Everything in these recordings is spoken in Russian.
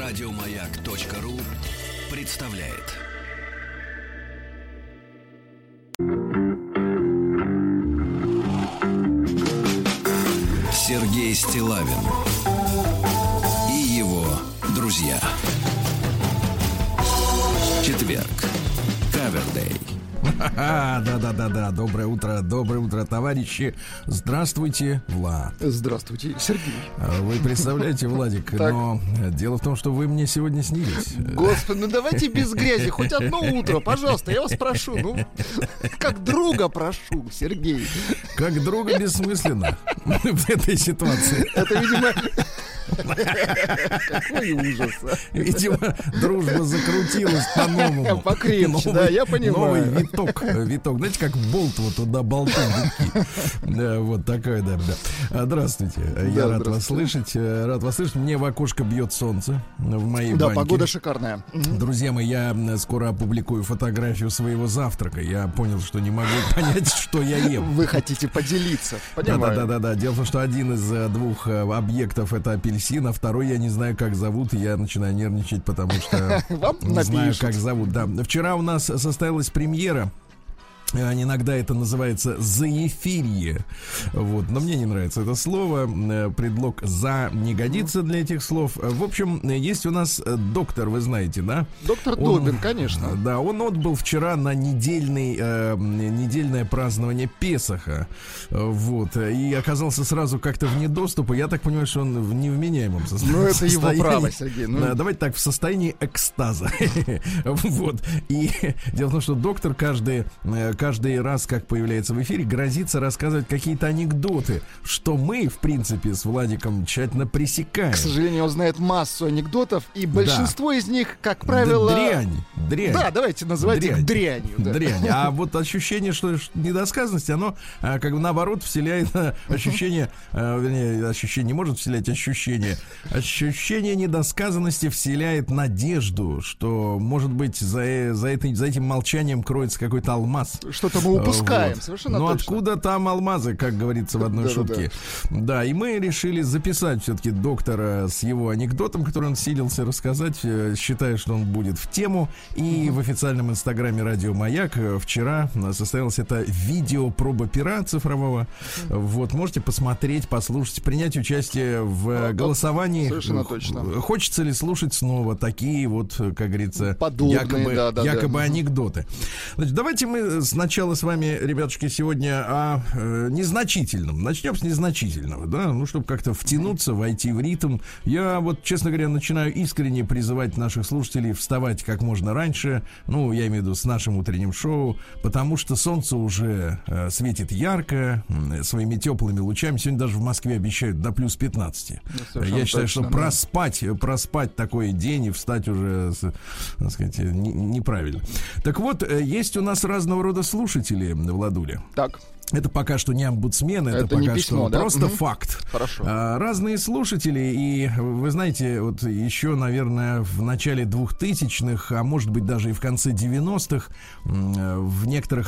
Радиомаяк.ру представляет. Сергей Стиллавин и его друзья. Четверг. Кавердей. Да. Доброе утро, товарищи. Здравствуйте, Влад. Здравствуйте, Сергей. Вы представляете, Владик, но дело в том, что вы мне сегодня снились. Господи, ну давайте без грязи, хоть одно утро, пожалуйста, я вас прошу, ну, как друга прошу, Сергей. Как друга бессмысленно в этой ситуации. Это, видимо... Какой ужас. Видимо, дружба закрутилась по-новому. Покрепче, да, я понимаю. Новый виток. Знаете, как болт вот туда болтом. Да, вот такая, да. Здравствуйте. Я рад вас слышать. Мне в окошко бьет солнце в моей баньке. Да, погода шикарная. Друзья мои, я скоро опубликую фотографию своего завтрака. Я понял, что не могу понять, что я ем. Вы хотите поделиться. Да. Дело в том, что один из двух объектов — это апельсин, а второй я не знаю, как зовут, и я начинаю нервничать, потому что не знаю, как зовут. Да. Вчера у нас состоялась премьера. Иногда это называется заэфирье. Вот. Но мне не нравится это слово. Предлог «за» не годится для этих слов. В общем, есть у нас доктор, вы знаете, да? Доктор Добин, конечно. Да, он отбыл вчера на недельное празднование Песаха. Вот. И оказался сразу как-то вне доступа. Я так понимаю, что он в невменяемом состоянии. Ну, это его право, Сергей. Давайте так, в состоянии экстаза. Вот. И дело в том, что доктор каждый раз, как появляется в эфире, грозится рассказывать какие-то анекдоты, что мы, в принципе, с Владиком тщательно пресекаем. К сожалению, он знает массу анекдотов, и большинство из них, как правило... Дрянь. Да, давайте называть их дрянью. Да. Дрянь. А вот ощущение, что недосказанности, оно как бы наоборот вселяет ощущение, вернее, ощущение не может вселять ощущение. Ощущение недосказанности вселяет надежду, что, может быть, за этим молчанием кроется какой-то алмаз. Что-то мы упускаем, вот. Совершенно точно. Откуда там алмазы, как говорится в одной шутке. Да, и мы решили записать все-таки доктора с его анекдотом, который он силился рассказать, считая, что он будет в тему. И в официальном инстаграме «Радио Маяк» вчера состоялось это видео-проба пера цифрового. Вот, можете посмотреть, послушать, принять участие в голосовании. Совершенно точно. Хочется ли слушать снова такие вот, как говорится, подобные, якобы анекдоты. Значит, давайте мы сначала с вами, ребятушки, сегодня о незначительном. Начнем с незначительного, да, ну, чтобы как-то втянуться, войти в ритм. Я вот, честно говоря, начинаю искренне призывать наших слушателей вставать как можно раньше, ну, я имею в виду с нашим утренним шоу, потому что солнце уже светит ярко, своими теплыми лучами. Сегодня даже в Москве обещают до плюс 15. Я считаю, что проспать такой день и встать уже, так сказать, неправильно. Так вот, есть у нас разного рода слушатели, Владуля. Так. Это пока что не омбудсмен, это пока не письмо, что просто факт. Хорошо. Разные слушатели, и вы знаете, вот еще, наверное, в начале 2000-х, а может быть даже и в конце 90-х, на некоторых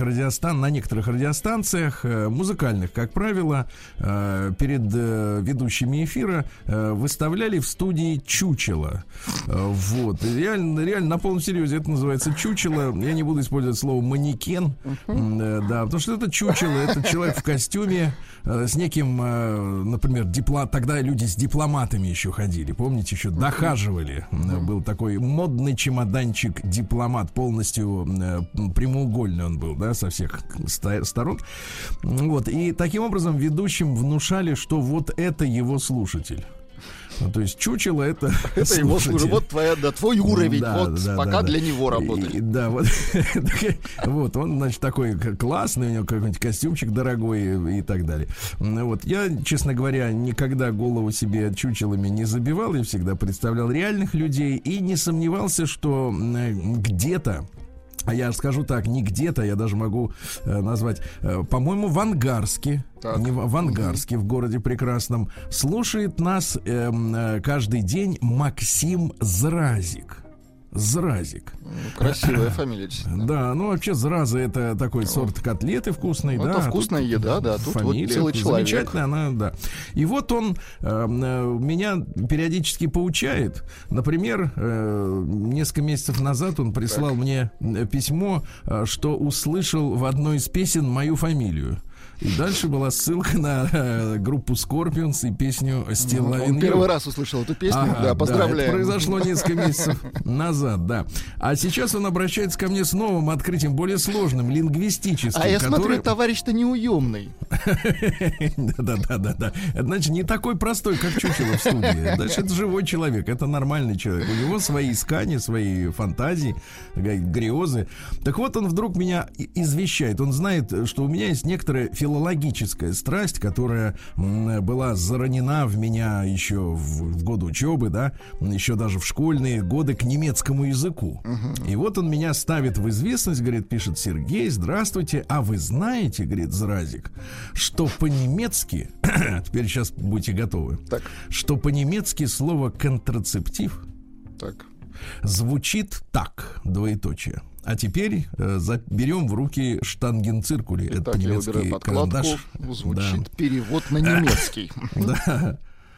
радиостанциях, музыкальных, как правило, перед ведущими эфира выставляли в студии чучело. Вот. Реально, на полном серьезе это называется чучело. Я не буду использовать слово манекен, да, потому что это чучело, это человек в костюме с неким, например, тогда люди с дипломатами еще ходили, помните, еще дохаживали. Был такой модный чемоданчик дипломат, полностью прямоугольный он был, да, со всех сторон. Вот, и таким образом ведущим внушали, что вот это его слушатель. Ну, то есть чучело это его служба, вот твой уровень, пока для него работает. Вот он, значит, такой классный, у него какой-нибудь костюмчик дорогой и так далее. Вот я, честно говоря, никогда голову себе чучелами не забивал, я всегда представлял реальных людей и не сомневался, что где-то, а я скажу так, не где-то, я даже могу назвать, по-моему, в Ангарске, в Ангарске, в городе прекрасном, слушает нас каждый день Максим Зразик. Зразик. Красивая фамилия, действительно. Да, ну вообще зраза — это такой сорт котлеты вкусной, да. Это вкусная еда, да. Тут фамилия, вот целый человек. Замечательная она, да. И вот он меня периодически поучает. Например, несколько месяцев назад он прислал мне письмо, что услышал в одной из песен мою фамилию. И дальше была ссылка на группу Scorpions и песню Still Loving You. Он первый раз услышал эту песню, да, поздравляем. Да, это произошло несколько месяцев назад, да. А сейчас он обращается ко мне с новым открытием, более сложным, лингвистическим. А я смотрю, товарищ-то неуемный. Да. Значит, не такой простой, как чучело в студии. Значит, это живой человек, это нормальный человек. У него свои искания, свои фантазии, грезы. Так вот, он вдруг меня извещает. Он знает, что у меня есть некоторая филологическая страсть, которая была заронена в меня еще в годы учебы, да, еще даже в школьные годы к немецкому языку. И вот он меня ставит в известность, говорит, пишет: Сергей, здравствуйте, а вы знаете, говорит, Зразик, что по-немецки, теперь сейчас будьте готовы, так, что по-немецки слово контрацептив так звучит так, двоеточие. А теперь берем в руки штангенциркули. Это по-немецки карандаш. Звучит перевод на немецкий. Да.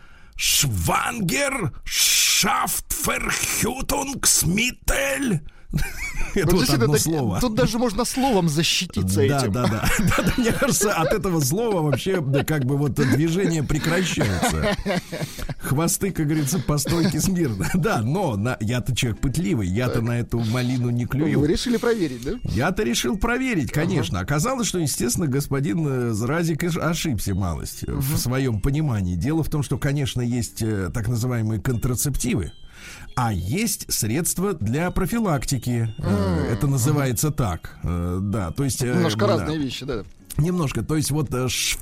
Schwangerschaftsverhütungsmittel. Это вот одно слово. Тут даже можно словом защититься этим. Да. Мне кажется, от этого слова вообще как бы вот движение прекращается. Хвосты, как говорится, по стойке смирно. Да, но я-то человек пытливый, я-то на эту малину не клюю. Вы решили проверить, да? Я-то решил проверить, конечно. Оказалось, что, естественно, господин Зразик ошибся малость в своем понимании. Дело в том, что, конечно, есть так называемые контрацептивы, а есть средства для профилактики. Это называется так. Да, то есть... Немножко разные вещи, да. Немножко, то есть вот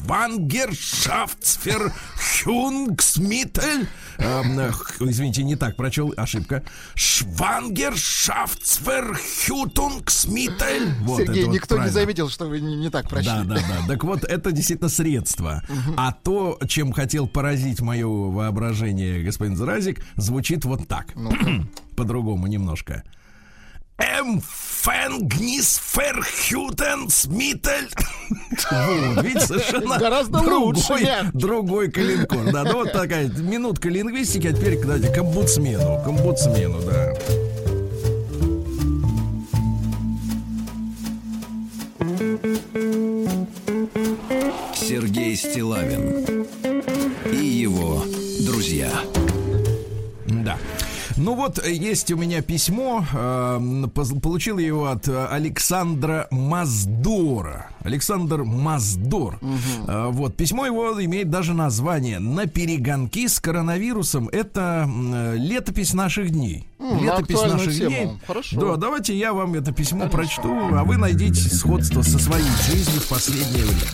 Schwangerschaftsverhütungsmittel, извините, не так прочел, ошибка. Schwangerschaftsverhütungsmittel. Вот, Сергей, вот никто правильно не заметил, что вы не так прочли. Да. Так вот, это действительно средство. А то, чем хотел поразить мое воображение господин Зразик, звучит вот так. По-другому немножко. Empfängnisverhütungsmittel. Видите, совершенно гораздо лучше. Другой коленкор. Да, ну вот такая минутка лингвистики, а теперь, кстати, к омбудсмену, да. Сергей Стиллавин и его друзья. Да. Ну вот, есть у меня письмо, получил его от Александра Маздора. Александр Маздор. Вот, письмо его имеет даже название «На перегонки с коронавирусом». Это летопись наших дней. Летопись наших дней. Хорошо. Да, давайте я вам это письмо прочту, а вы найдите сходство со своей жизнью в последнее время.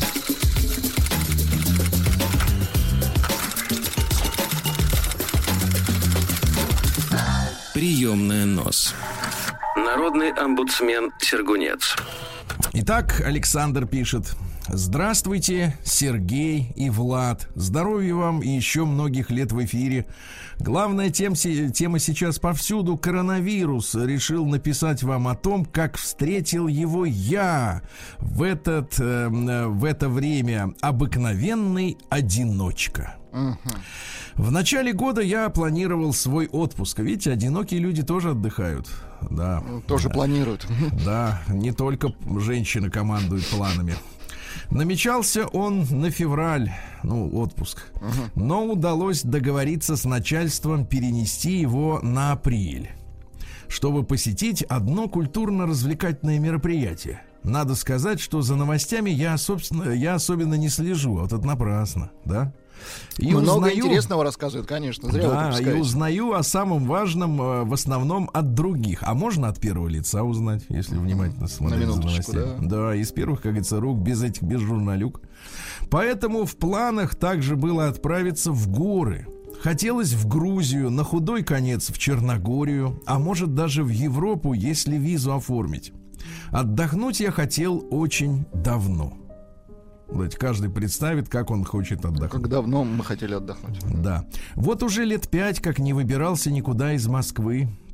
Приемная НОС. Народный омбудсмен Сергунец. Итак, Александр пишет: здравствуйте, Сергей и Влад. Здоровья вам и еще многих лет в эфире. Главная тема сейчас повсюду — коронавирус. Решил написать вам о том, как встретил его я в это время. Обыкновенный одиночка. В начале года я планировал свой отпуск. Видите, одинокие люди тоже отдыхают. Да. Тоже планируют. Да, не только женщины командуют планами. Намечался он на февраль, отпуск. Но удалось договориться с начальством перенести его на апрель, чтобы посетить одно культурно-развлекательное мероприятие. Надо сказать, что за новостями я особенно не слежу, а вот это напрасно, да? И много интересного рассказывают, конечно. Зря да, и узнаю о самом важном в основном от других. А можно от первого лица узнать, если внимательно смотреть за новостями. Да, из первых, как говорится, рук, без журналюк. Поэтому в планах также было отправиться в горы. Хотелось в Грузию, на худой конец в Черногорию, а может даже в Европу, если визу оформить. Отдохнуть я хотел очень давно. Каждый представит, как он хочет отдохнуть. Как давно мы хотели отдохнуть. Да. Вот уже лет 5, как не выбирался никуда из Москвы.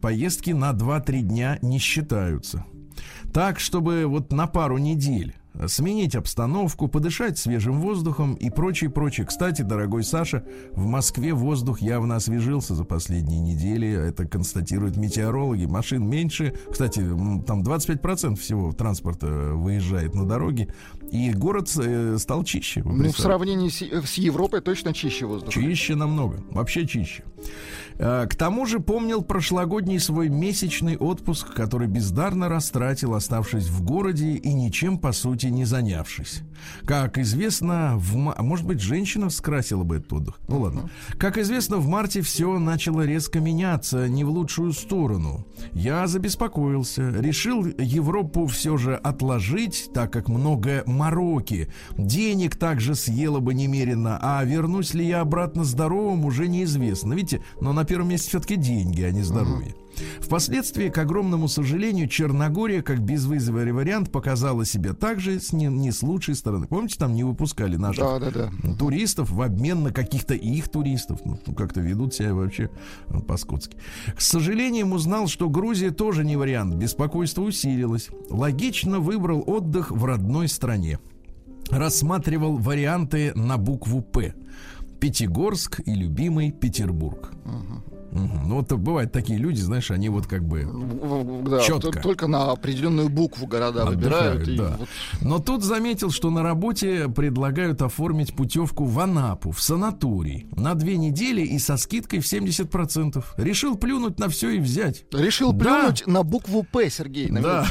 поездки на 2-3 дня не считаются. Так, чтобы вот на пару недель сменить обстановку, подышать свежим воздухом и прочее, прочее. Кстати, дорогой Саша, в Москве воздух явно освежился за последние недели. Это констатируют метеорологи. Машин меньше. Кстати, там 25% всего транспорта выезжает на дороге. И город стал чище. Ну, в сравнении с Европой точно чище воздух. Чище намного. Вообще чище. К тому же помнил прошлогодний свой месячный отпуск, который бездарно растратил, оставшись в городе и ничем, по сути, не занявшись. Как известно, может быть, женщина скрасила бы этот отдых. Ну ладно. Как известно, в марте все начало резко меняться, не в лучшую сторону. Я забеспокоился, решил Европу все же отложить, так как много мороки. Денег также съела бы немерено, а вернусь ли я обратно здоровым, уже неизвестно. Видите, но на первом месте все-таки деньги, а не здоровье. Впоследствии, к огромному сожалению, Черногория, как безвизовый вариант, показала себя также не с лучшей стороны. Помните, там не выпускали наших туристов в обмен на каких-то их туристов. Ну, как-то ведут себя вообще по-скотски. К сожалению, узнал, что Грузия тоже не вариант. Беспокойство усилилось. Логично выбрал отдых в родной стране. Рассматривал варианты на букву «П». Пятигорск и любимый Петербург. Ну, вот бывают такие люди, знаешь, они вот как бы четко. Только на определенную букву города выбирают. Да. Вот. Но тут заметил, что на работе предлагают оформить путевку в Анапу, в санаторий, на 2 недели и со скидкой в 70%. Решил плюнуть на все и взять. Решил плюнуть на букву «П», Сергей. Да,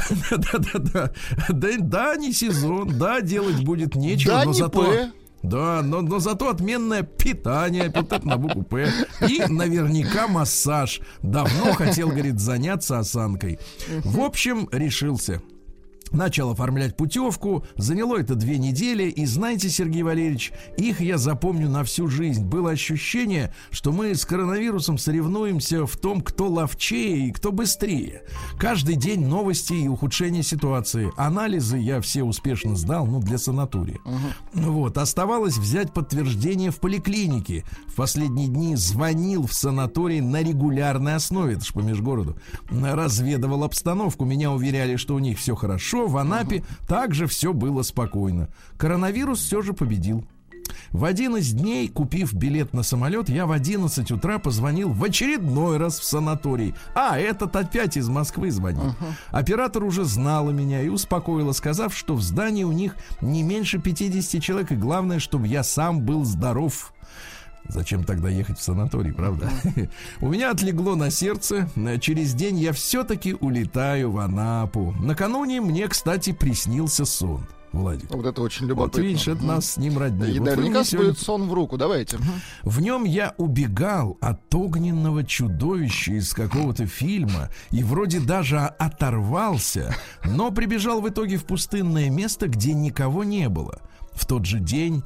не сезон, да, делать будет нечего, да, но не зато... «П». Да, но зато отменное питание, опять на букву «П». И наверняка массаж. Давно хотел, говорит, заняться осанкой. В общем, решился. Начал оформлять путевку. Заняло это 2 недели. И знаете, Сергей Валерьевич, их я запомню на всю жизнь. Было ощущение, что мы с коронавирусом соревнуемся в том, кто ловчее и кто быстрее. Каждый день новости и ухудшение ситуации. Анализы я все успешно сдал, для санатория. Вот. Оставалось взять подтверждение в поликлинике. В последние дни звонил в санаторий на регулярной основе. Это ж по межгороду. Разведывал обстановку. Меня уверяли, что у них все хорошо. В Анапе также все было спокойно. Коронавирус все же победил. В один из дней, купив билет на самолет, я в 11 утра позвонил в очередной раз в санаторий. Этот опять из Москвы звонил. Оператор уже знала меня и успокоила, сказав, что в здании у них не меньше 50 человек, и главное, чтобы я сам был здоров. Зачем тогда ехать в санаторий, правда? У меня отлегло на сердце. Через день я все-таки улетаю в Анапу. Накануне мне, кстати, приснился сон. Владик. Вот это очень любопытно. Вот видишь, это нас с ним роднит. И наверняка будет сон в руку. Давайте. В нем я убегал от огненного чудовища из какого-то фильма и вроде даже оторвался, но прибежал в итоге в пустынное место, где никого не было. В тот же день,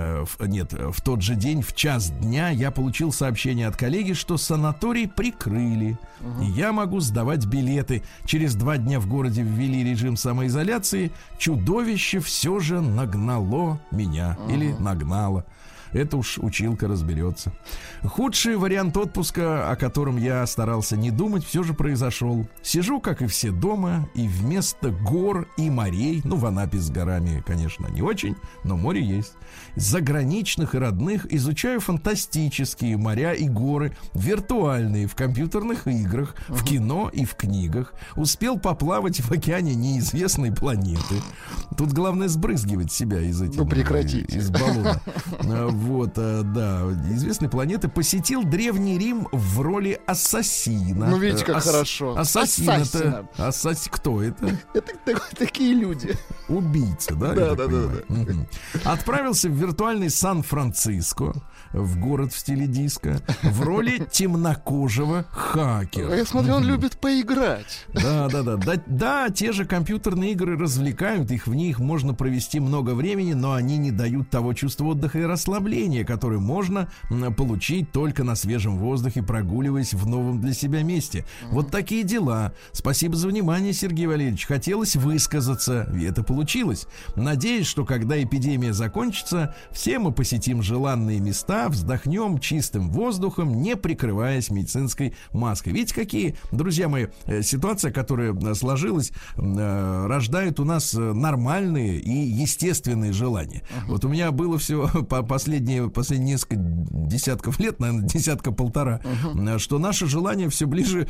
в час дня я получил сообщение от коллеги, что санаторий прикрыли. И я могу сдавать билеты. Через 2 дня в городе ввели режим самоизоляции. Чудовище все же нагнало меня. Или нагнало. Это уж училка разберется. Худший вариант отпуска, о котором я старался не думать, все же произошел. Сижу, как и все, дома, и вместо гор и морей, в Анапе с горами, конечно, не очень, но море есть, заграничных и родных, изучаю фантастические моря и горы, виртуальные, в компьютерных играх, в кино и в книгах. Успел поплавать в океане неизвестной планеты. Тут главное сбрызгивать себя из этих... прекратите. Из баллона. Известной планеты. Посетил Древний Рим в роли ассасина. Видите, как хорошо. Ассасин это... Кто это? Это такие люди. Убийца, да? Да. Отправился в виртуальный Сан-Франциско, в город в стиле диско, в роли темнокожего хакера. Я смотрю, он любит поиграть. Да, те же компьютерные игры развлекают, в них можно провести много времени, но они не дают того чувства отдыха и расслабления, расслабление, которое можно получить только на свежем воздухе, прогуливаясь в новом для себя месте. Вот такие дела. Спасибо за внимание, Сергей Валерьевич. Хотелось высказаться, и это получилось. Надеюсь, что когда эпидемия закончится, все мы посетим желанные места, вздохнем чистым воздухом, не прикрываясь медицинской маской. Видите, какие, друзья мои, ситуация, которая сложилась, рождает у нас нормальные и естественные желания. Вот у меня было все последние несколько десятков лет, наверное, десятка-полтора, что наши желания все ближе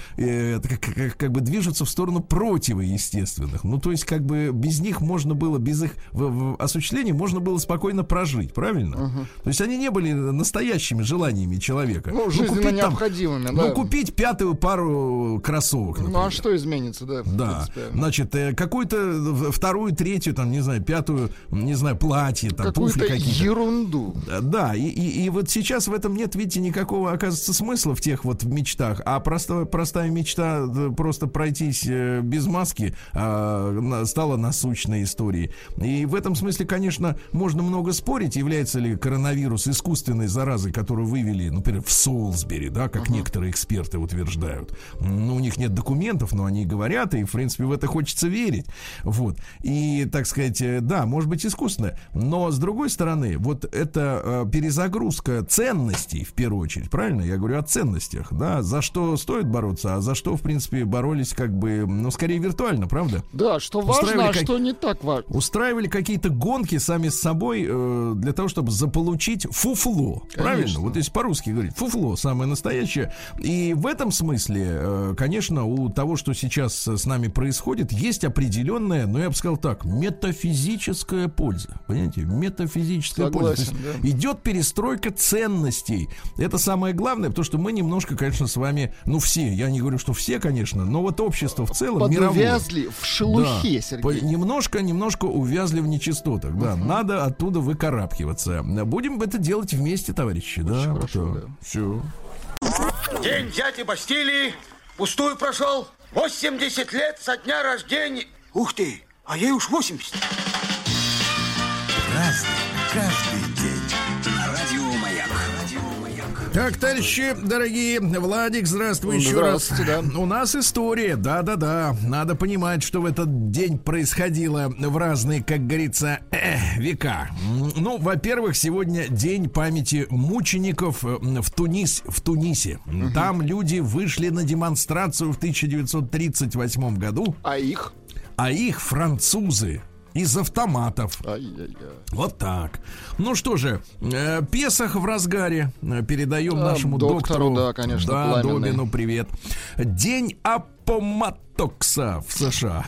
как бы движутся в сторону противоестественных. Ну, то есть, как бы без них можно было, без их осуществления можно было спокойно прожить, правильно? То есть они не были настоящими желаниями человека. Ну, жизненно необходимыми, да. Ну, купить 5-ю пару кроссовок, например. Ну, а что изменится, да? Да, значит, какую-то 2-ю, 3-ю, там, не знаю, 5-ю, не знаю, платье, там, туфли какие-то. Ерунду. Да, и вот сейчас в этом нет, видите, никакого, оказывается, смысла в тех вот мечтах, а простая мечта просто пройтись без маски стала насущной историей. И в этом смысле, конечно, можно много спорить, является ли коронавирус искусственной заразой, которую вывели, например, в Солсбери, да, как некоторые эксперты утверждают. Ну, у них нет документов, но они говорят, и, в принципе, в это хочется верить. Вот. И, так сказать, да, может быть, искусственная. Но, с другой стороны, вот эта перезагрузка ценностей, в первую очередь, правильно? Я говорю о ценностях, да, за что стоит бороться, а за что, в принципе, боролись как бы, ну, скорее виртуально, правда? Да, что важно, а что не так важно. Устраивали какие-то гонки сами с собой для того, чтобы заполучить фуфло. Конечно. Правильно? Вот если по-русски говорить, фуфло самое настоящее. И в этом смысле, конечно, у того, что сейчас с нами происходит, есть определенная, ну, я бы сказал так, метафизическая польза. Понимаете? Метафизическая польза. То есть идет перестройка ценностей. Это самое главное, потому что мы немножко, конечно, с вами, ну, все, я не говорю, что все, конечно, но вот общество в целом мировое. Подувязли в шелухе, да, Сергей. Немножко увязли в нечистотах. Да, надо оттуда выкарабкиваться. Будем это делать вместе, товарищи. Да, хорошо, да. Все. День дяди Бастилии пустую прошел. 80 лет со дня рождения. Ух ты, а ей уж 80. Разный, каждый день. Радио Маяк. Так, товарищи дорогие, Владик, здравствуй еще раз. Да. У нас история, да-да-да. Надо понимать, что в этот день происходило в разные, как говорится, века. Ну, во-первых, сегодня день памяти мучеников в Тунисе. Там люди вышли на демонстрацию в 1938 году. А их? А их французы. Из автоматов. Вот так. Ну что же, Песах в разгаре. Передаем нашему доктору. Да, конечно, да, Добину привет. День Аппоматокса в США.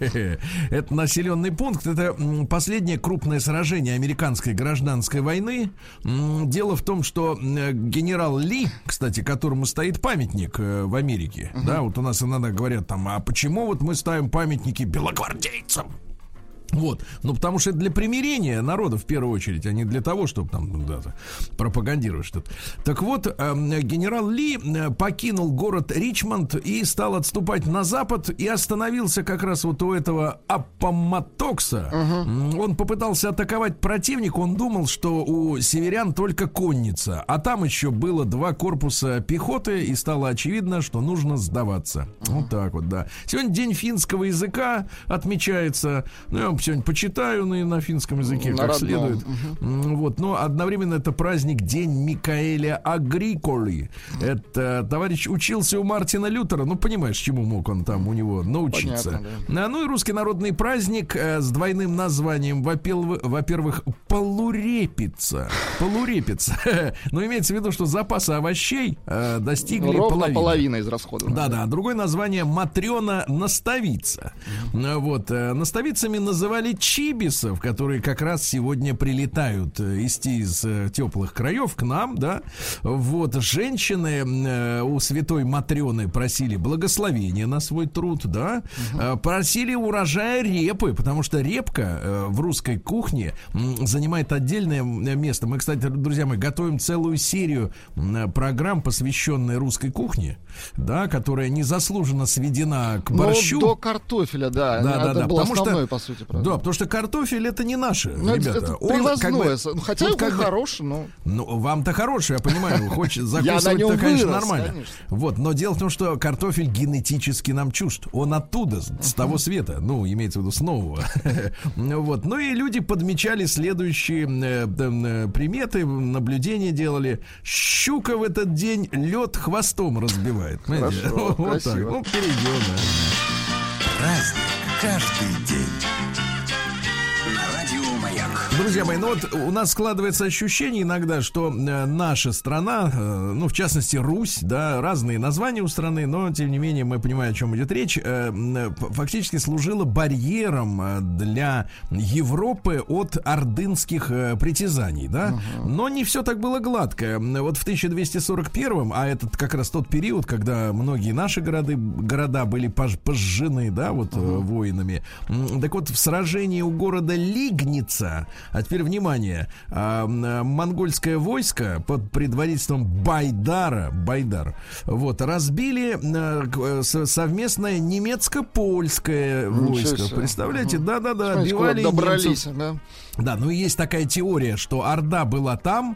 Это населенный пункт. Это последнее крупное сражение американской гражданской войны. Дело в том, что генерал Ли, кстати, которому стоит памятник в Америке, да, вот у нас иногда говорят там, а почему вот мы ставим памятники белогвардейцам? Вот, ну потому что это для примирения народа в первую очередь, а не для того, чтобы там пропагандировать что-то. Так вот, генерал Ли покинул город Ричмонд и стал отступать на запад и остановился как раз вот у этого Аппоматокса. Он попытался атаковать противника, он думал, что у северян только конница, а там еще было 2 корпуса пехоты, и стало очевидно, что нужно сдаваться. Вот так вот, да. Сегодня день финского языка отмечается. Ну, я вам сегодня почитаю на финском языке, как следует. Вот, но одновременно это праздник День Микаэля Агриколи. Это товарищ учился у Мартина Лютера. Ну, понимаешь, чему мог он там у него научиться. Понятно, да. Ну и русский народный праздник с двойным названием. Во-первых, полурепица. Полурепица. Но имеется в виду, что запасы овощей достигли половины из расходов. Да-да. Другое название Матрёна Наставица. Вот. Наставицами называли чибисов, которые как раз сегодня прилетают из теплых краев к нам, да. Вот. Женщины у святой Матрёны просили благословения на свой труд, да. Просили урожая репы, потому что репка в русской кухне занимает отдельное место. Мы, кстати, друзья мои, готовим целую серию программ, посвященной русской кухне, да, которая незаслуженно сведена к борщу. Ну, до картофеля, да. Да, это был потому основной, что, по сути, праздник. Да, потому что картофель это не наше, Ну, ребята. это Он привозное. как бы, Хотя вот он как бы- хороший, но... Ну, вам-то хороший, я понимаю, хочет Я на закусывать-то, нем конечно, вырос, нормально. конечно. Вот, но дело в том, что картофель генетически нам чужд. Он оттуда, с того света, ну, имеется в виду с нового. Вот, ну и люди подмечали следующие приметы, наблюдения делали. Щука в этот день лед хвостом разбивает. Понимаете? Хорошо, Вот так. красиво. Ну, перейдем, да. Праздник каждый день. На радио Маяк. Друзья мои, ну вот у нас складывается ощущение иногда, что наша страна, ну, в частности, Русь, да, разные названия у страны, но, тем не менее, мы понимаем, о чем идет речь, фактически служила барьером для Европы от ордынских притязаний, да, но не все так было гладко. Вот в 1241-м, а это как раз тот период, когда многие наши города были пожжены, да, вот воинами, так вот, в сражении у города Лигница, а теперь внимание, монгольское войско под предводительством Байдар, вот, разбили совместное немецко-польское войско. себе. Представляете? Да-да-да, Смотрите, куда отбивали добрались, немцев. да? Да, ну и есть такая теория, что Орда была там,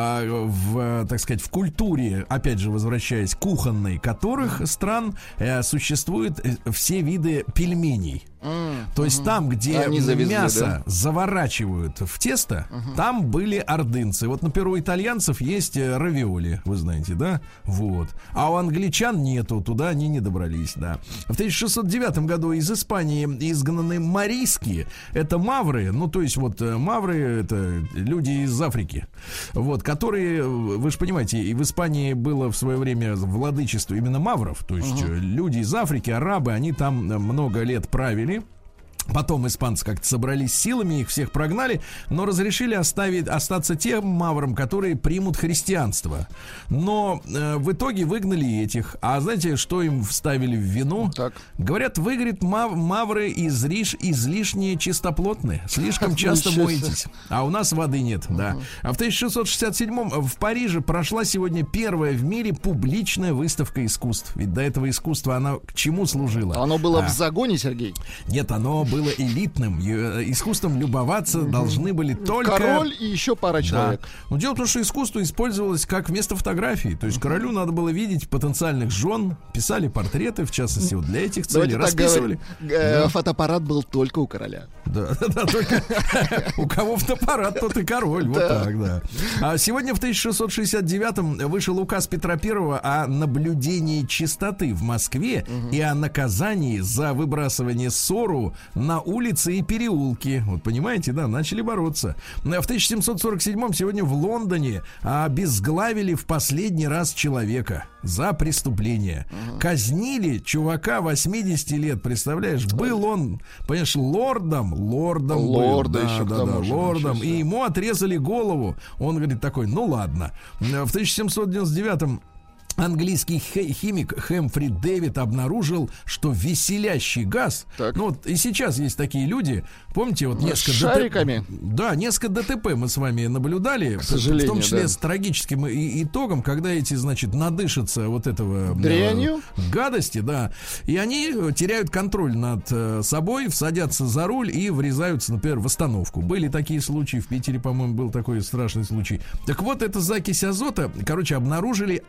так сказать, в культуре, опять же, возвращаясь, кухонной, которых стран существуют все виды пельменей. То есть там, где Они завезли, мясо да? заворачивают в тесто, там были ордынцы. Вот, например, у итальянцев есть равиоли, вы знаете, да? Вот. А у англичан нету, туда они не добрались, да. В 1609 году из Испании изгнаны марийские. Это мавры, ну, то есть вот мавры — это люди из Африки, вот, которые, вы же понимаете, и в Испании было в свое время владычество именно мавров, то есть люди из Африки, арабы, они там много лет правили. Потом испанцы как-то собрались силами, их всех прогнали, но разрешили остаться тем маврам, которые примут христианство. Но в итоге выгнали этих. А знаете, что им вставили в вину? Так. Говорят, вы, говорит, мавры излишне чистоплотны, слишком часто Ничего себе. моетесь. А у нас воды нет, да. А в 1667-м в Париже прошла сегодня первая в мире публичная выставка искусств. Ведь до этого искусства она к чему служила? Оно было в загоне, Сергей? Нет, оно было элитным. Искусством любоваться должны были только... Король и еще пара человек. Да. Но дело в том, что искусство использовалось как вместо фотографий. То есть королю надо было видеть потенциальных жен, писали портреты, в частности, вот для этих целей, Давайте так расписывали. говорить. Фотоаппарат был только у короля. Да, только у кого фотоаппарат, тот и король. Вот так, да. А сегодня в 1669-м вышел указ Петра I о наблюдении чистоты в Москве и о наказании за выбрасывание ссору на улицы и переулки. Вот понимаете, да, начали бороться. В 1747-м сегодня в Лондоне обезглавили в последний раз человека за преступление. Казнили чувака 80 лет, представляешь? Был он, понимаешь, лордом Лорда был. еще к Да, тому же, лордом. ничего И себе. ему отрезали голову. Он говорит такой, ну ладно. В 1799-м английский химик Хэмфри Дэвид обнаружил, что веселящий газ, Так. ну вот и сейчас есть такие люди, помните, вот С несколько шариками? Да, несколько ДТП мы с вами наблюдали, сожалению, в том числе да. с трагическим итогом, когда эти, значит, надышатся вот этого Дрянью? гадости, да, и они теряют контроль над собой, садятся за руль и врезаются, например, в остановку. Были такие случаи, в Питере, по-моему, был такой страшный случай. Так вот, эта закись азота, короче, обнаружили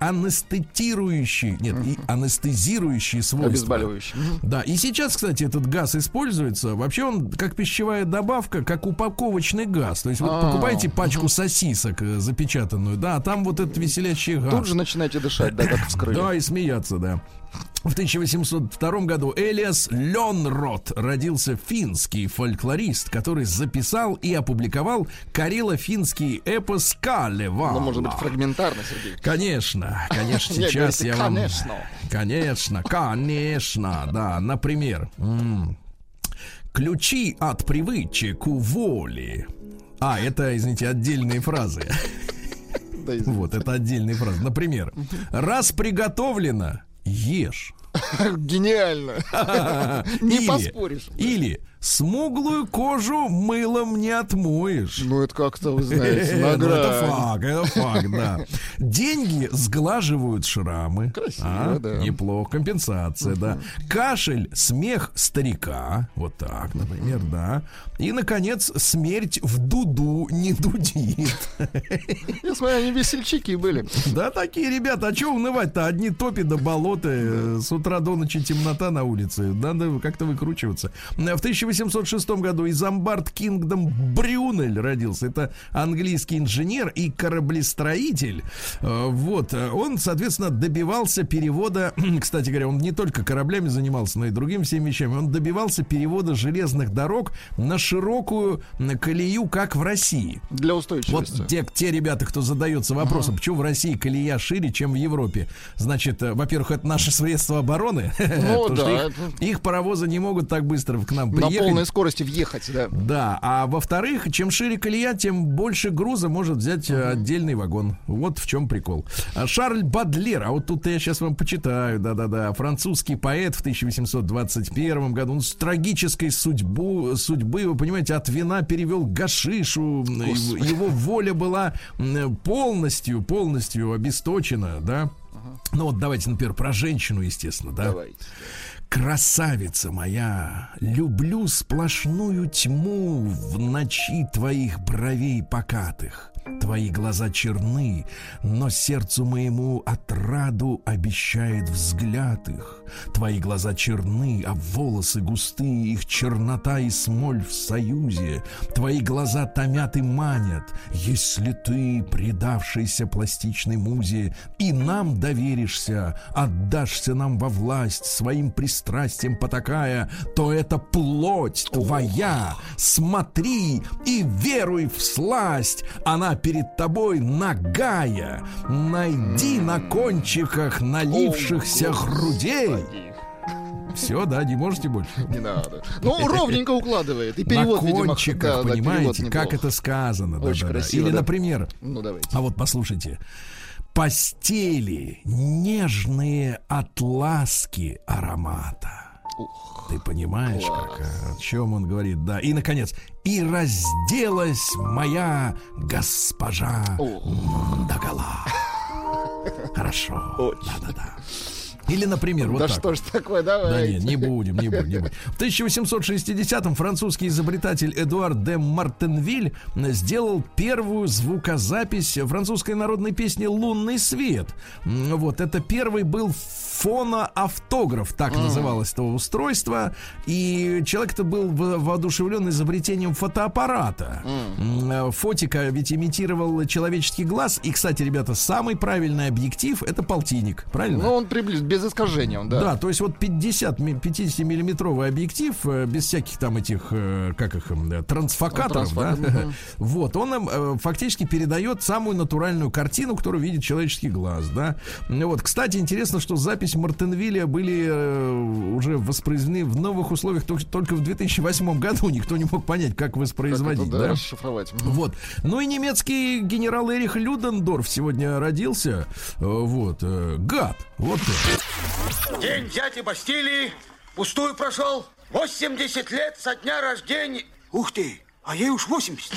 анестезирующие свойства. Обезболивающий. Да, и сейчас, кстати, этот газ используется. Вообще он как пищевая добавка, как упаковочный газ. То есть вы покупаете пачку сосисок запечатанную, да, а там вот этот веселящий газ. Тут же начинаете дышать, да, как вскрыли. Да, и смеяться, да. В 1802 году Элиас Лёнрот родился финский фольклорист, который записал и опубликовал карело-финский эпос Калева. Ну, может быть, фрагментарно, Сергей. Конечно, Не, сейчас говорите, я вам... конечно. Конечно, да, например, ключи от привычек у воли. Это, извините, отдельные фразы. Да, извините. Вот, это отдельные фразы. Например, раз приготовлено, ешь. Гениально. Не поспоришь. Или смуглую кожу мылом не отмоешь. Ну, это как-то, вы знаете, на Ну, грани. это факт, да. Деньги сглаживают шрамы. Красиво, да. Неплохо, компенсация, да. Кашель, смех старика, вот так, например, да. И, наконец, смерть в дуду не дудит. Я смотрю, они весельчаки были. Да, такие ребята, а что унывать-то? Одни топи до болота, с утра до ночи темнота на улице. Надо как-то выкручиваться. В 1806 году Изамбард Кингдом Брюнель родился. Это английский инженер и кораблестроитель. Вот, он, соответственно, добивался перевода, кстати говоря, он не только кораблями занимался, но и другими всеми вещами. Он добивался перевода железных дорог на широкую колею, как в России. Для Вот устойчивости. те ребята, кто задается вопросом, почему в России колея шире, чем в Европе. Значит, во-первых, это наши средства обороны. Ну, Потому да, что их паровозы не могут так быстро к нам на приехать. полной скорости въехать, да. Да, а во-вторых, чем шире колея, тем больше груза может взять отдельный вагон. Вот в чем прикол. Шарль Бадлер, а вот тут я сейчас вам почитаю, да-да-да, французский поэт в 1821 году, он с трагической судьбы, вы понимаете, от вина перевел к гашишу, его воля была полностью обесточена, да. Ну вот давайте, например, про женщину, естественно, да. Давайте. Красавица моя, люблю сплошную тьму в ночи твоих бровей покатых. Твои глаза черны, но сердцу моему отраду обещает взгляд их. Твои глаза черны, а волосы густые, их чернота и смоль в союзе. Твои глаза томят и манят, если ты, предавшийся пластичной музе, и нам доверишься, отдашься нам во власть, своим пристрастием потакая, то это плоть твоя. Смотри и веруй в сласть, она перед тобой нагая. Найди на кончиках налившихся грудей. Все, да, не можете больше. Не надо. Ну, ровненько укладывает. И На перевод, видимо, кончиках, да, понимаете, перевод как неплох. это сказано. Очень Да-да-да. красиво, Или, да. например, Ну, давайте. а вот послушайте. Постели нежные от ласки аромата. Ты понимаешь, о чем он говорит, да. И, наконец, и разделась моя госпожа догола. Хорошо. Да-да-да. Или, например, вот Да так. что ж такое, Да давайте. нет, не будем. В 1860-м французский изобретатель Эдуард де Мартенвиль сделал первую звукозапись французской народной песни «Лунный свет». Вот, это первый был фоноавтограф, так называлось то устройство. И человек-то был воодушевлен изобретением фотоаппарата. Фотика ведь имитировал человеческий глаз. И, кстати, ребята, самый правильный объектив — это полтинник, правильно? Ну, он приблизит, без искажения он, да. Да, то есть вот 50-миллиметровый объектив, без всяких там этих, трансфокаторов, да? Вот, он фактически передает самую натуральную картину, которую видит человеческий глаз, да? Вот, кстати, интересно, что записи Мартенвилля были уже воспроизведены в новых условиях только в 2008 году. Никто не мог понять, как воспроизводить, Как это, да? расшифровать. Вот. Ну и немецкий генерал Эрих Людендорф сегодня родился. Вот. Гад. Вот это. День дяди Бастилии пустую прошел. 80 лет со дня рождения. Ух ты, а ей уж 80.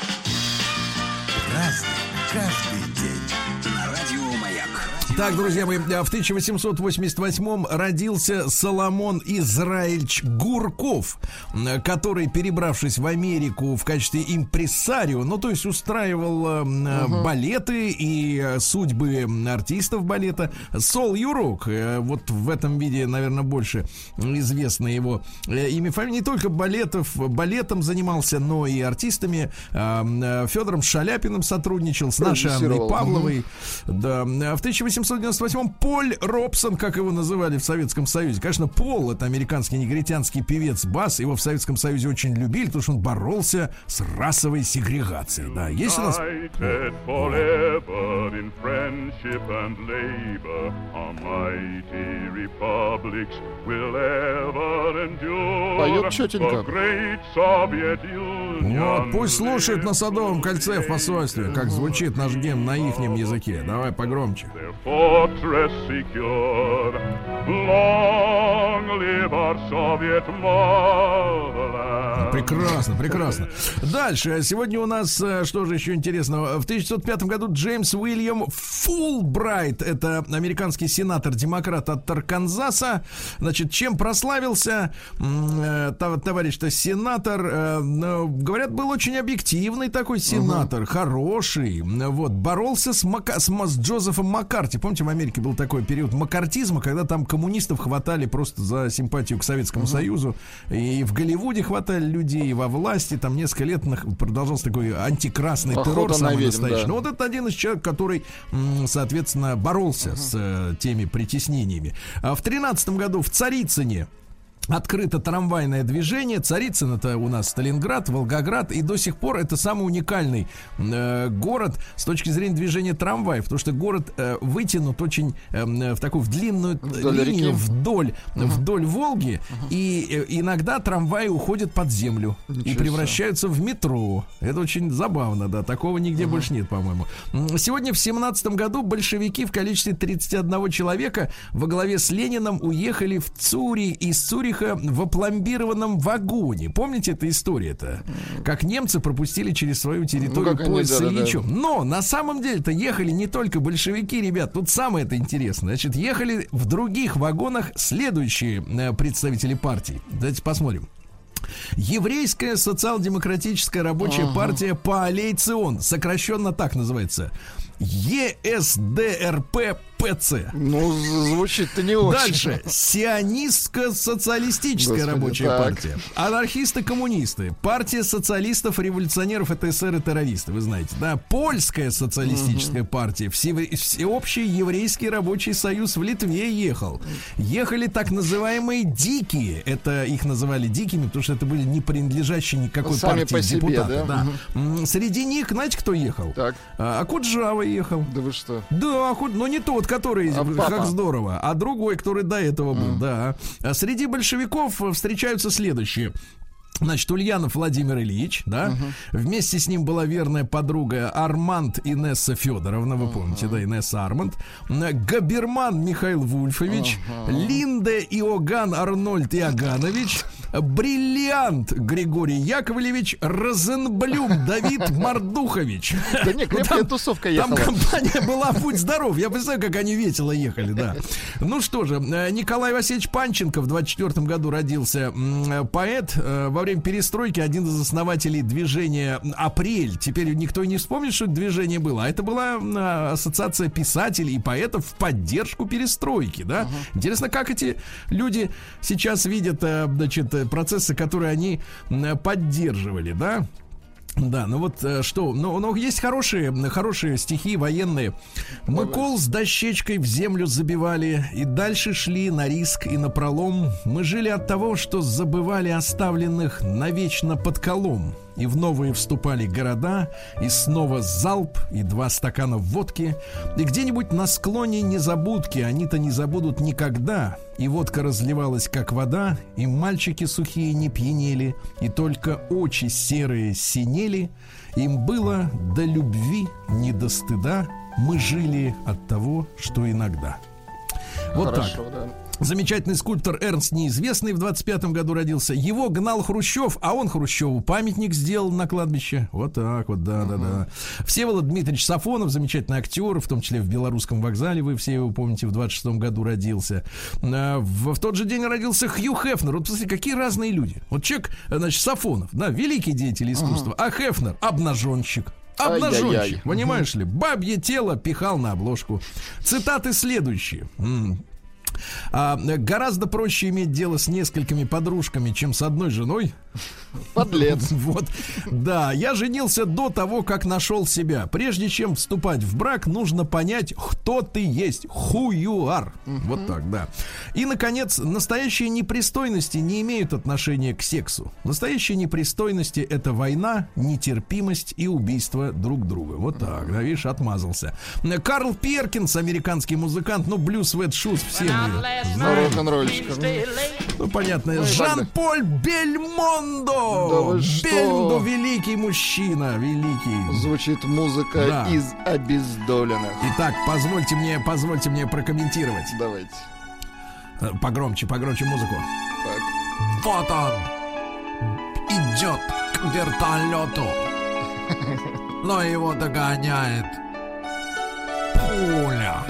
Разный, каждый день. На радио Маяк. Так, друзья мои, в 1888-м родился Соломон Израильевич Гурков, который, перебравшись в Америку в качестве импресарио, ну, то есть устраивал балеты и судьбы артистов балета. Сол Юрок, вот в этом виде, наверное, больше известно его имя, фамилия. Не только балетом занимался, но и артистами. Федором Шаляпиным сотрудничал, с нашей Анной Павловой. Да. В 1898-м Поль Робсон, как его называли в Советском Союзе. Конечно, Пол — это американский негритянский певец-бас. Его в Советском Союзе очень любили, потому что он боролся с расовой сегрегацией. Да, есть у нас... Поет четенько. Вот, пусть слушают на Садовом кольце в посольстве, как звучит наш гимн на ихнем языке. Давай погромче. Прекрасно, прекрасно. Дальше. Сегодня у нас, что же еще интересного? В 1905 году Джеймс Уильям Фулбрайт, это американский сенатор-демократ от Арканзаса. Значит, чем прославился товарищ-то сенатор? Говорят, был очень объективный такой сенатор, хороший. Вот, боролся с Джозефом Маккарти. Помните, в Америке был такой период маккартизма, когда там коммунистов хватали просто за симпатию к Советскому Союзу. И в Голливуде хватали людей, и во власти. Там несколько лет продолжался такой антикрасный террор самый настоящий. Но вот это один из человек, который, соответственно, боролся с теми притеснениями. В 13 году в Царицыне открыто трамвайное движение. Царицын — это у нас Сталинград, Волгоград. И до сих пор это самый уникальный город с точки зрения движения трамваев. Потому что город вытянут очень в такую длинную линию вдоль Волги. И иногда трамваи уходят под землю и превращаются в метро. Это очень забавно, да. Такого нигде больше нет, по-моему. Сегодня в 17 году большевики в количестве 31 человека во главе с Лениным уехали в Цюрих, из Цюриха в опломбированном вагоне. Помните эту историю-то? Как немцы пропустили через свою территорию поезд с Ильичем. Но на самом деле-то ехали не только большевики, ребят. Тут самое это интересное. Значит, ехали в других вагонах следующие представители партий. Давайте посмотрим. Еврейская социал-демократическая рабочая партия Коалицион, сокращенно так называется. ЕСДРП-ПЦ. Ну, звучит-то не очень. Дальше. Сионистско-социалистическая рабочая партия. Анархисты-коммунисты. Партия социалистов-революционеров, это эсеры террористы, вы знаете, да. Польская социалистическая партия. Всеобщий еврейский рабочий союз в Литве ехал. Ехали так называемые дикие. Это их называли дикими, потому что это были не принадлежащие никакой сами партии по себе, депутаты. Да? Среди них, знаете, кто ехал? Так. Акуджава ехал. Да вы что? Да, но не тот, который как здорово, а другой, который до этого был, да. Среди большевиков встречаются следующие. Значит, Ульянов Владимир Ильич, да, вместе с ним была верная подруга Арманд Инесса Федоровна, вы помните, да, Инесса Арманд, Габерман Михаил Вульфович, Линде Иоганн Арнольд Иоганович, Бриллиант Григорий Яковлевич, Розенблюм Давид Мордухович. Да не, крепкая тусовка ехала. Там компания была, будь здоров. Я представляю, как они весело ехали, да. Ну что же, Николай Васильевич Панченко в 24 году родился, поэт. Во время перестройки один из основателей движения «Апрель». Теперь никто и не вспомнит, что это движение было. А это была ассоциация писателей и поэтов в поддержку перестройки, да. Интересно, как эти люди сейчас видят, значит, процессы, которые они поддерживали, да. Да, ну вот что, но есть хорошие стихи военные. Мы кол с дощечкой в землю забивали и дальше шли на риск и на пролом. Мы жили от того, что забывали оставленных навечно под колом. И в новые вступали города, и снова залп, и 2 стакана водки. И где-нибудь на склоне незабудки, они-то не забудут никогда. И водка разливалась, как вода, и мальчики сухие не пьянели, и только очи серые синели. Им было до любви, не до стыда. Мы жили от того, что иногда. Вот хорошо, так. Да. Замечательный скульптор Эрнст Неизвестный в 25-м году родился. Его гнал Хрущев, а он Хрущеву памятник сделал на кладбище. Вот так вот, да. Всеволод Дмитриевич Сафонов, замечательный актер, в том числе в Белорусском вокзале, вы все его помните, в 26-м году родился. В тот же день родился Хью Хефнер. Вот посмотрите, какие разные люди. Вот человек, значит, Сафонов, да, великий деятель искусства, а Хефнер обнаженщик. Обнаженщик, понимаешь ли? Бабье тело пихал на обложку. Цитаты следующие. Гораздо проще иметь дело с несколькими подружками, чем с одной женой. Подлец. Вот. Да, я женился до того, как нашел себя. Прежде чем вступать в брак, нужно понять, кто ты есть. Who you are. Вот так, да. И, наконец, настоящие непристойности не имеют отношения к сексу. Настоящие непристойности — это война, нетерпимость и убийство друг друга. Вот так, да, видишь, отмазался. Карл Перкинс, американский музыкант, ну, Blues Wet Shoes всем Рок-н-ролльчика. Ну, понятно. Жан-Поль Бельмондо. Да вы что? Бельмондо, великий мужчина, великий. Звучит музыка Да. из обездоленных. Итак, позвольте мне прокомментировать. Давайте. Погромче музыку. Так. Вот он идет к вертолету, но его догоняет пуля.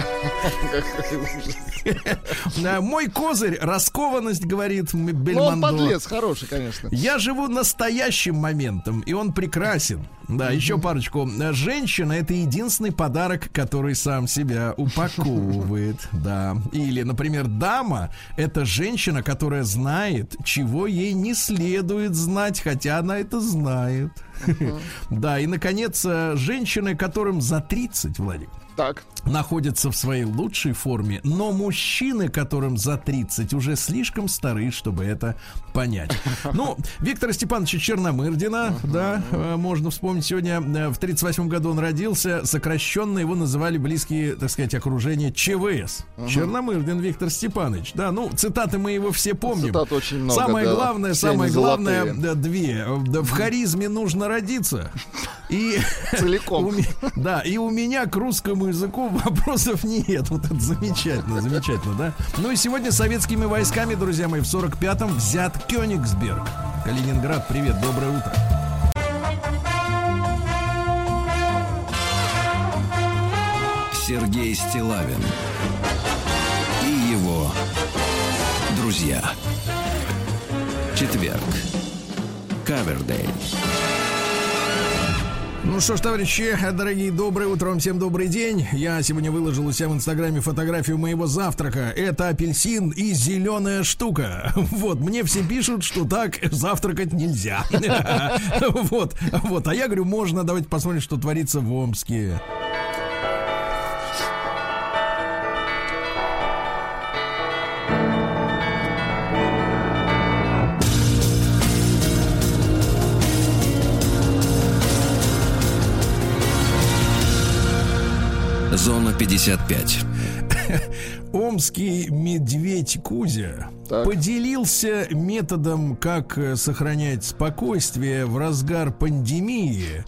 Мой козырь — раскованность, говорит Ну, он Бельмондо. подлец, хороший, конечно. Я живу настоящим моментом, и он прекрасен. Да, еще парочку. Женщина — это единственный подарок, который сам себя упаковывает. Да. Или, например, дама — это женщина, которая знает, чего ей не следует знать, хотя она это знает. Да, и, наконец, женщины, которым за 30, Владик, Так. находятся в своей лучшей форме, но мужчины, которым за 30, уже слишком стары, чтобы это понять. Ну, Виктора Степановича Черномырдина, да, можно вспомнить. Сегодня в 38 году он родился. Сокращенно его называли близкие, так сказать, окружение ЧВС. Черномырдин Виктор Степанович. Да, ну, цитаты мы его все помним. Цитат очень много, Самое да. главное, Все они золотые. две. В харизме нужно родиться. И Целиком. Да, и у меня к русскому языку вопросов нет. Вот это замечательно, замечательно, да? Ну и сегодня советскими войсками, друзья мои, в 45-м взят Кёнигсберг. Калининград, привет, доброе утро. Сергей Стиллавин и его друзья. Четверг. Кавердей. Ну что ж, товарищи, дорогие, доброе утро вам, всем добрый день. Я сегодня выложил у себя в Инстаграме фотографию моего завтрака. Это апельсин и зеленая штука. Вот, мне все пишут, что так завтракать нельзя. Вот, а я говорю, можно, давайте посмотрим, что творится в Омске. Зона 55. Омский медведь Кузя Так. поделился методом, как сохранять спокойствие в разгар пандемии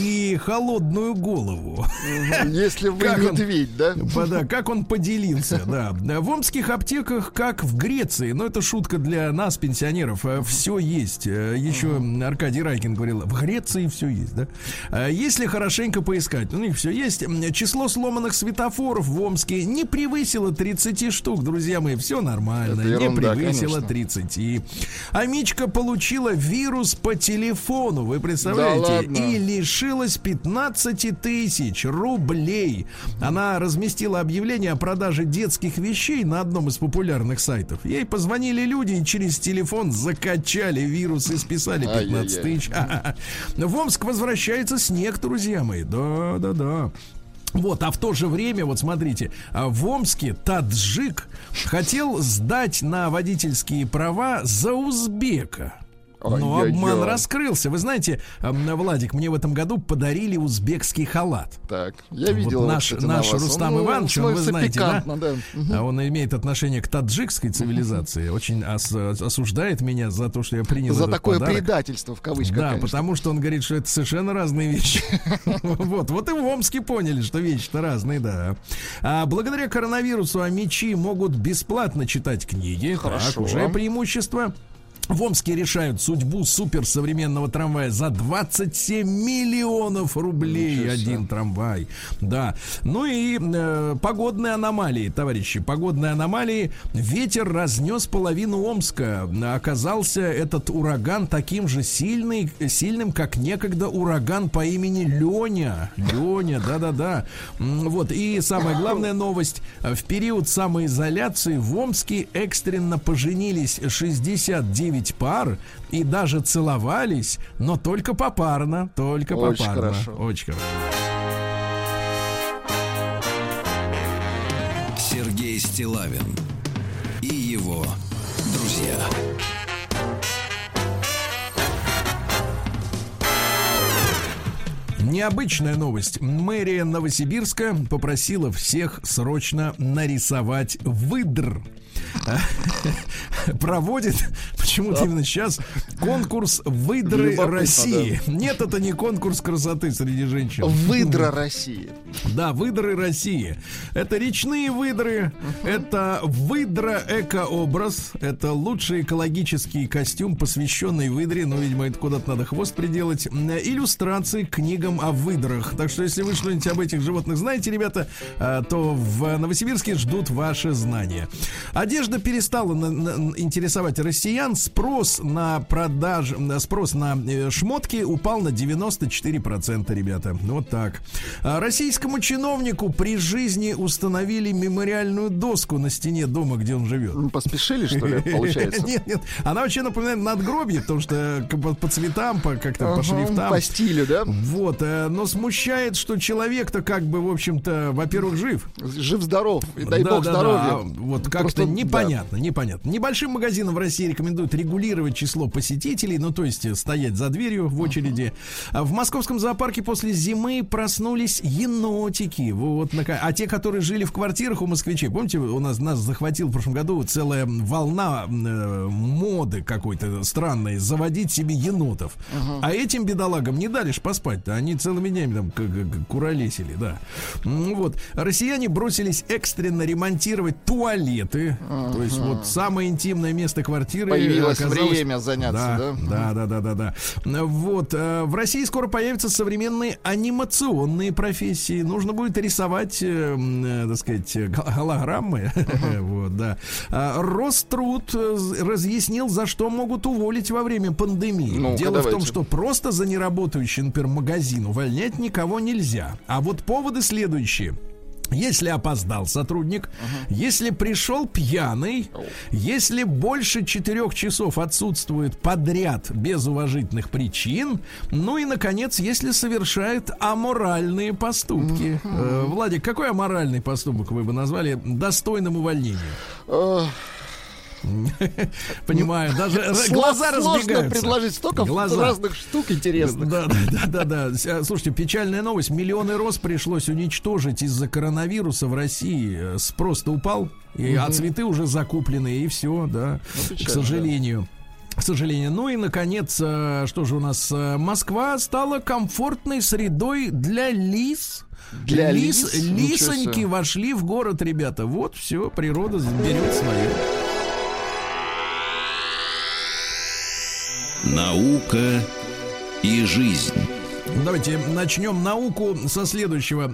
и холодную голову. Если вы Как он- медведь, да? Да, как он поделился, да. В омских аптеках, как в Греции, но это шутка для нас, пенсионеров, все есть. Еще Аркадий Райкин говорил, в Греции все есть, да. Если хорошенько поискать, у них все есть. Число сломанных светофоров в Омске не превысило 30 штук, друзья мои, все нормально, Это не ерунда, превысило конечно. 30. А Мичка получила вирус по телефону, вы представляете? Да ладно? И лишилась 15 тысяч рублей. Она разместила объявление о продаже детских вещей на одном из популярных сайтов. Ей позвонили люди и через телефон закачали вирус и списали 15 тысяч. В Омск возвращается снег, друзья мои. Да. Вот, а в то же время, вот смотрите, в Омске таджик хотел сдать на водительские права за узбека. Но обман раскрылся. Вы знаете, Владик, мне в этом году подарили узбекский халат. Так, я видел Вот его, наш кстати, на вас. Рустам Он, Иванович, он, вы смотрится знаете, да? пикантно, да? Мгм. Он имеет отношение к таджикской цивилизации. Очень осуждает меня за то, что я принял За этот такое подарок. предательство, в кавычках, Да, конечно. потому что он говорит, что это совершенно разные вещи. Вот и в Омске поняли, что вещи-то разные, да. Благодаря коронавирусу омичи могут бесплатно читать книги. Хорошо. Так, уже преимущество. В Омске решают судьбу суперсовременного трамвая за 27 миллионов рублей. Ничего себе. Один трамвай. Да. Ну и погодные аномалии, товарищи. Погодные аномалии. Ветер разнес половину Омска. Оказался этот ураган таким же сильным, как некогда ураган по имени Леня. Леня, да-да-да. Вот. И самая главная новость. В период самоизоляции в Омске экстренно поженились 69 пар и даже целовались, но только попарно. Только Очень попарно. хорошо. Очень хорошо. Сергей Стиллавин и его друзья. Необычная новость. Мэрия Новосибирска попросила всех срочно нарисовать выдр. Проводит почему-то именно сейчас конкурс «Выдры России». Нет, это не конкурс красоты среди женщин. Выдра России. Да, выдры России. Это речные выдры, это выдра эко-образ, это лучший экологический костюм, посвященный выдре. Ну, видимо, это куда-то надо хвост приделать. Иллюстрации к книгам о выдрах. Так что, если вы что-нибудь об этих животных знаете, ребята, то в Новосибирске ждут ваши знания. Одежда перестала интересовать россиян. Спрос на шмотки упал на 94%, ребята. Вот так. Российскому чиновнику при жизни установили мемориальную доску на стене дома, где он живет. Поспешили, что ли, получается? Нет. Она вообще напоминает надгробье, потому что по цветам, как-то по шрифтам. По стилю, да? Вот. Но смущает, что человек-то как бы, в общем-то, во-первых, жив. Жив-здоров. И дай бог здоровья. Вот как-то непонятно. Небольшим магазинам в России рекомендуют регулировать число посетителей, ну, то есть стоять за дверью в очереди. В московском зоопарке после зимы проснулись енотики. Вот, а те, которые жили в квартирах у москвичей, помните, нас захватила в прошлом году целая волна моды какой-то странной заводить себе енотов. А этим бедолагам не дали ж поспать-то. Они целыми днями там куролесили, да. Вот. Россияне бросились экстренно ремонтировать туалеты. То есть вот самое интимное место квартиры. Появилось время заняться, да? Вот. В России скоро появятся современные анимационные профессии. Нужно будет рисовать, так сказать, голограммы. Вот, да. Роструд разъяснил, за что могут уволить во время пандемии. Дело в том, что просто за неработающий, например, магазин увольнять никого нельзя. А вот поводы следующие. Если опоздал сотрудник, если пришел пьяный, если больше 4 часов отсутствует подряд без уважительных причин, ну и, наконец, если совершает аморальные поступки. Владик, какой аморальный поступок вы бы назвали достойным увольнения? Понимаю, даже глаза разбегаются. Сложно предложить столько разных штук интересных. Да. Слушайте, печальная новость. Миллионы роз пришлось уничтожить из-за коронавируса в России. Спрос-то упал, а цветы уже закуплены, и все, да, к сожалению. К сожалению. Ну и, наконец, что же у нас? Москва стала комфортной средой для лис. Лисоньки вошли в город, ребята. Вот все, природа берет свое. Наука и жизнь. Давайте начнем науку со следующего.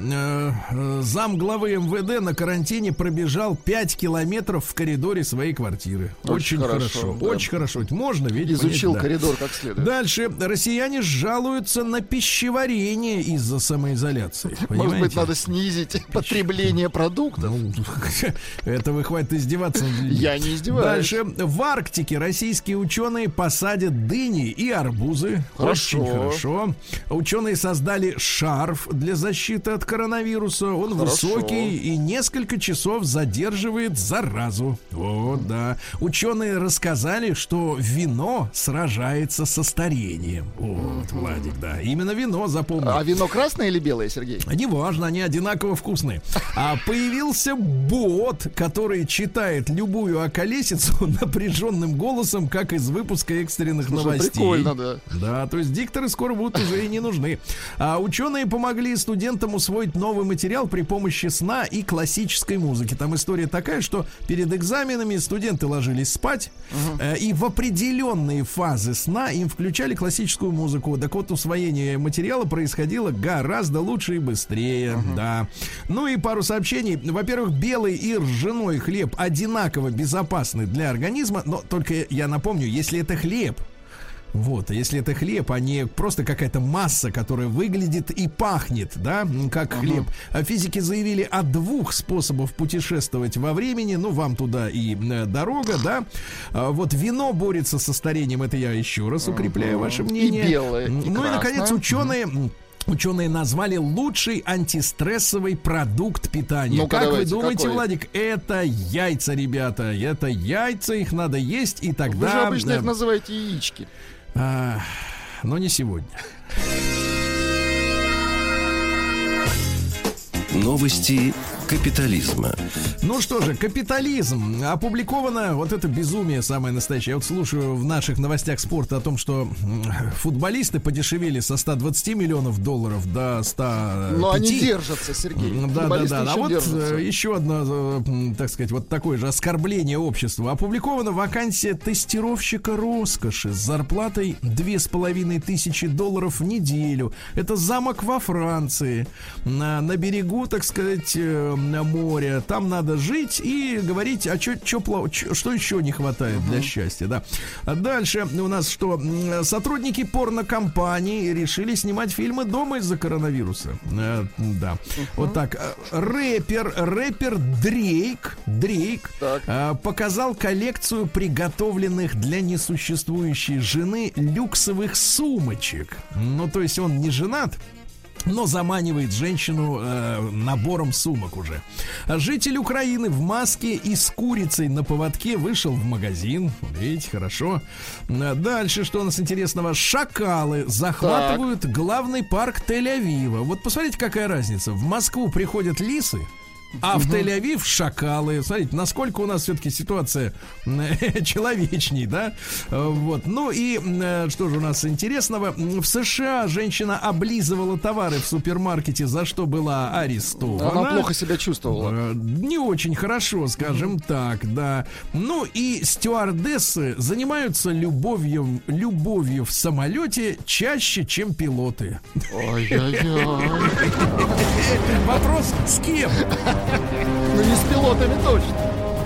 Замглавы МВД на карантине пробежал 5 километров в коридоре своей квартиры. Очень хорошо. Да. Очень хорошо. Ведь можно, ведь изучил понять, коридор как следует. Дальше. Россияне жалуются на пищеварение из-за самоизоляции. Понимаете? Может быть, надо снизить потребление продуктов. Это вы хватит издеваться. Я не издеваюсь. Дальше. В Арктике российские ученые посадят дыни и арбузы. Очень хорошо. Ученые создали шарф для защиты от коронавируса. Он высокий и несколько часов задерживает заразу. Вот, да. Ученые рассказали, что вино сражается со старением. Вот, Владик, да. Именно вино, запомнил. А вино красное или белое, Сергей? Неважно, они одинаково вкусные. А появился бот, который читает любую околесицу напряженным голосом, как из выпуска экстренных новостей. Прикольно, да. Да, то есть дикторы скоро будут уже и не нужны. А ученые помогли студентам усвоить новый материал при помощи сна и классической музыки. Там история такая, что перед экзаменами студенты ложились спать, и в определенные фазы сна им включали классическую музыку. Так вот, усвоение материала происходило гораздо лучше и быстрее. Да. Ну и пару сообщений. Во-первых, белый и ржаной хлеб одинаково безопасны для организма, но только я напомню, если это хлеб. Вот, а если это хлеб, а не просто какая-то масса, которая выглядит и пахнет, да, как хлеб. Физики заявили о 2 способах путешествовать во времени. Ну, вам туда и дорога, да. Вот вино борется со старением, это я еще раз укрепляю ваше мнение. И белое, и ну и, наконец, Ученые назвали лучший антистрессовый продукт питания. Ну-ка, как давайте, вы думаете, какой? Владик, это яйца, ребята. Это яйца, их надо есть, и тогда... Вы же обычно их называете яички. Но не сегодня. Новости капитализма. Ну что же, капитализм. Опубликовано вот это безумие самое настоящее. Я вот слушаю в наших новостях спорта о том, что футболисты подешевели со 120 миллионов долларов до 105. Но они держатся, Сергей. Да. А вот еще одно, так сказать, вот такое же оскорбление общества. Опубликована вакансия тестировщика роскоши с зарплатой $2500 в неделю. Это замок во Франции, на берегу, так сказать, моря. Там надо жить и говорить, а что еще не хватает для счастья, да. А дальше у нас что? Сотрудники порнокомпаний решили снимать фильмы дома из-за коронавируса. Да. Вот так. Рэпер Дрейк показал коллекцию приготовленных для несуществующей жены люксовых сумочек. Ну, то есть он не женат, но заманивает женщину набором сумок уже. Житель Украины в маске и с курицей на поводке вышел в магазин. Видите, хорошо. Дальше, что у нас интересного? Шакалы захватывают главный парк Тель-Авива. Вот посмотрите, какая разница. В Москву приходят лисы, а в Тель-Авив шакалы. Смотрите, насколько у нас все-таки ситуация человечней, да? Вот. Ну и что же у нас интересного? В США женщина облизывала товары в супермаркете, за что была арестована. Она плохо себя чувствовала. Не очень хорошо, скажем так, да. Ну и стюардессы занимаются любовью в самолете чаще, чем пилоты. Ой-ой-ой. Вопрос, с кем? Ну не с пилотами точно.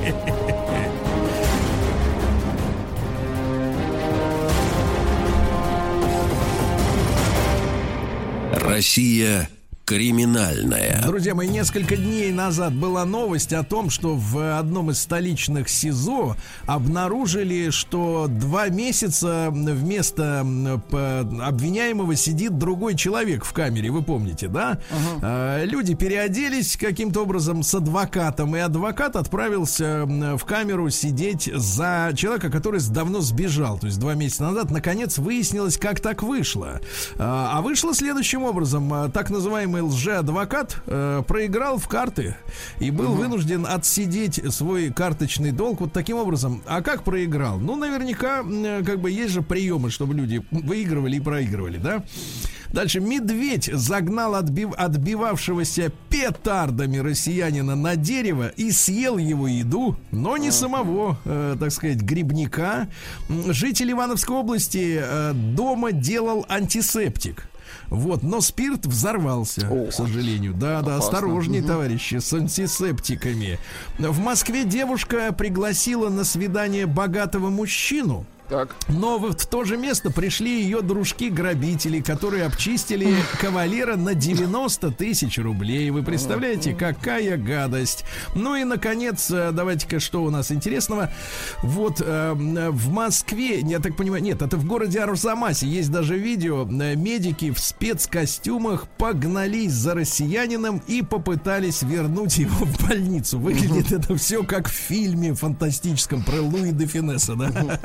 Россия криминальная. Друзья мои, несколько дней назад была новость о том, что в одном из столичных СИЗО обнаружили, что 2 месяца вместо обвиняемого сидит другой человек в камере, вы помните, да? Люди переоделись каким-то образом с адвокатом, и адвокат отправился в камеру сидеть за человека, который давно сбежал, то есть 2 месяца назад. Наконец выяснилось, как так вышло. А вышло следующим образом. Так называемый лжеадвокат проиграл в карты и был вынужден отсидеть свой карточный долг вот таким образом. А как проиграл? Ну, наверняка, как бы есть же приемы, чтобы люди выигрывали и проигрывали, да? Дальше. Медведь загнал отбивавшегося петардами россиянина на дерево и съел его еду, но не самого, так сказать, грибника. Житель Ивановской области дома делал антисептик. Вот, но спирт взорвался, к сожалению. Да, осторожней, товарищи, с антисептиками. В Москве девушка пригласила на свидание богатого мужчину. Так. Но в то же место пришли ее дружки-грабители, которые обчистили кавалера на 90 тысяч рублей. Вы представляете, какая гадость. Ну и, наконец, давайте-ка, что у нас интересного. Вот в Москве, я так понимаю, нет, это в городе Арзамасе, есть даже видео. Медики в спецкостюмах погнались за россиянином и попытались вернуть его в больницу. Выглядит это все как в фильме фантастическом про Луи де Финесса, да?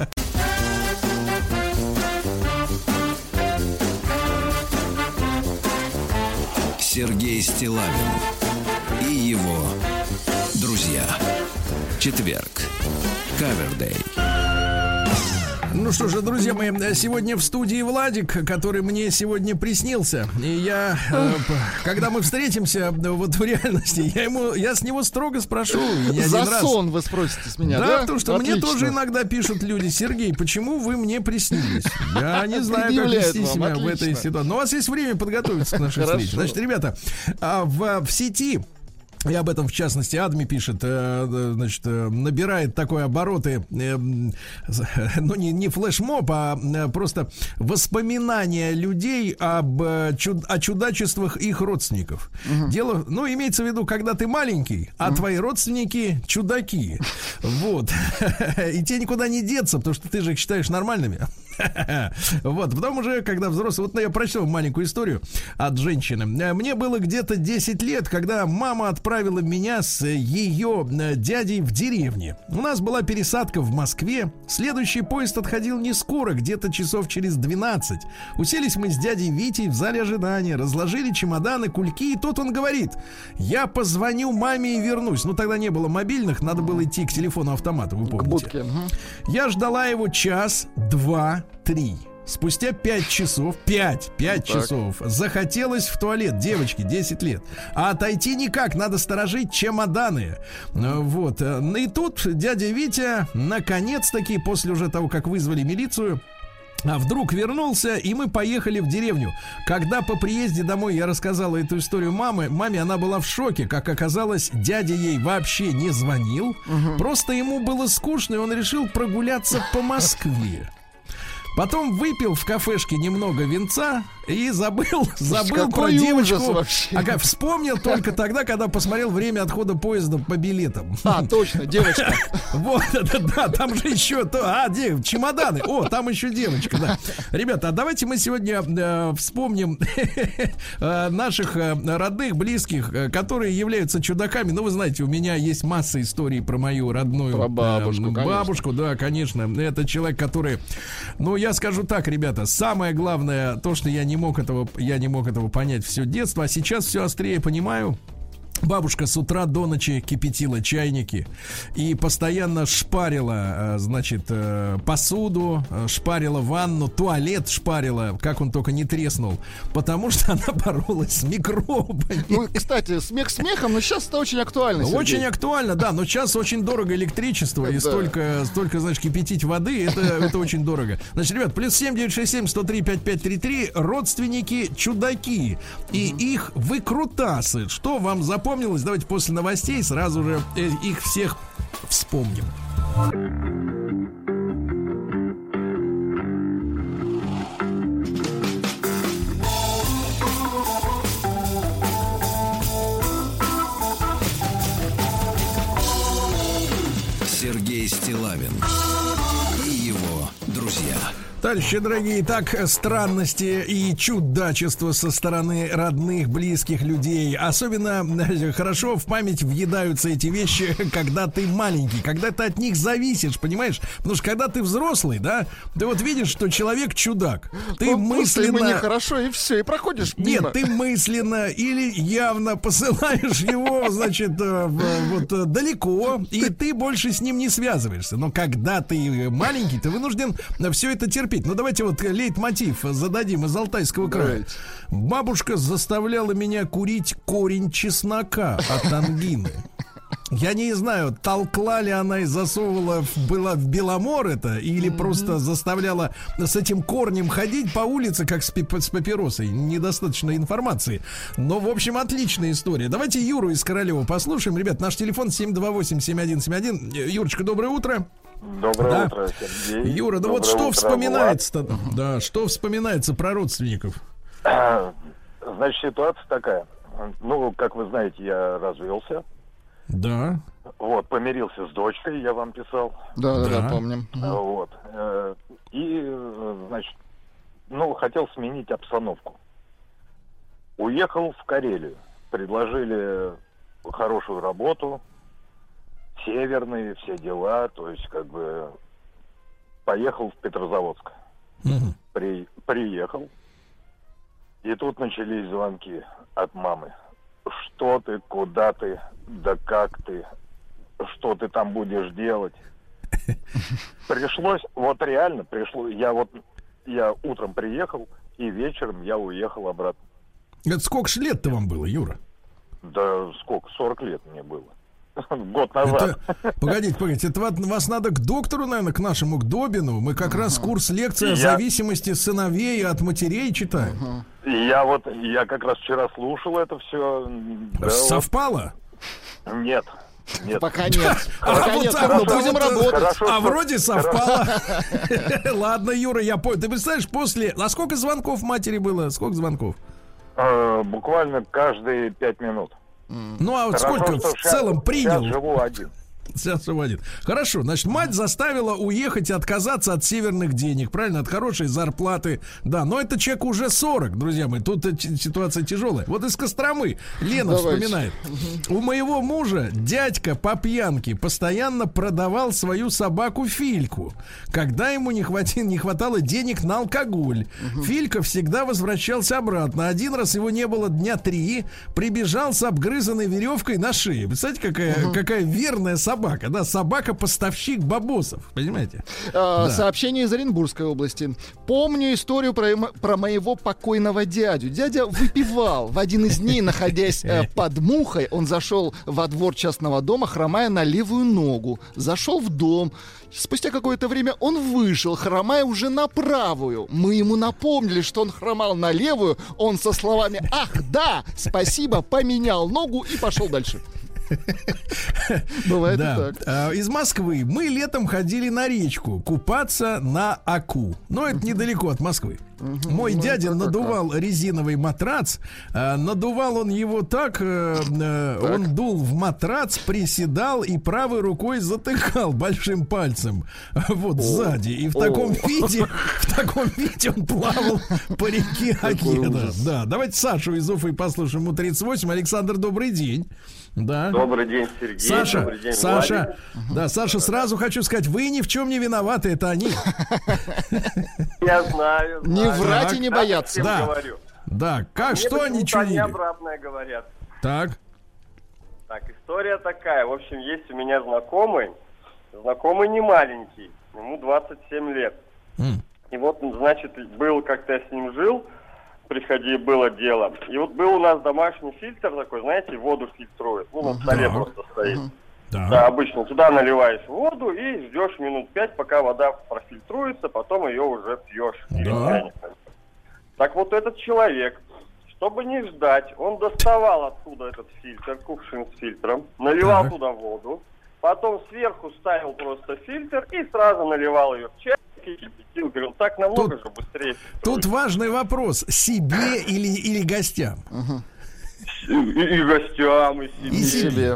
Сергей Стиллавин и его друзья. Четверг. Кавердей. Ну что же, друзья мои, сегодня в студии Владик, который мне сегодня приснился. И я, когда мы встретимся вот в реальности, я с него строго спрошу. За сон вы спросите с меня, да? Да, потому что мне тоже иногда пишут люди: Сергей, почему вы мне приснились? Я не знаю, как вести себя в этой ситуации. Но у вас есть время подготовиться к нашей встрече. Значит, ребята, в сети... И об этом, в частности, Адми пишет, значит, набирает такой обороты, ну, не флешмоб, а просто воспоминания людей о чудачествах их родственников. Дело, ну, имеется в виду, когда ты маленький, а твои родственники чудаки. Вот. И тебе никуда не деться, потому что ты же их считаешь нормальными. Вот, потом уже, когда взрослый... Вот я прочел маленькую историю от женщины. Мне было где-то 10 лет, когда мама отправила меня с ее дядей в деревне. У нас была пересадка в Москве. Следующий поезд отходил не скоро, где-то часов через 12. Уселись мы с дядей Витей в зале ожидания, разложили чемоданы, кульки, и тут он говорит: я позвоню маме и вернусь. Ну, тогда не было мобильных, надо было идти к телефону-автомату, вы помните. К будке. Я ждала его час, 2, 3. Спустя 5 часов, 5 часов захотелось в туалет девочке 10 лет. А отойти никак, надо сторожить чемоданы. Вот. И тут дядя Витя наконец-таки, после уже того, как вызвали милицию, вдруг вернулся, и мы поехали в деревню. Когда по приезде домой я рассказала эту историю маме, она была в шоке. Как оказалось, дядя ей вообще не звонил. Просто ему было скучно, и он решил прогуляться по Москве. Потом выпил в кафешке немного винца и забыл про девочку. Вспомнил только тогда, когда посмотрел время отхода поезда по билетам. А, точно, девочка. Вот, да, там же еще чемоданы. О, там еще девочка, да. Ребята, а давайте мы сегодня вспомним наших родных, близких, которые являются чудаками. Ну, вы знаете, у меня есть масса историй про мою родную про бабушку, да, конечно. Это человек, который... Ну, я скажу так, ребята, самое главное, то, что я не мог этого понять все детство, а сейчас все острее понимаю. Бабушка с утра до ночи кипятила чайники и постоянно шпарила, значит, посуду, шпарила ванну, туалет шпарила, как он только не треснул, потому что она боролась с микробами. Ну, кстати, смех смехом, но сейчас это очень актуально, Сергей. Очень актуально, да, но сейчас очень дорого электричество, и столько, значит, кипятить воды, это очень дорого. Значит, ребят, +7 967 103 5533, родственники чудаки и их выкрутасы. Что вам запомнилось? Давайте после новостей сразу же их всех вспомним. Сергей Стиллавин и его друзья. Товарищи дорогие, так, странности и чудачества со стороны родных, близких людей. Особенно хорошо в память въедаются эти вещи, когда ты маленький, когда ты от них зависишь, понимаешь? Потому что когда ты взрослый, да, ты вот видишь, что человек чудак. Ты мысленно... Ему нехорошо, и все, и проходишь мимо. Нет, ты мысленно или явно посылаешь его, значит, вот далеко, и ты больше с ним не связываешься. Но когда ты маленький, ты вынужден все это терпеть. Ну, давайте вот лейтмотив зададим из Алтайского края. Бабушка заставляла меня курить корень чеснока от ангины. Я не знаю, толкла ли она и засовывала была в Беломор это, или просто заставляла с этим корнем ходить по улице, как с папиросой. Недостаточно информации. Но, в общем, отличная история. Давайте Юру из Королева послушаем. Ребят, наш телефон 728-7171. Юрочка, доброе утро. Доброе утро, Сергей. Юра, ну вот что вспоминается-то? Да, что вспоминается про родственников? Значит, ситуация такая. Ну, как вы знаете, я развелся. Да. Вот, помирился с дочкой, я вам писал. Да, помним. Вот. И, значит, ну, хотел сменить обстановку. Уехал в Карелию. Предложили хорошую работу. Северные, все дела, то есть как бы поехал в Петрозаводск. Приехал, и тут начались звонки от мамы. Что ты, куда ты, да как ты, что ты там будешь делать? Пришлось, вот реально пришлось, я утром приехал, и вечером я уехал обратно. Это сколько ж лет-то вам было, Юра? Да сколько, 40 лет мне было. Год назад. Погодите, это вас надо к доктору, наверное, к нашему, к Добину. Мы как раз курс лекции о зависимости сыновей от матерей читаем. Я как раз вчера слушал это все. Совпало? Нет. Пока нет. Будем работать. А вроде совпало. Ладно, Юра, я понял. Ты представляешь, после... А сколько звонков матери было? Сколько звонков? Буквально каждые 5 минут. Ну, а вот сколько в целом принял? Сейчас живу один. Сейчас уводит. Хорошо, значит, мать заставила уехать и отказаться от северных денег, правильно, от хорошей зарплаты. Да, но это человек уже 40, друзья мои, тут ситуация тяжелая. Вот из Костромы Лена вспоминает. У моего мужа дядька по пьянке постоянно продавал свою собаку Фильку, когда ему не хватало денег на алкоголь. Филька всегда возвращался обратно. Один раз его не было дня 3, прибежал с обгрызанной веревкой на шее. Представляете, какая верная собака, да, собака-поставщик бабосов, понимаете? Сообщение из Оренбургской области. Помню историю про моего покойного дядю. Дядя выпивал. В один из дней, находясь под мухой, он зашел во двор частного дома, хромая на левую ногу. Зашел в дом. Спустя какое-то время он вышел, хромая уже на правую. Мы ему напомнили, что он хромал на левую. Он со словами «Ах, да, спасибо», поменял ногу и пошел дальше. Бывает и так. Из Москвы. Мы летом ходили на речку купаться на Аку. Но это недалеко от Москвы. Мой дядя надувал резиновый матрац. Надувал он его так, он дул в матрац, приседал и правой рукой затыкал большим пальцем. Вот сзади. И в таком виде он плавал по реке Аке. Да, давайте Сашу из Уфы послушаем. Ему 38. Александр, добрый день. Да. Добрый день, Сергей. Саша, добрый день, Саша, да, Саша, сразу хочу сказать, вы ни в чем не виноваты, это они. Я знаю. Не врать и не бояться. Да. Говорю. Да, как, что они чудили? Они обратное говорят. Так, история такая. В общем, есть у меня знакомый не маленький, ему 27 лет. И вот, значит, как-то я с ним жил, было дело. И вот был у нас домашний фильтр такой, знаете, воду фильтрует. На столе просто стоит. Да, обычно туда наливаешь воду и ждешь минут 5, пока вода профильтруется, потом ее уже пьешь. Да. Так вот этот человек, чтобы не ждать, он доставал оттуда этот фильтр, кувшин с фильтром, наливал туда воду, потом сверху ставил просто фильтр и сразу наливал ее в чайник и кипятил. Говорил, так намного же быстрее. Тут важный вопрос, себе или гостям? И гостям, и себе.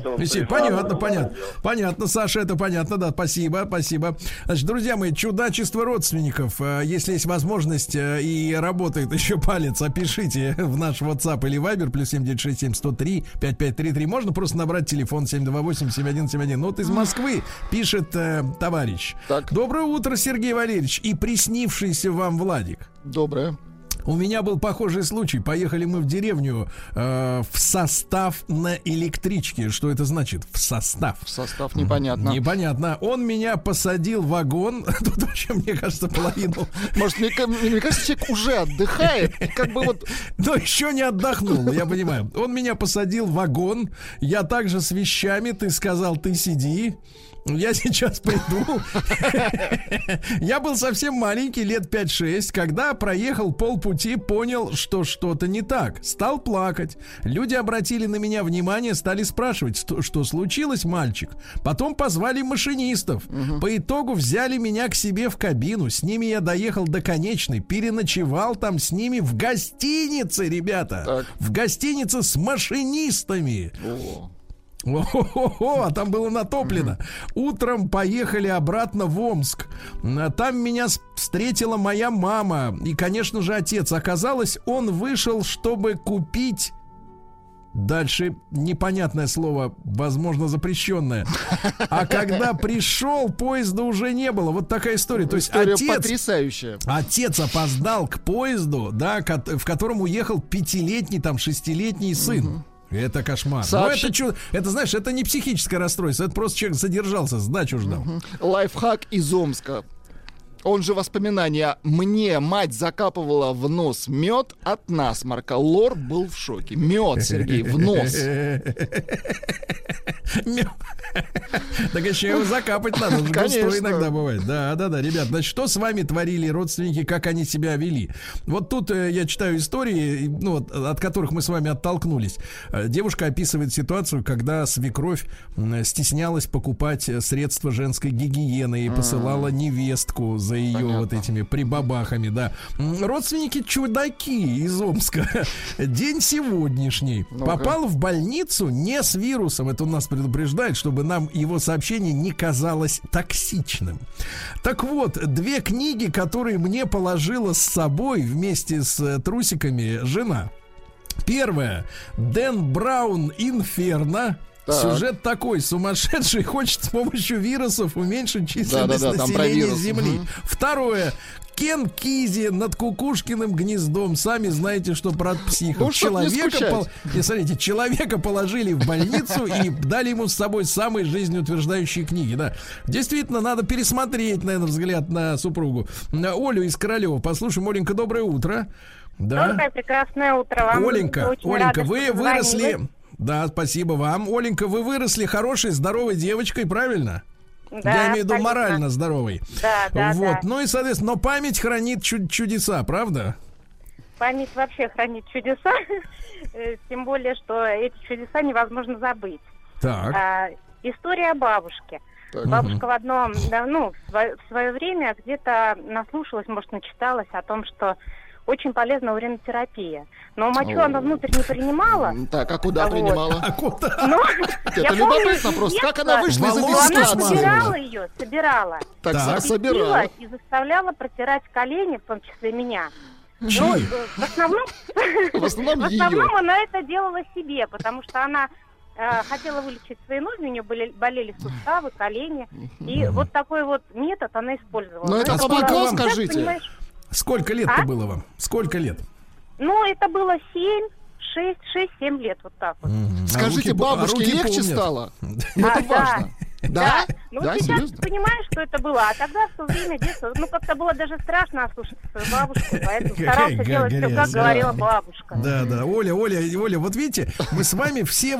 Понятно, Саша, это понятно, да, спасибо. Значит, друзья мои, чудачество родственников, если есть возможность и работает еще палец, опишите в наш WhatsApp или Viber, +7 967 103 5533, можно просто набрать телефон 728-7171. Вот из Москвы пишет товарищ. Так. Доброе утро, Сергей Валерьевич, и приснившийся вам Владик. Доброе. У меня был похожий случай. Поехали мы в деревню в состав на электричке. Что это значит? В состав. В состав непонятно. Непонятно. Он меня посадил в вагон. Тут вообще, мне кажется, половину. Может, мне кажется, человек уже отдыхает. Как бы вот. Но еще не отдохнул, я понимаю. Он меня посадил в вагон. Я также с вещами. Ты сказал, ты сиди. Я сейчас приду. Я был совсем маленький, лет 5-6. Когда проехал полпути, понял, что что-то не так. Стал плакать. Люди обратили на меня внимание, стали спрашивать, что случилось, мальчик. Потом позвали машинистов. По итогу взяли меня к себе в кабину. С ними я доехал до Конечной. Переночевал там с ними в гостинице, ребята. Так. В гостинице с машинистами. А там было натоплено. Утром поехали обратно в Омск. Там меня встретила моя мама и, конечно же, отец. Оказалось, он вышел, чтобы купить... Дальше непонятное слово, возможно, запрещенное. А когда пришел, поезда уже не было. Вот такая история. То есть отец, потрясающая. Отец опоздал к поезду, да, в котором уехал 5-летний, там 6-летний сын. Это кошмар. Но это, знаешь, это не психическое расстройство. Это просто человек задержался, сдачу ждал. Лайфхак из Омска. Он же воспоминания. Мне мать закапывала в нос мед от насморка. Лор был в шоке. Мед, Сергей, в нос. Так еще его закапать надо. Густой иногда бывает. Да, ребят, значит, что с вами творили родственники, как они себя вели? Вот тут я читаю истории, от которых мы с вами оттолкнулись. Девушка описывает ситуацию, когда свекровь стеснялась покупать средства женской гигиены и посылала невестку за за ее вот этими прибабахами, да. Родственники чудаки из Омска. День сегодняшний. Попал в больницу не с вирусом. Это он нас предупреждает, чтобы нам его сообщение не казалось токсичным. Так вот, 2 книги, которые мне положила с собой вместе с трусиками жена. Первая. Дэн Браун «Инферно». Так. Сюжет такой: сумасшедший хочет с помощью вирусов уменьшить численность населения Земли. Второе. Кен Кизи «Над Кукушкиным гнездом». Сами знаете, что про психов. Человека положили в больницу и дали ему с собой самые жизнеутверждающие книги. Да. Действительно, надо пересмотреть, наверное, взгляд на супругу. Олю из Королева послушаем. Оленька, доброе утро. Да. Доброе, прекрасное утро вам. Оленька, вы выросли... Да, спасибо вам.Оленька, вы выросли хорошей, здоровой девочкой, правильно? Да, я имею в виду морально здоровой. Да, вот. Да. Ну и, соответственно, но память хранит чудеса, правда? Память вообще хранит чудеса. Тем более, что эти чудеса невозможно забыть. Так. История о бабушке. Так. Бабушка в одном, в свое время где-то наслушалась, может, начиталась о том, что очень полезна уринотерапия. Но мочу она внутрь не принимала. Так, а куда принимала? А куда? Это любопытно просто. Как она вышла из этой ситуации? Она собирала ее, Так, собирала. И заставляла протирать колени, в том числе меня. Ну, в основном она это делала себе, потому что она хотела вылечить свои ноги, у нее болели суставы, колени. И вот такой вот метод она использовала. Ну, это помогло, скажите. Сколько лет-то было вам? Сколько лет? Ну, это было 6-7 лет, вот так вот. Скажите, бабушке легче стало? Ну, это важно. Да? Ну, сейчас понимаешь, что это было. А тогда, в то время, детство, как-то было даже страшно ослушаться свою бабушку, поэтому старался делать все, как говорила бабушка. Да. Оля, вот видите, мы с вами все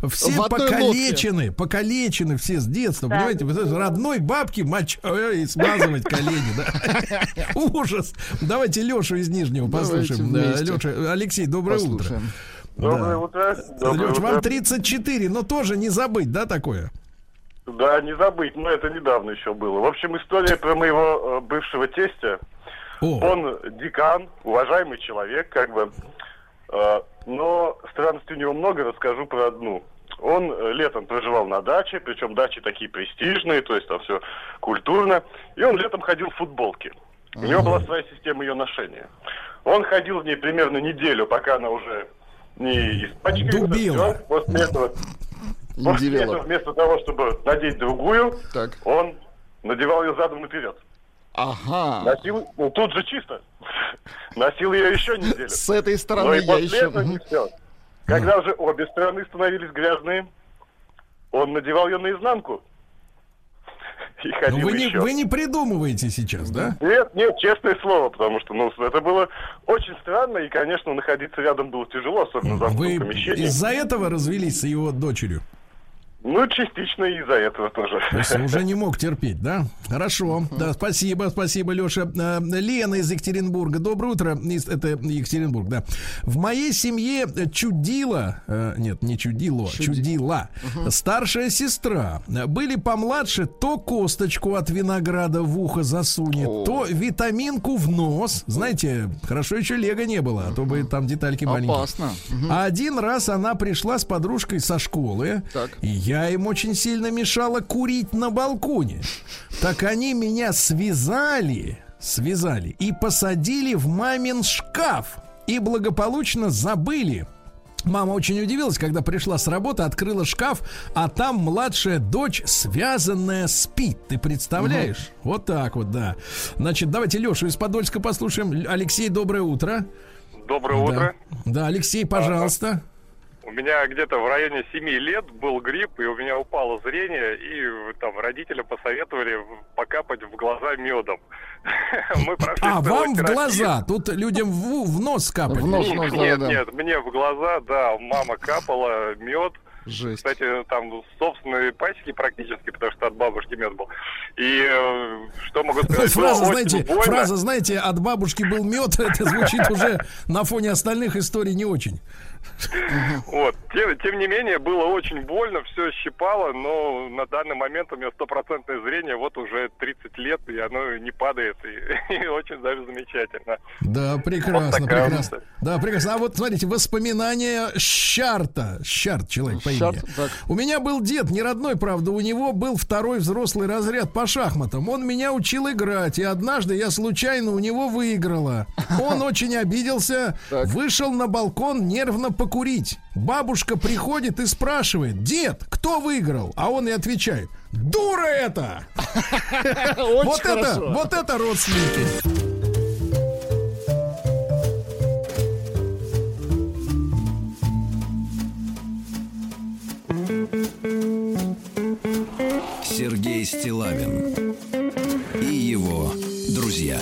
покалечены все с детства, понимаете? Родной бабки мочой и смазывать колени, да. Ужас. Давайте Лешу из Нижнего послушаем. Леша, Алексей, доброе утро. Доброе утро. Леш, вам 34, но тоже не забыть, да, такое? Да, не забыть, но это недавно еще было. В общем, история про моего бывшего тестя. Он декан, уважаемый человек, как бы. Но странностей у него много, расскажу про одну. Он летом проживал на даче, причем дачи такие престижные, то есть там все культурно. И он летом ходил в футболке. У него была своя система ее ношения. Он ходил в ней примерно неделю, пока она уже не испачкалась. После этого... вместо того, чтобы надеть другую, он надевал ее задом наперед. Ага. Носил, тут же чисто. Носил ее еще неделю. С этой стороны я еще... Все. Когда уже обе стороны становились грязные, он надевал ее наизнанку. И ходил еще. Вы не придумываете сейчас, да? Нет, честное слово, потому что это было очень странно, и, конечно, находиться рядом было тяжело, особенно в замкнутом помещении. Вы из-за этого развелись с его дочерью? Ну, частично из-за этого тоже. То есть уже не мог терпеть, да? Хорошо. Да, спасибо, Леша. Лена из Екатеринбурга. Доброе утро. Это Екатеринбург, да. В моей семье чудила старшая сестра. Были помладше, то косточку от винограда в ухо засунет, то витаминку в нос. Знаете, хорошо еще лего не было, а то бы там детальки маленькие. Опасно. А один раз она пришла с подружкой со школы, и я им очень сильно мешала курить на балконе. Так они меня связали и посадили в мамин шкаф. И благополучно забыли. Мама очень удивилась, когда пришла с работы, открыла шкаф, а там младшая дочь, связанная, спит. Ты представляешь? Вот так вот, да. Значит, давайте Лешу из Подольска послушаем. Алексей, доброе утро. Доброе утро. Да, Алексей, пожалуйста. У меня где-то в районе 7 лет был грипп, и у меня упало зрение, и там родители посоветовали покапать в глаза медом. Вам в глаза? Тут людям в нос капали? Нет, мне в глаза, да, мама капала мед. Жесть. Кстати, там собственные пачки практически, потому что от бабушки мед был. И что могу сказать? Фраза, знаете, от бабушки был мед, это звучит уже на фоне остальных историй не очень. Вот. Тем не менее, было очень больно, все щипало, но на данный момент у меня 100% зрение, вот уже 30 лет, и оно не падает, и очень даже замечательно. Да, прекрасно, прекрасно. Да, прекрасно. А вот смотрите, воспоминания Щарта. Щарт, человек по имени. У меня был дед, не родной, правда, у него был второй взрослый разряд по шахматам. Он меня учил играть, и однажды я случайно у него выиграла. Он очень обиделся, вышел на балкон нервно покурить. Бабушка приходит и спрашивает: дед, кто выиграл? А он и отвечает: дура это! Вот это родственники. Сергей Стиллавин и его друзья.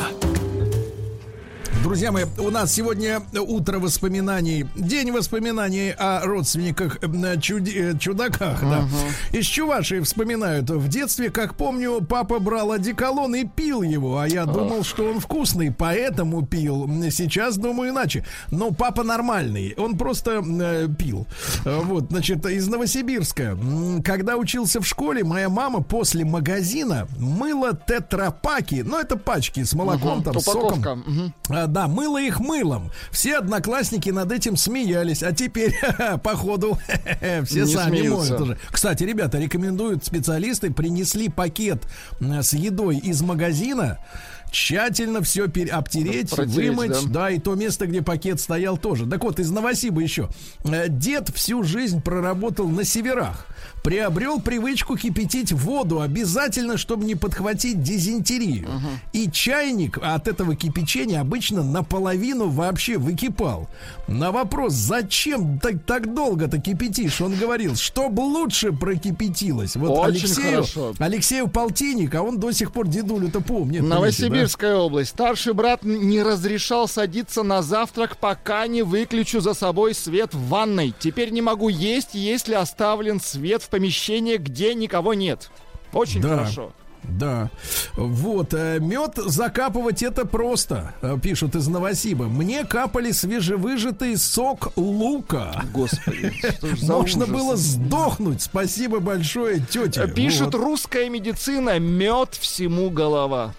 Друзья мои, у нас сегодня утро воспоминаний, день воспоминаний о родственниках чудаках. Да. Из Чувашии вспоминают: в детстве, как помню, папа брал одеколон и пил его, а я думал, что он вкусный, поэтому пил. Сейчас думаю иначе. Но папа нормальный, он просто пил. Вот, значит, из Новосибирска. Когда учился в школе, моя мама после магазина мыла тетрапаки, ну это пачки с молоком, там, соком. Да, мыло их мылом. Все одноклассники над этим смеялись. А теперь, походу, все сами моют уже. Кстати, ребята, рекомендуют специалисты, принесли пакет с едой из магазина, тщательно все обтереть, вымыть, да, и то место, где пакет стоял, тоже. Так вот, из Новосиба еще. Дед всю жизнь проработал на северах. Приобрел привычку кипятить воду обязательно, чтобы не подхватить дизентерию. И чайник от этого кипячения обычно наполовину вообще выкипал. На вопрос, зачем так долго-то кипятишь, он говорил, чтобы лучше прокипятилось. Вот Алексею полтинник, а он до сих пор дедулю-то помнит. Новосибирская область. Старший брат не разрешал садиться на завтрак, пока не выключу за собой свет в ванной. Теперь не могу есть, если оставлен свет в помещении, где никого нет. Очень хорошо. Да, вот, мед закапывать это просто, пишут из Новосиба. Мне капали свежевыжатый сок лука. Господи, что ж за можно ужас. было сдохнуть, спасибо большое, тетя. Пишет русская медицина, мед всему голова.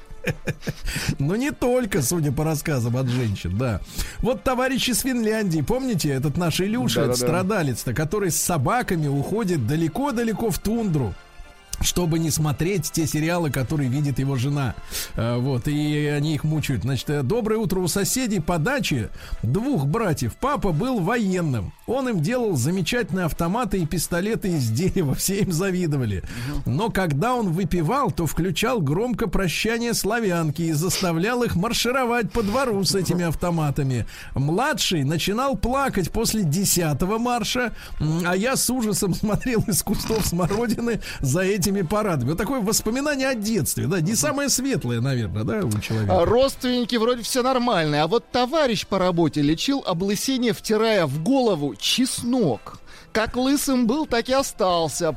Но не только, судя по рассказам от женщин, да. Вот товарищ из Финляндии, помните, этот наш Илюша, страдалец-то, который с собаками уходит далеко-далеко в тундру, чтобы не смотреть те сериалы, которые видит его жена. Вот, и они их мучают. Значит, доброе утро у соседей по даче двух братьев. Папа был военным. Он им делал замечательные автоматы и пистолеты из дерева. Все им завидовали. Но когда он выпивал, то включал громко «Прощание славянки» и заставлял их маршировать по двору с этими автоматами. Младший начинал плакать после 10-го марша, а я с ужасом смотрел из кустов смородины за этими парадами. Вот такое воспоминание о детстве, да, не самое светлое, наверное, да, у человека. Родственники вроде все нормальные, а вот товарищ по работе лечил облысение, втирая в голову чеснок. Как лысым был, так и остался.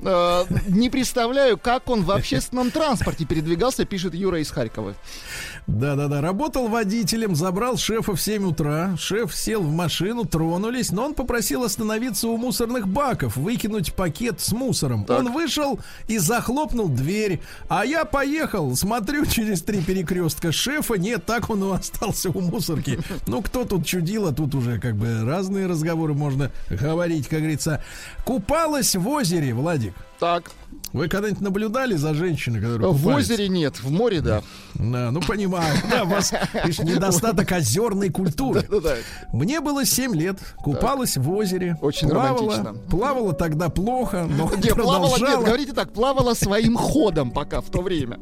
Не представляю, как он в общественном транспорте передвигался, пишет Юра из Харькова. Да-да-да, работал водителем, забрал шефа в 7 утра. Шеф сел в машину, тронулись, но он попросил остановиться у мусорных баков, выкинуть пакет с мусором. Так. Он вышел и захлопнул дверь. А я поехал, смотрю через 3 перекрестка. Шефа нет, так он и остался у мусорки. Ну, кто тут чудил, а тут уже как бы разные разговоры можно говорить, как говорится. Купалась в озере, Владик. Так. Вы когда-нибудь наблюдали за женщиной, которая купается? В озере нет, в море, да. Да, ну понимаю, да, у вас недостаток озерной культуры. Мне было 7 лет, купалась в озере. Очень романтично. Плавала тогда плохо, но продолжала. Нет, говорите так, плавала своим ходом пока в то время.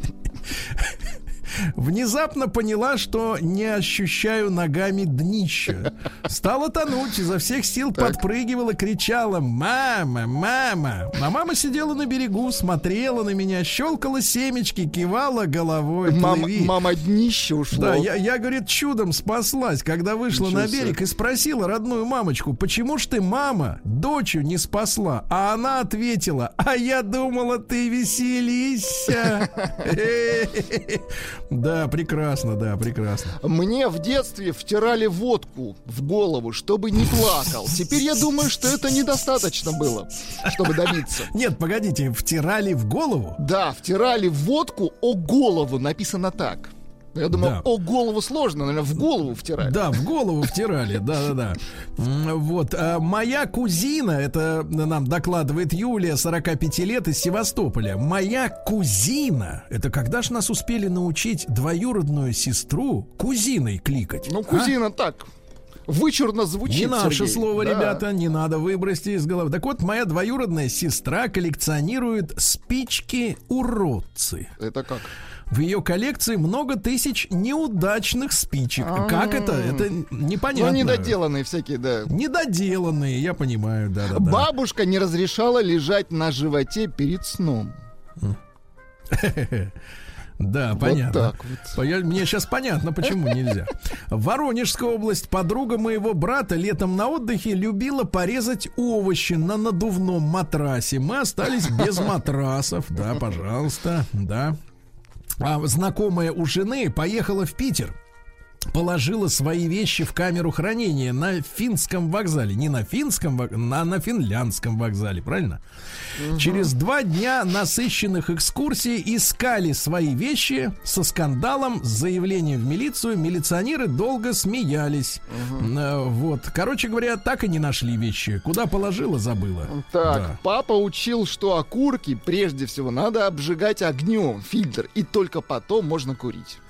Внезапно поняла, что не ощущаю ногами днища. Стала тонуть, изо всех сил подпрыгивала, кричала: «Мама, мама!» А мама сидела на берегу, смотрела на меня, щелкала семечки, кивала головой. Мама днище ушло. Да, я, говорит, чудом спаслась, когда вышла на берег и спросила родную мамочку: «Почему ж ты, мама, дочу не спасла?» А она ответила: «А я думала, ты веселишься». Да, прекрасно, да, прекрасно. Мне в детстве втирали водку в голову, чтобы не плакал. Теперь я думаю, что это недостаточно было, чтобы добиться. Нет, погодите, втирали в голову? Да, втирали водку о голову, написано так. Я думаю, Да. о голову сложно, наверное, в голову втирали. Да, в голову втирали, да. Вот, моя кузина, это нам докладывает Юлия, 45 лет, из Севастополя. Моя кузина, это когда ж нас успели научить двоюродную сестру кузиной кликать? Ну, кузина так, вычурно звучит, Не наше Сергей. слово, Да. ребята, не надо выбросить из головы. Так вот, моя двоюродная сестра коллекционирует спички-уродцы. Это как? В ее коллекции много тысяч неудачных спичек. Как это? Это непонятно. Ну, недоделанные всякие, да. Недоделанные, я понимаю, да. Бабушка не разрешала лежать на животе перед сном. Да, Вот понятно. так вот. Мне сейчас понятно, почему нельзя. Воронежская область. Подруга моего брата летом на отдыхе любила порезать овощи на надувном матрасе. Мы остались без матрасов. Да, пожалуйста, да. А знакомая у жены поехала в Питер. Положила свои вещи в камеру хранения на финском вокзале. Не на финском, а на финляндском вокзале, правильно? Через 2 дня насыщенных экскурсий искали свои вещи со скандалом, с заявлением в милицию. Милиционеры долго смеялись. Вот. Короче говоря, так и не нашли вещи. Куда положила, забыла. Так, Да. папа учил, что окурки прежде всего надо обжигать огнем фильтр, и только потом можно курить.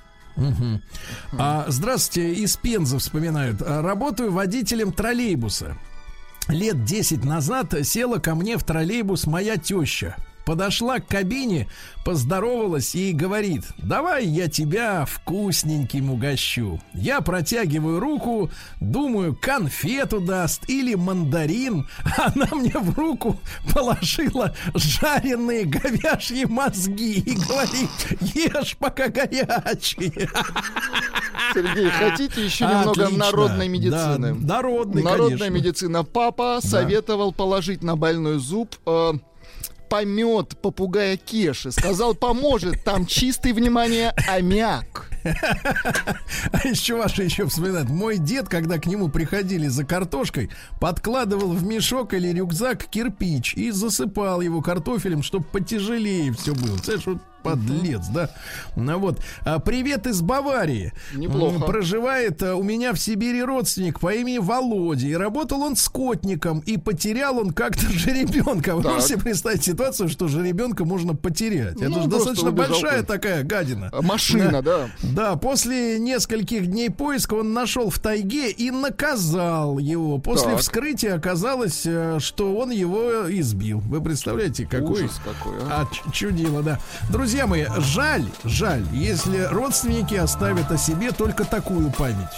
Здравствуйте, из Пензы вспоминают. Работаю водителем троллейбуса. Лет 10 назад села ко мне в троллейбус моя теща. Подошла к кабине, поздоровалась и говорит: давай я тебя вкусненьким угощу. Я протягиваю руку, думаю, конфету даст или мандарин. Она мне в руку положила жареные говяжьи мозги и говорит: ешь, пока горячие. Сергей, хотите еще немного Отлично. народной медицины? Да, народная, Народная конечно. медицина. Папа советовал положить на больной зуб помет попугая Кеши. Сказал, поможет. Там чистый, внимание, аммиак. А еще ваши еще вспоминают. Мой дед, когда к нему приходили за картошкой, подкладывал в мешок или рюкзак кирпич и засыпал его картофелем, чтобы потяжелее все было. Знаешь, вот подлец, да? Ну вот. Привет из Баварии. Неплохо. Проживает у меня в Сибири родственник по имени Володя. И работал он скотником. И потерял он как-то жеребенка. Вы можете представить ситуацию, что жеребенка можно потерять? Это Ну, же просто достаточно убежал большая ты. такая гадина. Машина, да. Да, после нескольких дней поиска он нашел в тайге и наказал его. После Так. вскрытия оказалось, что он его избил. Вы представляете, какой Ужас какой, а. чудило, да. Друзья мои, жаль, если родственники оставят о себе только такую память.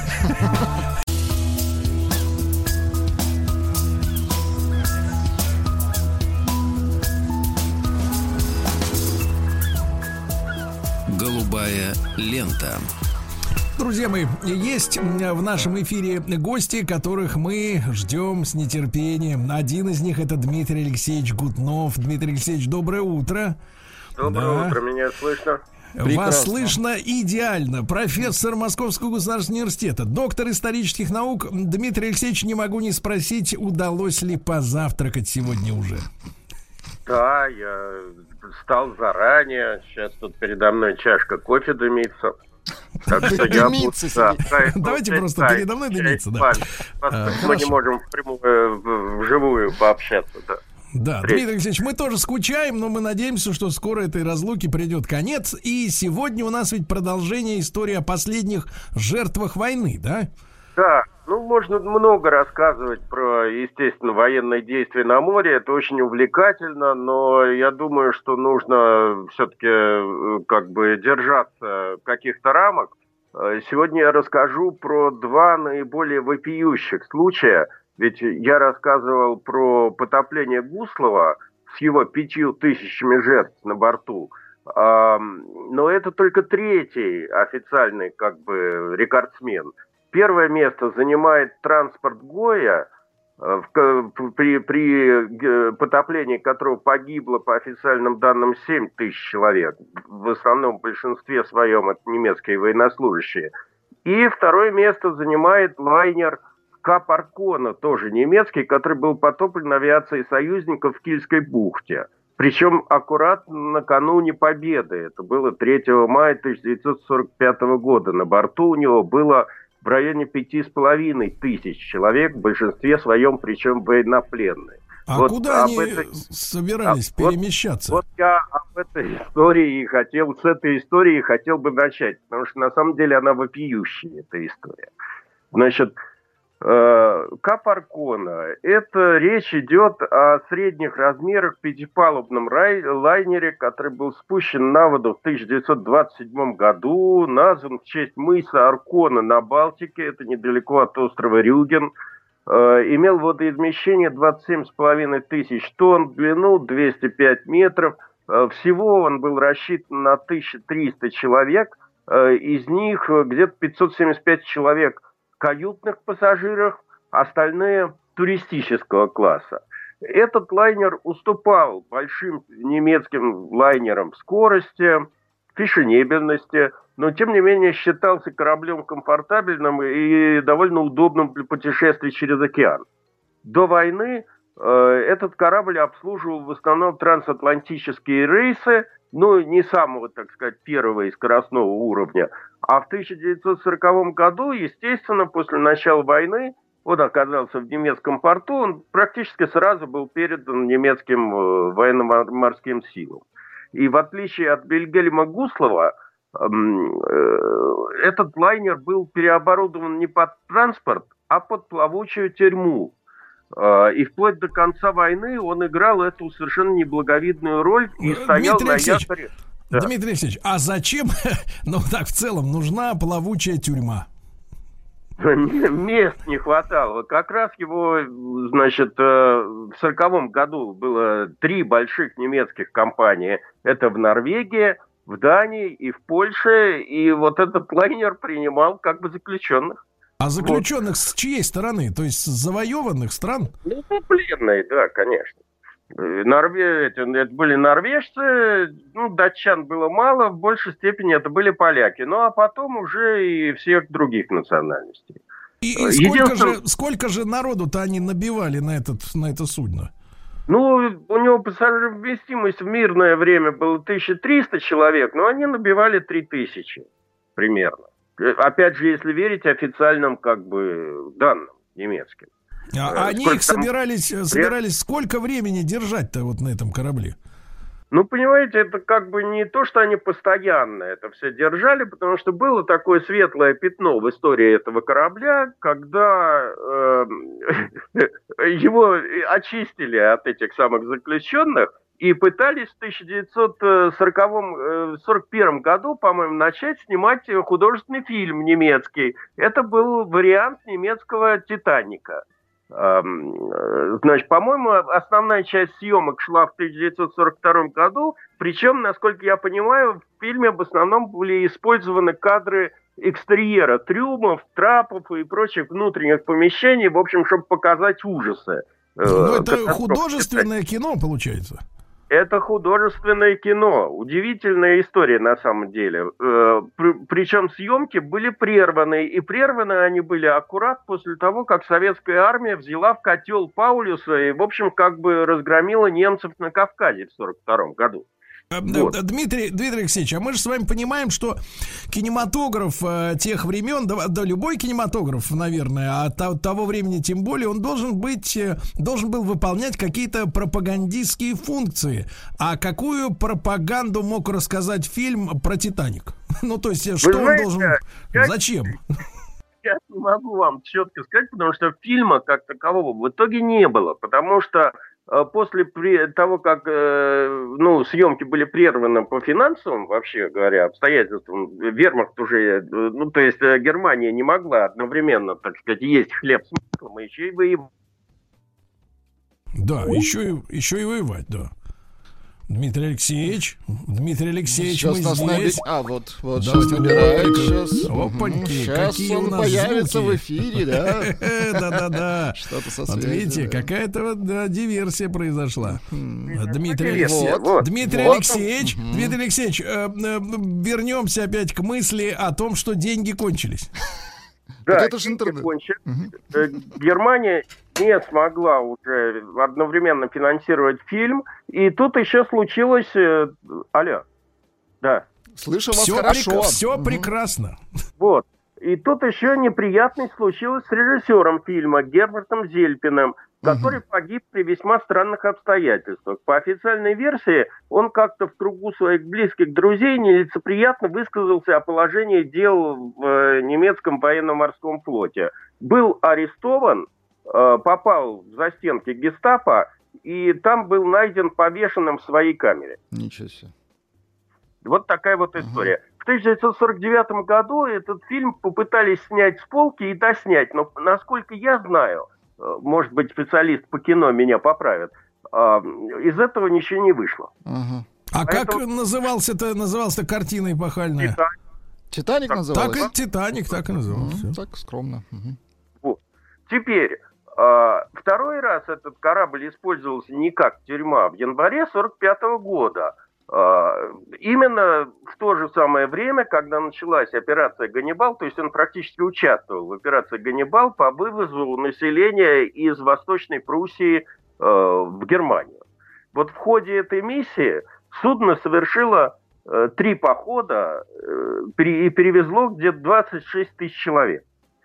Голубая лента. Друзья мои, есть в нашем эфире гости, которых мы ждем с нетерпением. Один из них — это Дмитрий Алексеевич Гутнов. Дмитрий Алексеевич, доброе утро. Доброе утро, меня слышно? Вас Прекрасно. слышно идеально. Профессор Московского государственного университета, доктор исторических наук. Дмитрий Алексеевич, не могу не спросить, удалось ли позавтракать сегодня уже? Да, я встал заранее. Сейчас тут передо мной чашка кофе дымится. Так что я буду... Дымится, Сергей. Давайте просто передо мной дымится, да. Мы не Хорошо. можем вживую пообщаться, да. Да, Дмитрий Алексеевич, мы тоже скучаем, но мы надеемся, что скоро этой разлуке придет конец. И сегодня у нас ведь продолжение истории о последних жертвах войны, да? Да, ну можно много рассказывать про, естественно, военные действия на море. Это очень увлекательно, но я думаю, что нужно все-таки как бы держаться каких-то рамок. Сегодня я расскажу про 2 наиболее вопиющих случая. Ведь я рассказывал про потопление Гуслова с его 5000 жертв на борту. Но это только 3-й официальный как бы рекордсмен. Первое место занимает транспорт Гоя при потоплении которого погибло, по официальным данным, 7 тысяч человек. В основном, в большинстве своем, это немецкие военнослужащие. И второе место занимает лайнер Кап Аркона, тоже немецкий, который был потоплен авиацией союзников в Кильской бухте. Причем аккурат накануне Победы. Это было 3 мая 1945 года. На борту у него было в районе 5,5 тысяч человек, в большинстве своем, причем военнопленные. А вот куда они собирались перемещаться? Вот я об этой истории с этой истории хотел бы начать, потому что на самом деле она вопиющая, эта история. Значит, Кап Аркона, это речь идет о средних размерах пятипалубном лайнере, который был спущен на воду в 1927 году, назван в честь мыса Аркона на Балтике, это недалеко от острова Рюген, имел водоизмещение 27,5 тысяч тонн, длину 205 метров, всего он был рассчитан на 1300 человек, из них где-то 575 человек каютных пассажиров, остальные туристического класса. Этот лайнер уступал большим немецким лайнерам в скорости, фешенебельности, но тем не менее считался кораблем комфортабельным и довольно удобным для путешествий через океан. До войны этот корабль обслуживал в основном трансатлантические рейсы, ну, не самого, так сказать, первого и скоростного уровня. А в 1940 году, естественно, после начала войны, он оказался в немецком порту, он практически сразу был передан немецким военно-морским силам. И в отличие от Вильгельма Гуслова, этот лайнер был переоборудован не под транспорт, а под плавучую тюрьму. И вплоть до конца войны он играл эту совершенно неблаговидную роль и стоял на якоре. Да. Дмитрий Алексеевич, а зачем, ну так в целом, нужна плавучая тюрьма? Мест не хватало. Как раз его, значит, в 1940 году было 3 больших немецких компании. Это в Норвегии, в Дании и в Польше. И вот этот лайнер принимал как бы заключенных. А заключенных вот. С чьей стороны? То есть с завоеванных стран? Ну, пленные, да, конечно. Это были норвежцы, ну, датчан было мало, в большей степени это были поляки. Ну, а потом уже и всех других национальностей. И сколько же народу-то они набивали на это судно? Ну, у него пассажировместимость в мирное время было 1300 человек, но они набивали 3000 примерно. Опять же, если верить официальным, как бы, данным немецким. А они их собирались сколько времени держать-то вот на этом корабле? Ну, понимаете, это как бы не то, что они постоянно это все держали, потому что было такое светлое пятно в истории этого корабля, когда его очистили от этих самых заключенных и пытались в 1941 году, по-моему, начать снимать художественный фильм немецкий. Это был вариант немецкого «Титаника». Значит, по-моему, основная часть съемок шла в 1942 году, причем, насколько я понимаю, в фильме в основном были использованы кадры экстерьера, трюмов, трапов и прочих внутренних помещений, в общем, чтобы показать ужасы. Ну, это художественное кино, получается? Это художественное кино. Удивительная история на самом деле. Причем съемки были прерваны. И прерваны они были аккурат после того, как советская армия взяла в котел Паулюса и, в общем, как бы разгромила немцев на Кавказе в 1942 году. Вот. Дмитрий Алексеевич, а мы же с вами понимаем, что кинематограф тех времен, да любой кинематограф, наверное, а того времени тем более, он должен был выполнять какие-то пропагандистские функции. А какую пропаганду мог рассказать фильм про «Титаник»? Ну, то есть, что он должен... Зачем? Я не могу вам четко сказать, потому что фильма как такового в итоге не было, потому что после того, как съемки были прерваны по финансовым, вообще говоря, обстоятельствам, вермахт уже, то есть Германия не могла одновременно, так сказать, есть хлеб с маслом, и еще и воевать. Да, еще и воевать, да. Дмитрий Алексеевич, сейчас мы здесь. Вот, сейчас набирает, сейчас. Опаньки, Сейчас какие он у нас появится звуки. в эфире, да? Да-да-да. Что-то со Вот связью, видите, да. какая-то вот, да, диверсия произошла. Дмитрий Вот. Алексеевич, вернемся опять к мысли о том, что деньги кончились. Да, Так это же интернет. Германия не смогла уже одновременно финансировать фильм, и тут еще случилось... Алло, да. Слышу вас хорошо. Все прекрасно. Вот. И тут еще неприятность случилась с режиссером фильма Гербертом Зельпиным, который погиб при весьма странных обстоятельствах. По официальной версии, он как-то в кругу своих близких друзей нелицеприятно высказался о положении дел в немецком военно-морском флоте. Был арестован, попал в застенки гестапо, и там был найден повешенным в своей камере. Ничего себе. Вот такая вот история. В 1949 году этот фильм попытались снять с полки и доснять, но, насколько я знаю, может быть, специалист по кино меня поправит, из этого ничего не вышло. А как назывался картина эпохальная? «Титаник» назывался? Так и «Титаник», так и назывался. Так скромно. Вот. Теперь, второй раз этот корабль использовался не как тюрьма в январе 1945 года. Именно в то же самое время, когда началась операция «Ганнибал», то есть он практически участвовал в операции «Ганнибал» по вывозу населения из Восточной Пруссии в Германию. Вот в ходе этой миссии судно совершило 3 похода и перевезло где-то 26 тысяч человек.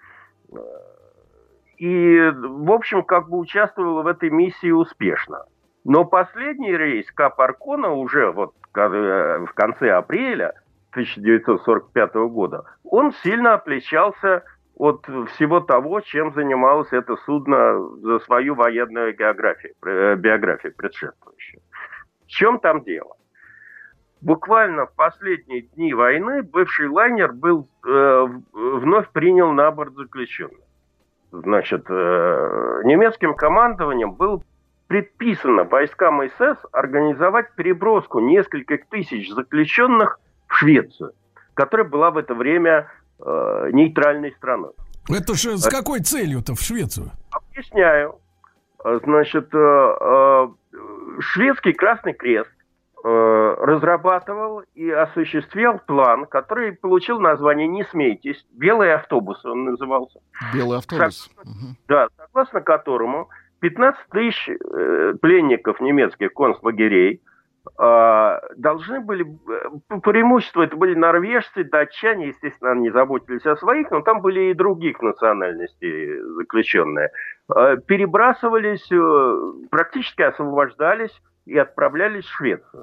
И, в общем, как бы участвовало в этой миссии успешно. Но последний рейс Кап Аркона уже вот в конце апреля 1945 года, он сильно отличался от всего того, чем занималось это судно за свою военную биографию предшествующую. В чем там дело? Буквально в последние дни войны бывший лайнер был вновь принял на борт заключенных. Значит, немецким командованием был предписано войскам СС организовать переброску нескольких тысяч заключенных в Швецию, которая была в это время нейтральной страной. Это же с какой целью-то в Швецию? Объясняю. Значит, шведский Красный Крест разрабатывал и осуществлял план, который получил название «Не смейтесь», «Белый автобус» он назывался. «Белый автобус». Да, согласно которому 15 тысяч пленников немецких концлагерей должны были, по преимуществу это были норвежцы, датчане, естественно, они заботились о своих, но там были и других национальностей заключенные, перебрасывались, практически освобождались и отправлялись в Швецию.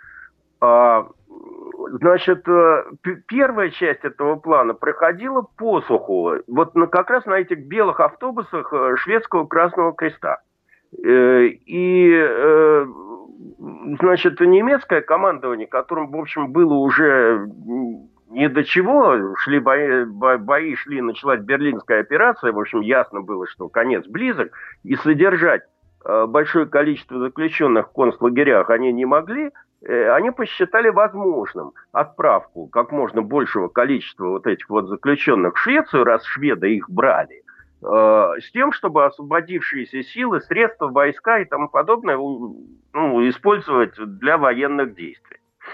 Значит, первая часть этого плана проходила по суху, вот как раз на этих белых автобусах шведского Красного Креста. И, значит, немецкое командование, которым, в общем, было уже не до чего, шли бои шли, началась Берлинская операция, в общем, ясно было, что конец близок, и содержать большое количество заключенных в концлагерях они не могли. Они посчитали возможным отправку как можно большего количества вот этих вот заключенных в Швецию, раз шведы их брали, с тем, чтобы освободившиеся силы, средства, войска и тому подобное использовать для военных действий.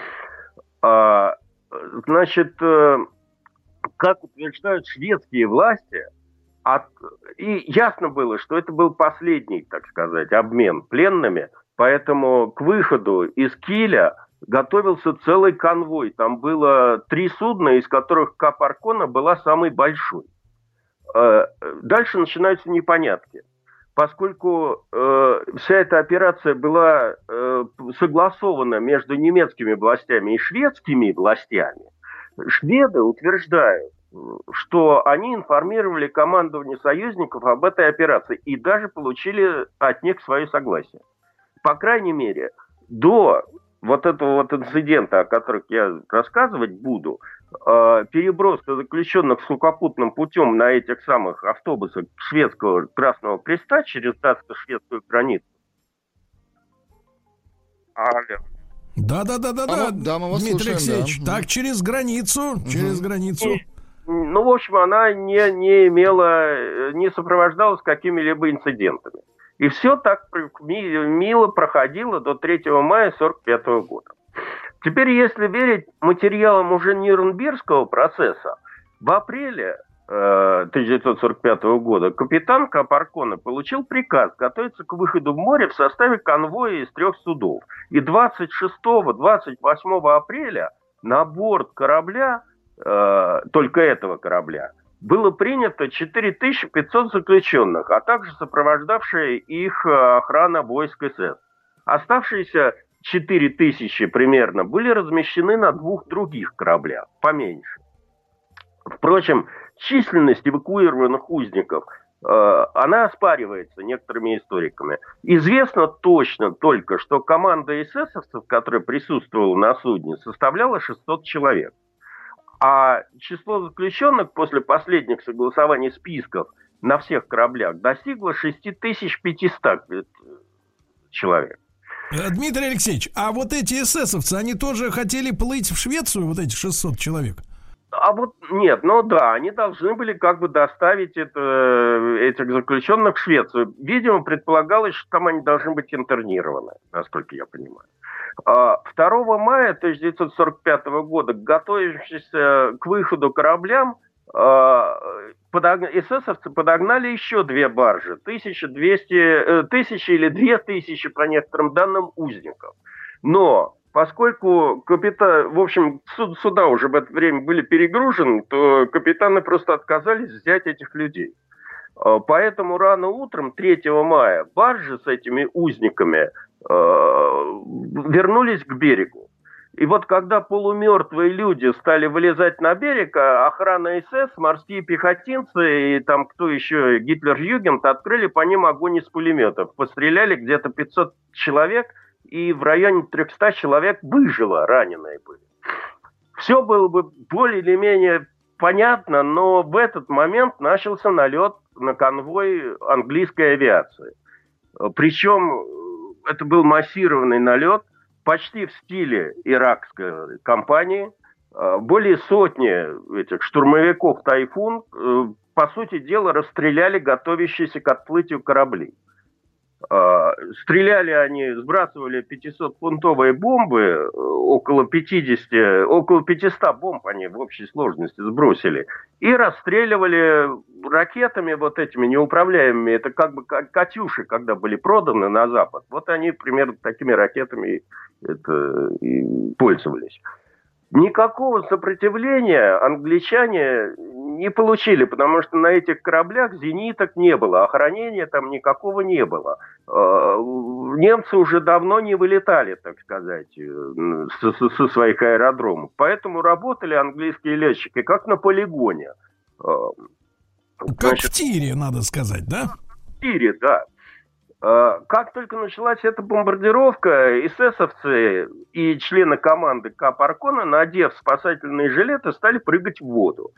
Значит, как утверждают шведские власти, и ясно было, что это был последний, так сказать, обмен пленными. Поэтому к выходу из Киля готовился целый конвой. Там было 3 судна, из которых Кап Аркона была самой большой. Дальше начинаются непонятки. Поскольку вся эта операция была согласована между немецкими властями и шведскими властями, шведы утверждают, что они информировали командование союзников об этой операции и даже получили от них свое согласие. По крайней мере, до вот этого вот инцидента, о которых я рассказывать буду, переброска заключенных сухопутным путем на этих самых автобусах шведского Красного Креста через датско-шведскую границу. Да, мы вас Дмитрий слушаем, Алексеевич. Да. Так, через границу. Ну, в общем, она не сопровождалась какими-либо инцидентами. И все так мило проходило до 3 мая 1945 года. Теперь, если верить материалам уже Нюрнбергского процесса, в апреле 1945 года капитан Капарконе получил приказ готовиться к выходу в море в составе конвоя из 3 судов. И 26-28 апреля на борт корабля, только этого корабля, было принято 4500 заключенных, а также сопровождавшая их охрана войск СС. Оставшиеся 4000 примерно были размещены на 2 других кораблях, поменьше. Впрочем, численность эвакуированных узников, она оспаривается некоторыми историками. Известно точно только, что команда эсэсовцев, которая присутствовала на судне, составляла 600 человек. А число заключенных после последних согласований списков на всех кораблях достигло 6500 человек. Дмитрий Алексеевич, а вот эти эсэсовцы, они тоже хотели плыть в Швецию, вот эти 600 человек? А вот нет, они должны были как бы доставить этих заключенных в Швецию. Видимо, предполагалось, что там они должны быть интернированы, насколько я понимаю. 2 мая 1945 года, готовясь к выходу кораблям, эсэсовцы подогнали еще 2 баржи, 1000 или 2000, по некоторым данным, узников. Но поскольку суда уже в это время были перегружены, то капитаны просто отказались взять этих людей. Поэтому рано утром 3 мая баржи с этими узниками вернулись к берегу. И вот когда полумертвые люди стали вылезать на берег, охрана СС, морские пехотинцы и там кто еще, Гитлер-Югент, открыли по ним огонь из пулеметов. Постреляли где-то 500 человек, и в районе 300 человек выжило, раненые были. Все было бы более или менее понятно, но в этот момент начался налет на конвой английской авиации. Причем это был массированный налет, почти в стиле иракской кампании. Более сотни этих штурмовиков «Тайфун», по сути дела, расстреляли готовящиеся к отплытию корабли. Стреляли они, сбрасывали 500-фунтовые бомбы, около 500 бомб они в общей сложности сбросили, и расстреливали ракетами вот этими неуправляемыми, это как бы «Катюши», когда были проданы на Запад, вот они примерно такими ракетами и пользовались. Никакого сопротивления англичане не получили, потому что на этих кораблях зениток не было, охранения там никакого не было. Немцы уже давно не вылетали, так сказать, со своих аэродромов. Поэтому работали английские летчики как на полигоне. Как в тире, надо сказать, да? В тире, да. Как только началась эта бомбардировка, эсэсовцы и члены команды Капарконе, надев спасательные жилеты, стали прыгать в воду.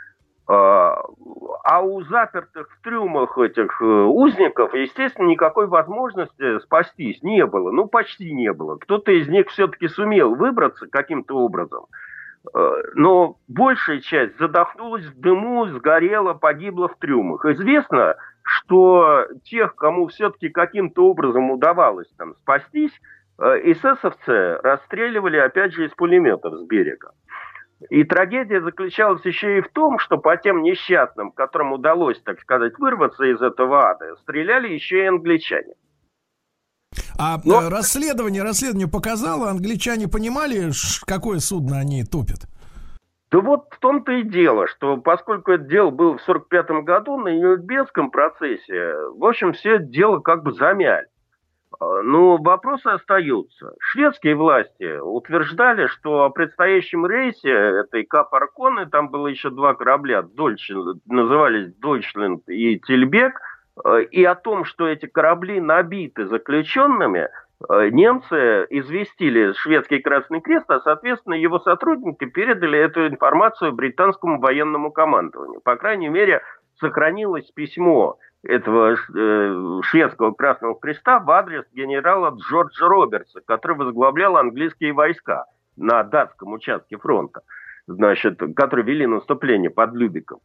А у запертых в трюмах этих узников, естественно, никакой возможности спастись не было. Ну, почти не было. Кто-то из них все-таки сумел выбраться каким-то образом. Но большая часть задохнулась в дыму, сгорела, погибла в трюмах. Известно, что тех, кому все-таки каким-то образом удавалось там спастись, эсэсовцы расстреливали, опять же, из пулеметов с берега. И трагедия заключалась еще и в том, что по тем несчастным, которым удалось, так сказать, вырваться из этого ада, стреляли еще и англичане. Но расследование показало, англичане понимали, какое судно они топят? Да вот в том-то и дело, что поскольку это дело было в 1945 году на Нюрнбергском процессе, в общем, все это дело как бы замяли. Но вопросы остаются. Шведские власти утверждали, что о предстоящем рейсе этой Капарконе, там было еще 2 корабля, назывались Дойчленд и Тильбек, и о том, что эти корабли набиты заключенными, немцы известили шведский Красный Крест, а, соответственно, его сотрудники передали эту информацию британскому военному командованию. По крайней мере, сохранилось письмо этого шведского Красного Креста в адрес генерала Джорджа Робертса, который возглавлял английские войска на датском участке фронта, значит, которые вели наступление под Любеком.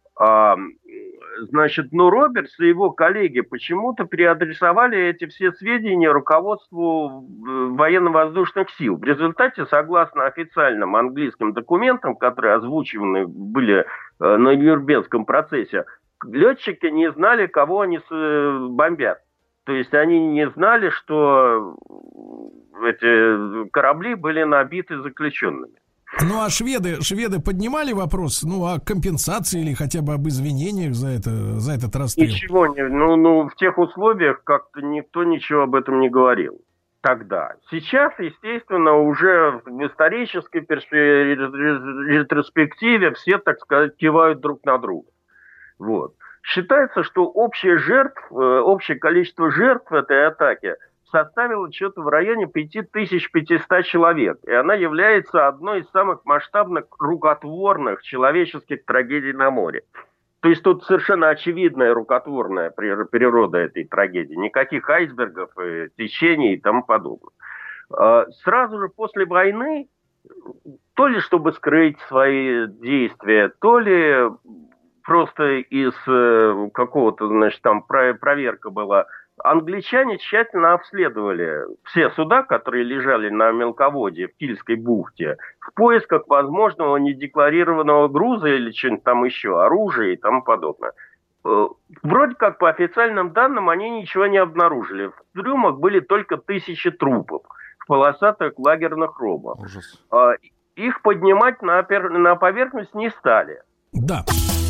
Значит, но Робертс и его коллеги почему-то переадресовали эти все сведения руководству военно-воздушных сил. В результате, согласно официальным английским документам, которые озвучены были на Нюрнбергском процессе, летчики не знали, кого они бомбят. То есть они не знали, что эти корабли были набиты заключенными. Ну, а шведы поднимали вопрос, о компенсации или хотя бы об извинениях за этот расстрел? Ничего не, в тех условиях как-то никто ничего об этом не говорил тогда. Сейчас, естественно, уже в исторической ретроспективе все, так сказать, кивают друг на друга. Вот. Считается, что общее количество жертв этой атаки составила что-то в районе 5500 человек. И она является одной из самых масштабных рукотворных человеческих трагедий на море. То есть тут совершенно очевидная рукотворная природа этой трагедии. Никаких айсбергов, течений и тому подобное. Сразу же после войны, то ли чтобы скрыть свои действия, то ли просто из какого-то, значит, там проверка была, англичане тщательно обследовали все суда, которые лежали на мелководье в Кильской бухте, в поисках возможного недекларированного груза или чего-нибудь там еще, оружия и тому подобное. Вроде как по официальным данным они ничего не обнаружили. В трюмах были только 1000 трупов в полосатых лагерных робах. Их поднимать на поверхность не стали. Да.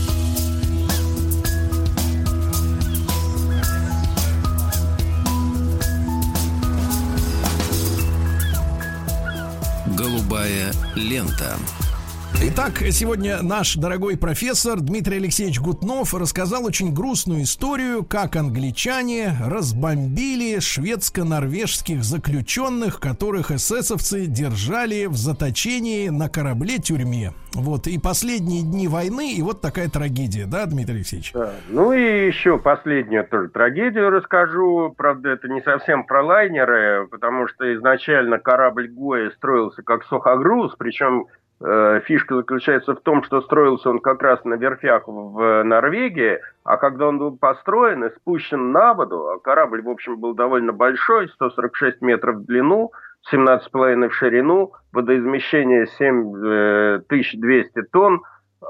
Голубая лента. Итак, сегодня наш дорогой профессор Дмитрий Алексеевич Гутнов рассказал очень грустную историю, как англичане разбомбили шведско-норвежских заключенных, которых эсэсовцы держали в заточении на корабле-тюрьме. Вот, и последние дни войны, и вот такая трагедия, да, Дмитрий Алексеевич? Да. Ну и еще последнюю тоже трагедию расскажу. Правда, это не совсем про лайнеры, потому что изначально корабль Гоя строился как сухогруз, причем фишка заключается в том, что строился он как раз на верфях в Норвегии, а когда он был построен и спущен на воду, а корабль, в общем, был довольно большой, 146 метров в длину, 17,5 в ширину, водоизмещение 7200 тонн,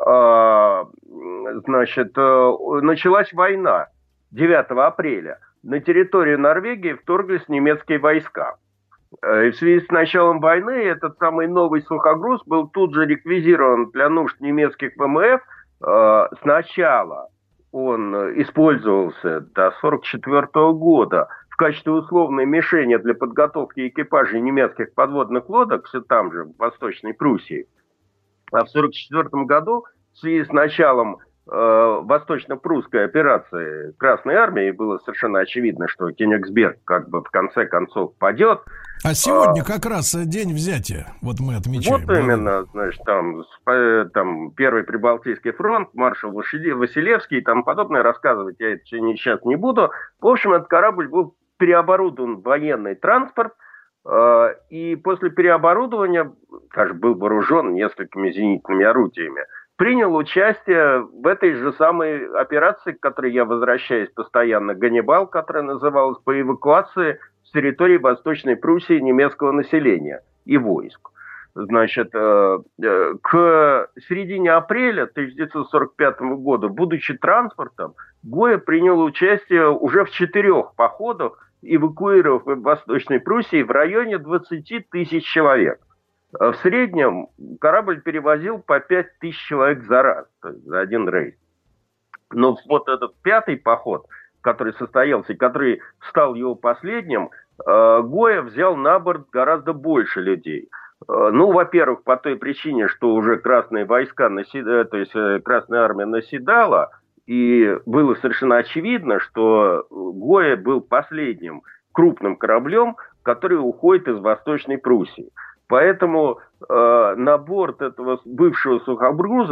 значит, началась война 9 апреля. На территорию Норвегии вторглись немецкие войска. И в связи с началом войны этот самый новый сухогруз был тут же реквизирован для нужд немецких ВМФ. Сначала он использовался до 1944 года в качестве условной мишени для подготовки экипажей немецких подводных лодок, все там же, в Восточной Пруссии. А в 1944 году в связи с началом восточно-прусской операции Красной Армии было совершенно очевидно, что Кёнигсберг как бы в конце концов падет. А сегодня как раз день взятия, вот мы отмечаем. Вот именно, значит, там Первый Прибалтийский фронт, маршал Василевский и тому подобное, рассказывать я это сейчас не буду. В общем, этот корабль был переоборудован в военный транспорт, и после переоборудования, конечно, был вооружен несколькими зенитными орудиями, принял участие в этой же самой операции, к которой я возвращаюсь постоянно, «Ганнибал», которая называлась, по эвакуации с территории Восточной Пруссии немецкого населения и войск. Значит, к середине апреля 1945 года, будучи транспортом, Гоя принял участие уже в 4 походах, эвакуировав в Восточной Пруссии в районе 20 тысяч человек. В среднем корабль перевозил по 5000 человек за раз, то есть за один рейс. Но вот этот 5-й поход, который состоялся, который стал его последним, Гоя взял на борт гораздо больше людей. Ну, во-первых, по той причине, что уже красные войска, то есть Красная Армия наседала, и было совершенно очевидно, что Гоя был последним крупным кораблем, который уходит из Восточной Пруссии. Поэтому на борт этого бывшего сухогруза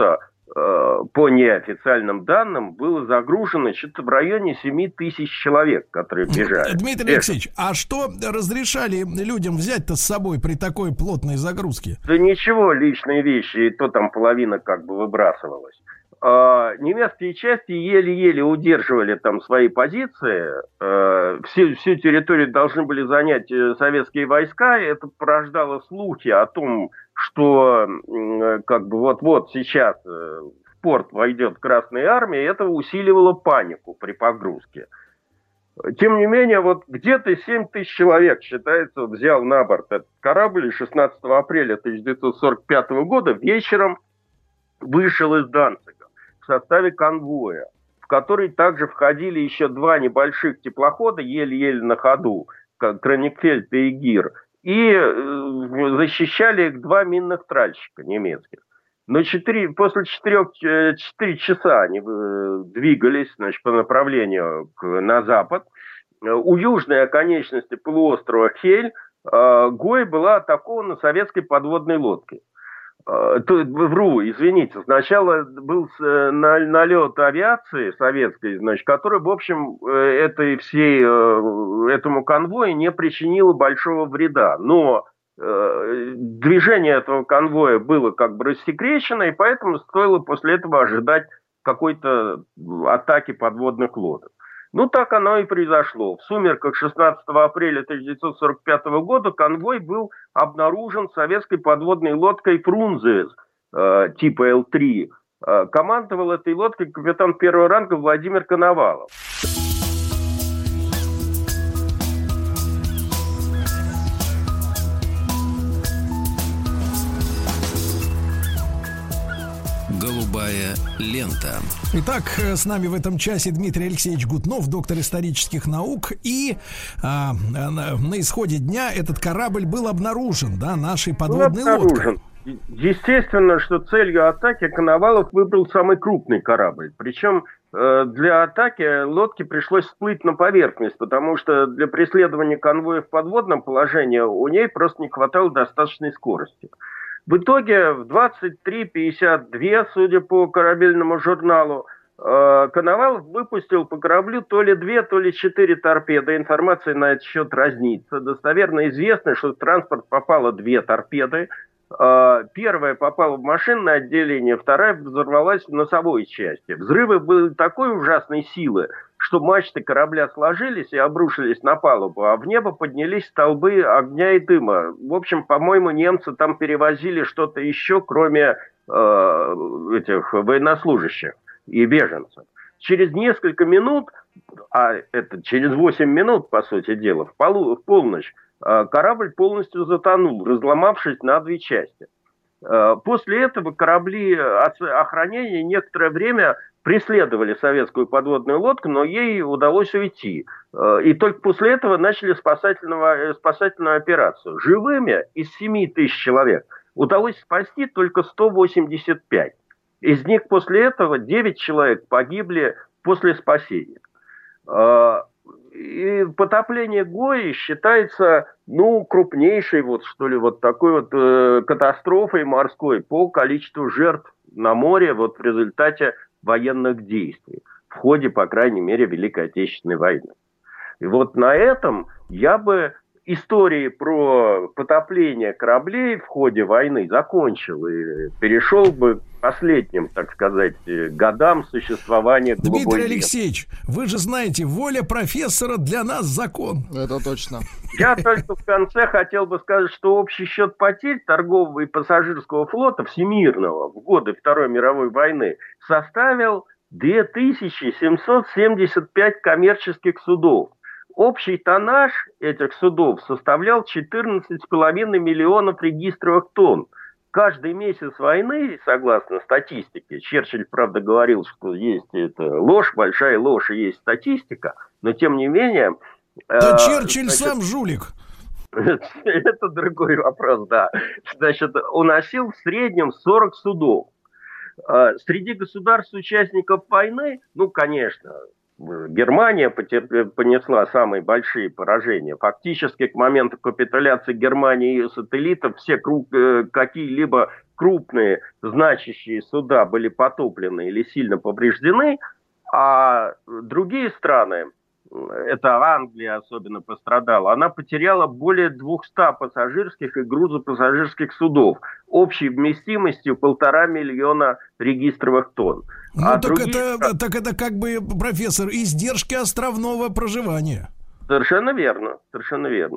по неофициальным данным, было загружено что-то в районе 7 тысяч человек, которые бежали. Дмитрий Алексеевич, а что разрешали людям взять-то с собой при такой плотной загрузке? Да ничего, личные вещи, и то там половина как бы выбрасывалась. Немецкие части еле-еле удерживали там свои позиции. Всю территорию должны были занять советские войска. Это порождало слухи о том, что как бы вот-вот сейчас в порт войдет Красная Армия. Это усиливало панику при погрузке. Тем не менее, вот где-то 7 тысяч человек, считается, взял на борт этот корабль, и 16 апреля 1945 года вечером вышел из Данцига в составе конвоя, в который также входили еще 2 небольших теплохода, еле-еле на ходу, как Кронигфельд и Гир, и защищали их 2 минных тральщика немецких. Но после 4 часа они двигались, значит, по направлению на запад. У южной оконечности полуострова Хель Гой была атакована советской подводной лодкой. Извините, сначала был налет авиации советской, значит, который, в общем, этому конвою не причинило большого вреда. Но движение этого конвоя было как бы рассекречено, и поэтому стоило после этого ожидать какой-то атаки подводных лодок. Ну, так оно и произошло. В сумерках 16 апреля 1945 года конвой был обнаружен советской подводной лодкой «Фрунзе» типа Л-3. Командовал этой лодкой капитан первого ранга Владимир Коновалов. Голубая лента. Итак, с нами в этом часе Дмитрий Алексеевич Гутнов, доктор исторических наук. И на исходе дня этот корабль был обнаружен, да, нашей подводной лодкой. Естественно, что целью атаки Коновалов выбрал самый крупный корабль. Причем для атаки лодке пришлось всплыть на поверхность, потому что для преследования конвоя в подводном положении у ней просто не хватало достаточной скорости. В итоге в 23:52, судя по корабельному журналу, Коновалов выпустил по кораблю то ли 2, то ли 4 торпеды. Информация на этот счет разнится. Достоверно известно, что в транспорт попало 2 торпеды. Первая попала в машинное отделение, вторая взорвалась в носовой части. Взрывы были такой ужасной силы, что мачты корабля сложились и обрушились на палубу, а в небо поднялись столбы огня и дыма. В общем, по-моему, немцы там перевозили что-то еще, кроме этих военнослужащих и беженцев. Через несколько минут, а это через 8 минут, по сути дела, в полночь, корабль полностью затонул, разломавшись на 2 части. После этого корабли охранения некоторое время преследовали советскую подводную лодку, но ей удалось уйти. И только после этого начали спасательную операцию. Живыми из 7 тысяч человек удалось спасти только 185. Из них после этого 9 человек погибли после спасения. И потопление Гои считается, крупнейшей такой катастрофой морской по количеству жертв на море в результате военных действий в ходе, по крайней мере, Великой Отечественной войны. И на этом я бы истории про потопление кораблей в ходе войны закончил и перешел бы к последним, так сказать, годам существования голубой ленты. Дмитрий Алексеевич, вы же знаете, воля профессора для нас закон. Это точно. Я только в конце хотел бы сказать, что общий счет потерь торгового и пассажирского флота всемирного в годы Второй мировой войны составил 2775 коммерческих судов. Общий тоннаж этих судов составлял 14,5 миллионов регистровых тонн. Каждый месяц войны, согласно статистике, Черчилль, правда, говорил, что есть ложь, большая ложь и есть статистика, но тем не менее... Да Черчилль сам жулик. Это другой вопрос, да. Значит, уносил в среднем 40 судов. Среди государств-участников войны, конечно... Германия понесла самые большие поражения. Фактически к моменту капитуляции Германии и ее сателлитов все какие-либо крупные, значащие суда были потоплены или сильно повреждены, а другие страны, это Англия особенно пострадала, она потеряла более 200 пассажирских и грузопассажирских судов общей вместимостью 1,5 миллиона регистровых тонн. Ну, так это как бы, профессор, издержки островного проживания. Совершенно верно, совершенно верно.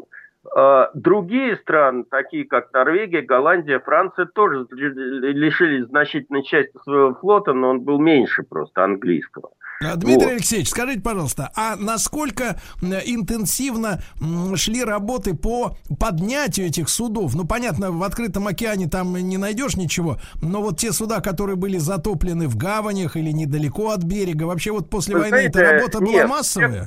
Другие страны, такие как Норвегия, Голландия, Франция, тоже лишились значительной части своего флота, но он был меньше просто английского. Дмитрий Алексеевич, скажите, пожалуйста, а насколько интенсивно шли работы по поднятию этих судов? Ну, понятно, в открытом океане там не найдешь ничего, но вот те суда, которые были затоплены в гаванях или недалеко от берега, вообще вот после войны эта работа была массовая?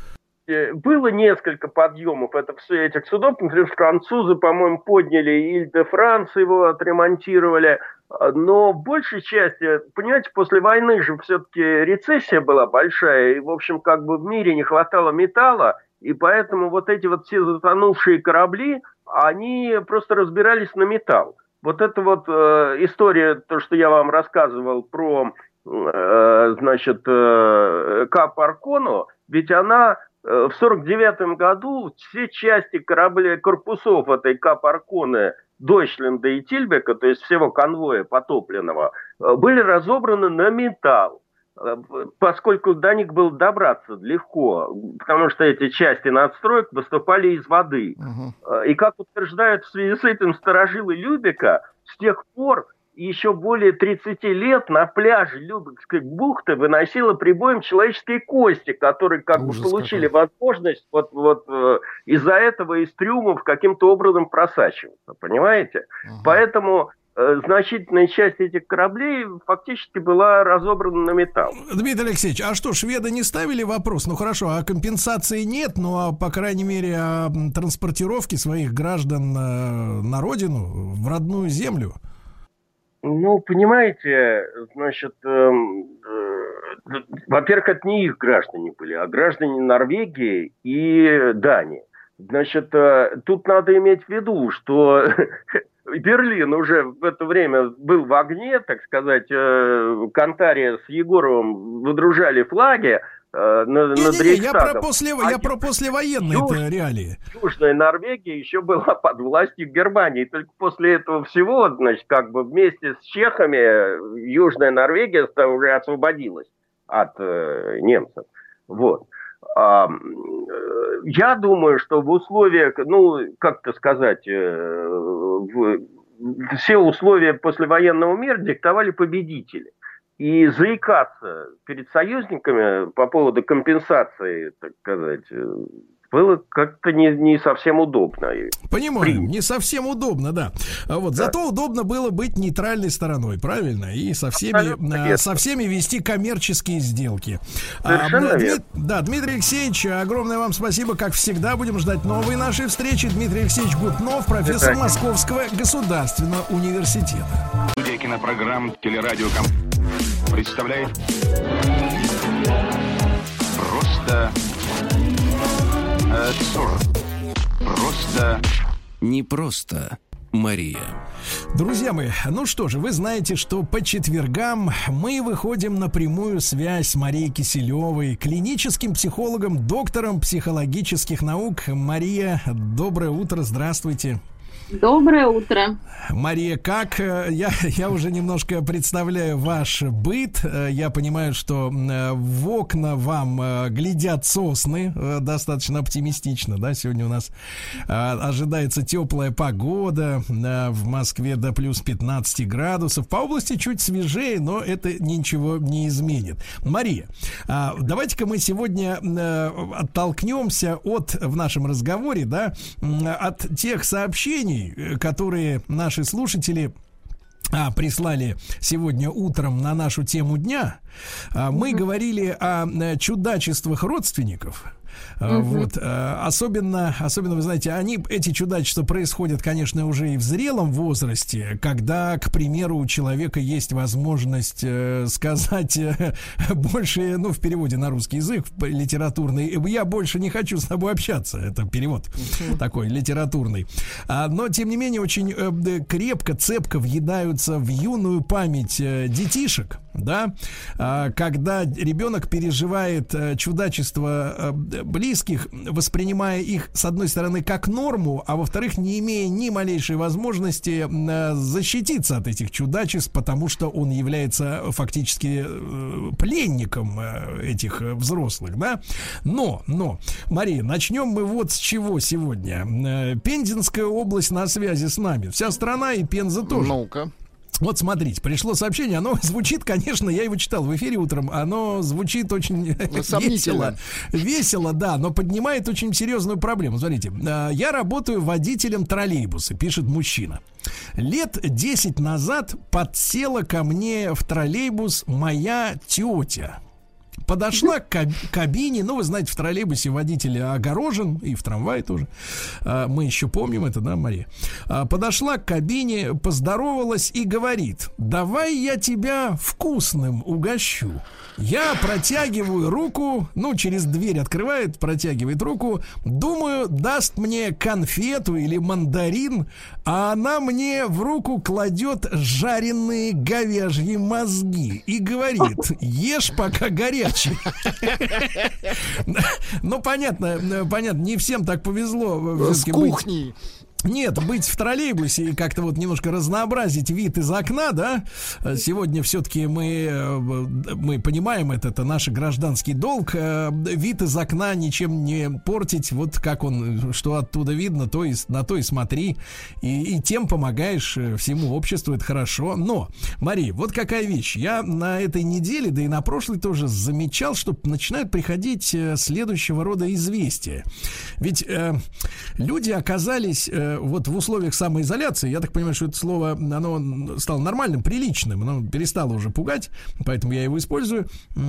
Было несколько подъемов этих судов. Например, французы, по-моему, подняли Иль-де-Франс, его отремонтировали. Но в большей части, понимаете, после войны же все-таки рецессия была большая. И, в общем, как бы в мире не хватало металла. И поэтому вот эти вот все затонувшие корабли, они просто разбирались на металл. Вот эта вот история, то, что я вам рассказывал про, значит, Кап Аркону, ведь она... В 1949 году все части кораблей, корпусов этой Кап Арконы, Дойчленда и Тильбека, то есть всего конвоя потопленного, были разобраны на металл, поскольку до них было добраться легко, потому что эти части надстроек выступали из воды. И как утверждают в связи с этим старожилы Любека, с тех пор еще более 30 лет на пляже Любекской бухты выносила прибоем человеческие кости, которые как бы получили возможность вот из-за этого из трюмов каким-то образом просачиваться, понимаете? Поэтому значительная часть этих кораблей фактически была разобрана на металл. Дмитрий Алексеевич, а что, шведы не ставили вопрос? Ну хорошо, а компенсации нет, ну а по крайней мере о транспортировке своих граждан на родину, в родную землю? Ну, понимаете, значит, во-первых, это не их граждане были, а граждане Норвегии и Дании. Значит, тут надо иметь в виду, что Берлин уже в это время был в огне, так сказать, Кантария с Егоровым выдружали флаги над Рейхстагом. Я про послевоенные реалии. Южная Норвегия еще была под властью Германии. Только после этого всего, значит, как бы вместе с чехами Южная Норвегия уже освободилась от немцев. Вот. Я думаю, что в условиях, ну, как-то сказать, все условия послевоенного мира диктовали победители. И заикаться перед союзниками по поводу компенсации, так сказать, было как-то не совсем удобно. Понимаю, не совсем удобно, да. Вот, да. Зато удобно было быть нейтральной стороной, правильно? И со всеми вести коммерческие сделки. Дмитрий Алексеевич, огромное вам спасибо. Как всегда, будем ждать новые наши встречи. Дмитрий Алексеевич Гутнов, профессор Московского государственного университета. Студия кинопрограмм «Телерадиоком» представляет Просто непросто, Мария. Друзья мои, ну что же, вы знаете, что по четвергам мы выходим на прямую связь с Марией Киселевой, клиническим психологом, доктором психологических наук. Мария, доброе утро, здравствуйте. Доброе утро. Мария, как я уже немножко представляю ваш быт. Я понимаю, что в окна вам глядят сосны достаточно оптимистично, да? Сегодня у нас ожидается теплая погода, в Москве до плюс 15 градусов. По области чуть свежее, но это ничего не изменит. Мария, давайте-ка мы сегодня оттолкнемся в нашем разговоре, да, от тех сообщений, которые наши слушатели прислали сегодня утром на нашу тему дня. Мы говорили о чудачествах родственников. Вот. Особенно, вы знаете, эти чудачества происходят, конечно, уже и в зрелом возрасте, когда, к примеру, у человека есть возможность сказать больше, в переводе на русский язык, литературный, я больше не хочу с тобой общаться. Это перевод такой литературный. Но, тем не менее, очень крепко, цепко въедаются в юную память детишек, да, когда ребенок переживает чудачество близких, воспринимая их, с одной стороны, как норму, а во-вторых, не имея ни малейшей возможности защититься от этих чудачеств, потому что он является фактически пленником этих взрослых, да. Но, Мария, начнем мы вот с чего сегодня. Пензенская область на связи с нами. Вся страна и Пенза тоже. Ну-ка. Вот смотрите, пришло сообщение, оно звучит, конечно, я его читал в эфире утром, оно звучит очень весело, да, но поднимает очень серьезную проблему. Смотрите, я работаю водителем троллейбуса, пишет мужчина. Лет 10 назад подсела ко мне в троллейбус моя тетя. Подошла к кабине, вы знаете, в троллейбусе водитель огорожен, и в трамвае тоже. Мы еще помним это, да, Мария? Подошла к кабине, поздоровалась и говорит: давай я тебя вкусным угощу. Я протягиваю руку, через дверь открывает, протягивает руку, думаю, даст мне конфету или мандарин, а она мне в руку кладет жареные говяжьи мозги и говорит: ешь, пока горячий. Понятно, не всем так повезло. С кухней. Нет, быть в троллейбусе и как-то немножко разнообразить вид из окна, да. Сегодня все-таки мы понимаем, это наш гражданский долг. Вид из окна ничем не портить. Вот как что оттуда видно, на то и смотри. И тем помогаешь всему обществу, это хорошо. Но, Мария, вот какая вещь. Я на этой неделе, да и на прошлой тоже замечал, что начинают приходить следующего рода известия. Ведь люди оказались в условиях самоизоляции. Я так понимаю, что это слово, оно стало нормальным, приличным, оно перестало уже пугать, поэтому я его использую.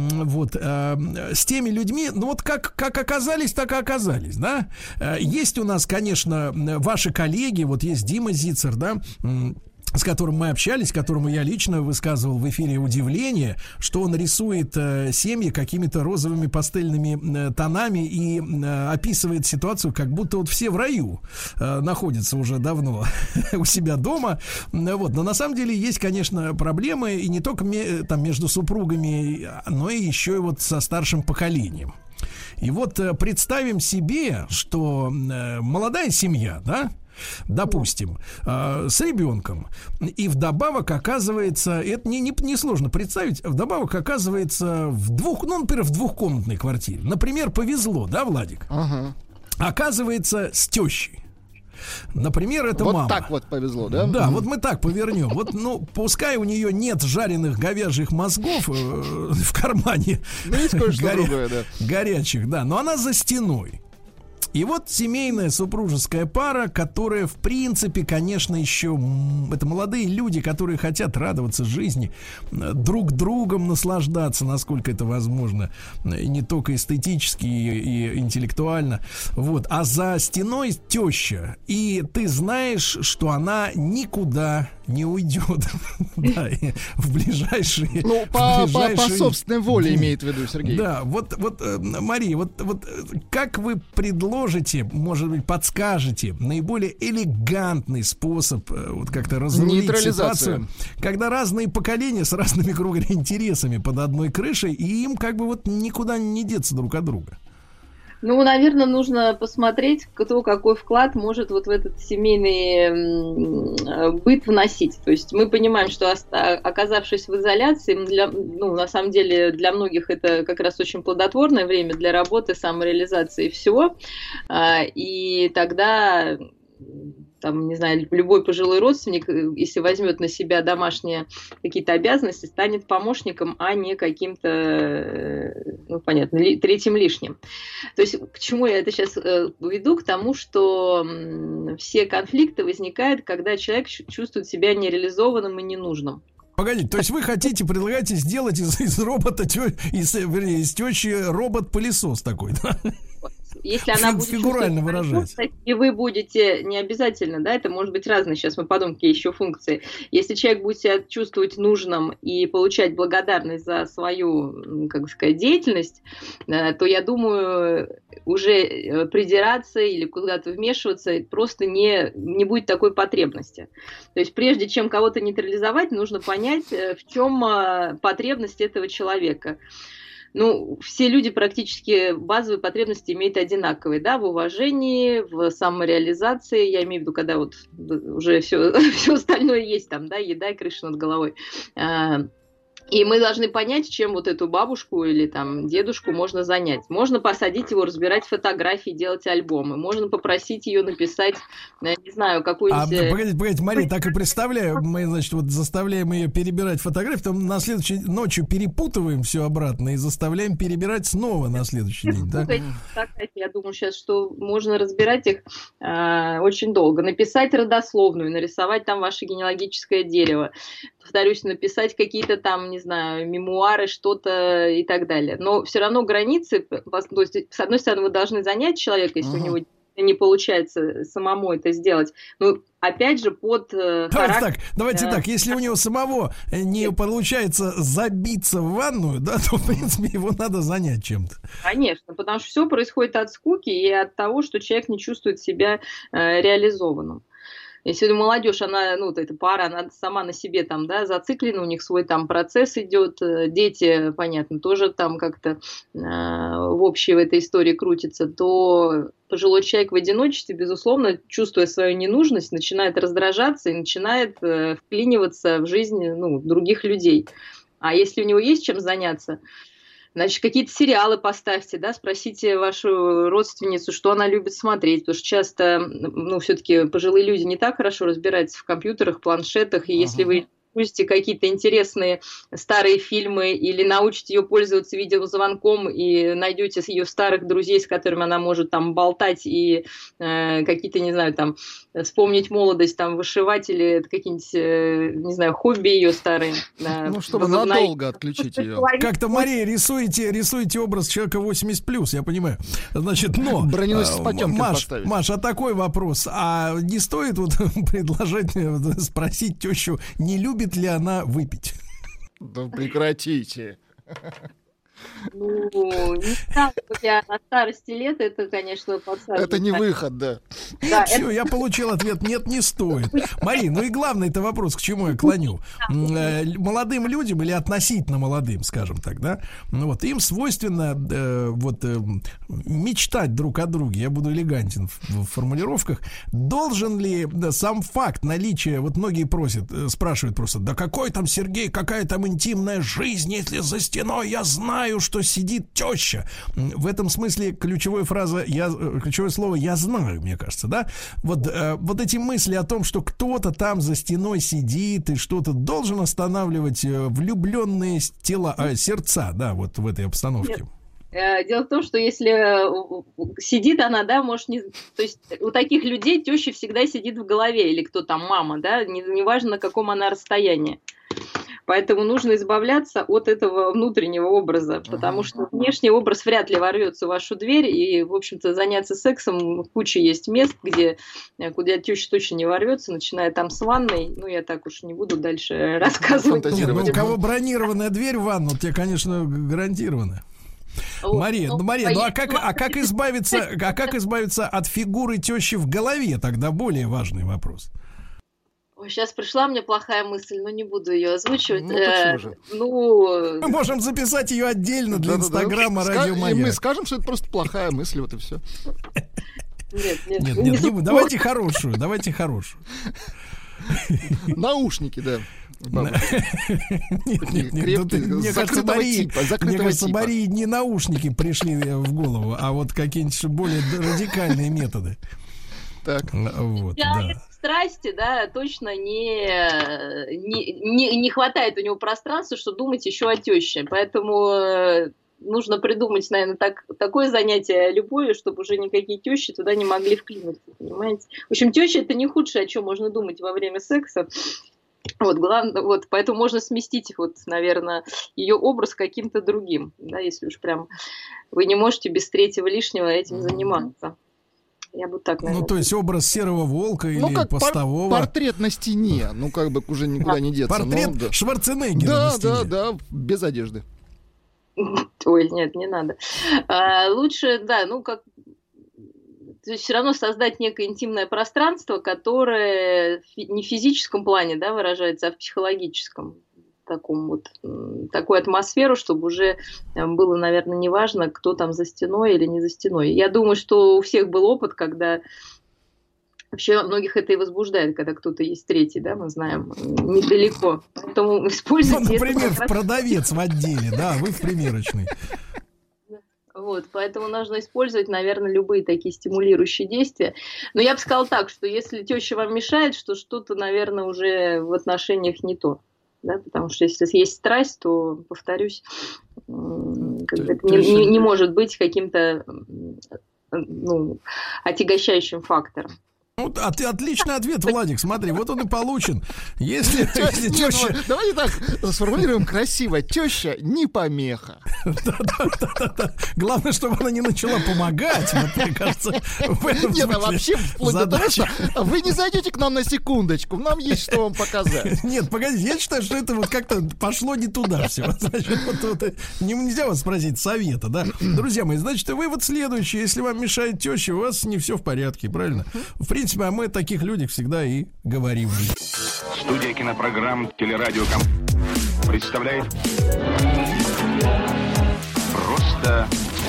С теми людьми, как оказались, так и оказались, да. Есть у нас, конечно, ваши коллеги, есть Дима Зицер, да, с которым мы общались, которому я лично высказывал в эфире удивление, что он рисует семьи какими-то розовыми пастельными тонами и описывает ситуацию, как будто все в раю находятся уже давно у себя дома. Но на самом деле есть, конечно, проблемы, и не только между супругами, но и еще и со старшим поколением. И представим себе, что молодая семья, да, допустим, с ребенком, и вдобавок оказывается, это не сложно представить, вдобавок оказывается например, в двухкомнатной квартире. Например, повезло, да, Владик? Ага. Оказывается, с тещей. Например, это мама. Вот так повезло, да? Да, мы так повернем. Пускай у нее нет жареных говяжьих мозгов в кармане. Есть кое-что другое, да. Горячих, да, но она за стеной. И семейная супружеская пара, которая, в принципе, конечно, еще это молодые люди, которые хотят радоваться жизни, друг другом наслаждаться, насколько это возможно, и не только эстетически и интеллектуально. А за стеной теща, и ты знаешь, что она никуда не уйдет в ближайшие... по собственной воле имеет в виду Сергей. Да, Мария, как вы предложите, может быть, подскажете наиболее элегантный способ как-то разрулить ситуацию, когда разные поколения с разными, грубо говоря, интересами под одной крышей, и им никуда не деться друг от друга? Наверное, нужно посмотреть, кто какой вклад может в этот семейный быт вносить. То есть мы понимаем, что, оказавшись в изоляции, на самом деле для многих это как раз очень плодотворное время для работы, самореализации и всего. И тогда... любой пожилой родственник, если возьмет на себя домашние какие-то обязанности, станет помощником, а не каким-то, третьим лишним. То есть, к чему я это сейчас веду? К тому, что все конфликты возникают, когда человек чувствует себя нереализованным и ненужным. Погодите, то есть вы предлагаете сделать из робота, из тещи робот-пылесос такой, да? Если она будет фигурально выражать. И вы будете, не обязательно, да, это может быть разные, сейчас мы подумаем, какие еще функции. Если человек будет себя чувствовать нужным и получать благодарность за свою, как сказать, деятельность, то, я думаю, уже придираться или куда-то вмешиваться просто не будет такой потребности. То есть прежде чем кого-то нейтрализовать, нужно понять, в чем потребность этого человека. Ну, все люди практически базовые потребности имеют одинаковые, да, в уважении, в самореализации, я имею в виду, когда вот уже все остальное есть там, да, еда и крыша над головой. И мы должны понять, чем вот эту бабушку или там дедушку можно занять. Можно посадить его, разбирать фотографии, делать альбомы. Можно попросить ее написать, не знаю, какую-нибудь... Погодите, Мария, так и представляю. Мы, значит, вот заставляем ее перебирать фотографии, потом на следующей ночью перепутываем все обратно и заставляем перебирать снова на следующий день, да? Я думаю сейчас, что можно разбирать их очень долго. Написать родословную, нарисовать там ваше генеалогическое дерево. Повторюсь, написать какие-то там, не знаю, мемуары, что-то и так далее. Но все равно границы, то есть, с одной стороны, вы должны занять человека, если у него не получается самому это сделать. Ну, опять же, под характер... Давайте так, если у него самого не получается забиться в ванную, да, то, в принципе, его надо занять чем-то. Конечно, потому что все происходит от скуки и от того, что человек не чувствует себя реализованным. Если молодежь, она, ну, эта пара, она сама на себе там, да, зациклена, у них свой там процесс идет, дети, понятно, тоже там как-то в общей в этой истории крутятся, то пожилой человек в одиночестве, безусловно, чувствуя свою ненужность, начинает раздражаться и начинает вклиниваться в жизнь, ну, других людей. А если у него есть чем заняться, значит, какие-то сериалы поставьте, да, спросите вашу родственницу, что она любит смотреть, потому что часто, ну, все-таки пожилые люди не так хорошо разбираются в компьютерах, планшетах, и если вы пустите какие-то интересные старые фильмы или научите ее пользоваться видеозвонком и найдете ее старых друзей, с которыми она может там болтать и какие-то, не знаю, там вспомнить молодость, там вышивать или какие-нибудь, не знаю, хобби ее старые. Ну, чтобы надолго отключить ее. Как-то, Мария, рисуете образ человека 80+, я понимаю. Значит, но... Броненосец Потемкин поставить. Маш, а такой вопрос. А не стоит вот предложить, спросить тещу, не любит ли она выпить? Да прекратите. Ну, не знаю, я на старости лет, это, конечно, подсаживает. Это не выход, да. Все, я получил ответ, нет, не стоит. Мария, ну и главный-то вопрос, к чему я клоню. Молодым людям, или относительно молодым, скажем так, да, ну вот, им свойственно мечтать друг о друге, я буду элегантен в формулировках. Должен ли сам факт наличия, вот многие спрашивают просто, да какой там, Сергей, какая там интимная жизнь, если за стеной я знаю, что сидит теща. В этом смысле ключевое слово «я знаю», мне кажется, да? Вот эти мысли о том, что кто-то там за стеной сидит и что-то должен останавливать влюбленные сердца, да, вот в этой обстановке. Дело в том, что если сидит она, да, может не... То есть у таких людей теща всегда сидит в голове, или кто там, мама, да, неважно, на каком она расстоянии. Поэтому нужно избавляться от этого внутреннего образа, потому что внешний образ вряд ли ворвется в вашу дверь, и, в общем-то, заняться сексом куча есть мест, куда теща точно не ворвется, начиная там с ванной. Ну, я так уж не буду дальше рассказывать. У кого бронированная дверь в ванну, те, конечно, гарантированы. Мария, как избавиться от фигуры тещи в голове? Тогда более важный вопрос. Сейчас пришла мне плохая мысль, но не буду ее озвучивать. Мы можем записать ее отдельно для Инстаграма Радио Маяк. И мы скажем, что это просто плохая мысль, вот и все. Нет, давайте хорошую. Наушники, да. Нет, мне кажется, Марии не наушники пришли в голову, а вот какие-нибудь более радикальные методы. Так. Вот, да. Страсти, да, точно не хватает у него пространства, чтобы думать еще о теще. Поэтому нужно придумать, наверное, такое занятие любое, чтобы уже никакие тещи туда не могли вклиниться, понимаете? В общем, теща — это не худшее, о чем можно думать во время секса. Вот, главное, вот, поэтому можно сместить, вот, наверное, ее образ каким-то другим, да, если уж прям вы не можете без третьего лишнего этим заниматься. Я бы так, наверное. Ну, то есть образ серого волка или как постового. Портрет на стене, ну, как бы уже никуда не деться. Портрет да. Шварценеггера на стене. Да, без одежды. Ой, нет, не надо. Лучше, да, ну, как... То есть все равно создать некое интимное пространство, которое не в физическом плане, да, выражается, а в психологическом. Такую атмосферу, чтобы уже было, наверное, неважно, кто там за стеной или не за стеной. Я думаю, что у всех был опыт, когда вообще многих это и возбуждает, когда кто-то есть третий, да, мы знаем, недалеко. Поэтому используйте. Ну, например, продавец в отделе, да, вы в примерочной. Вот, поэтому нужно использовать, наверное, любые такие стимулирующие действия. Но я бы сказала так, что если теща вам мешает, что что-то, наверное, уже в отношениях не то. Да, потому что если есть страсть, то, повторюсь, это не может быть каким-то отягощающим фактором. Вот, отличный ответ, Владик, смотри, вот он и получен. Если теща... Давайте так сформулируем красиво. Теща не помеха. Да. Главное, чтобы она не начала помогать. Мне кажется, нет, а вообще вплоть до того, что вы не зайдете к нам на секундочку, нам есть что вам показать. Нет, погодите, я считаю, что это вот как-то пошло не туда все. Значит, нельзя вас спросить совета, да? Друзья мои, значит, вы вот следующие, если вам мешает теща, у вас не все в порядке, правильно? В принципе, а мы о таких людях всегда и говорим. Студия кинопрограмм «Телерадио» представляет просто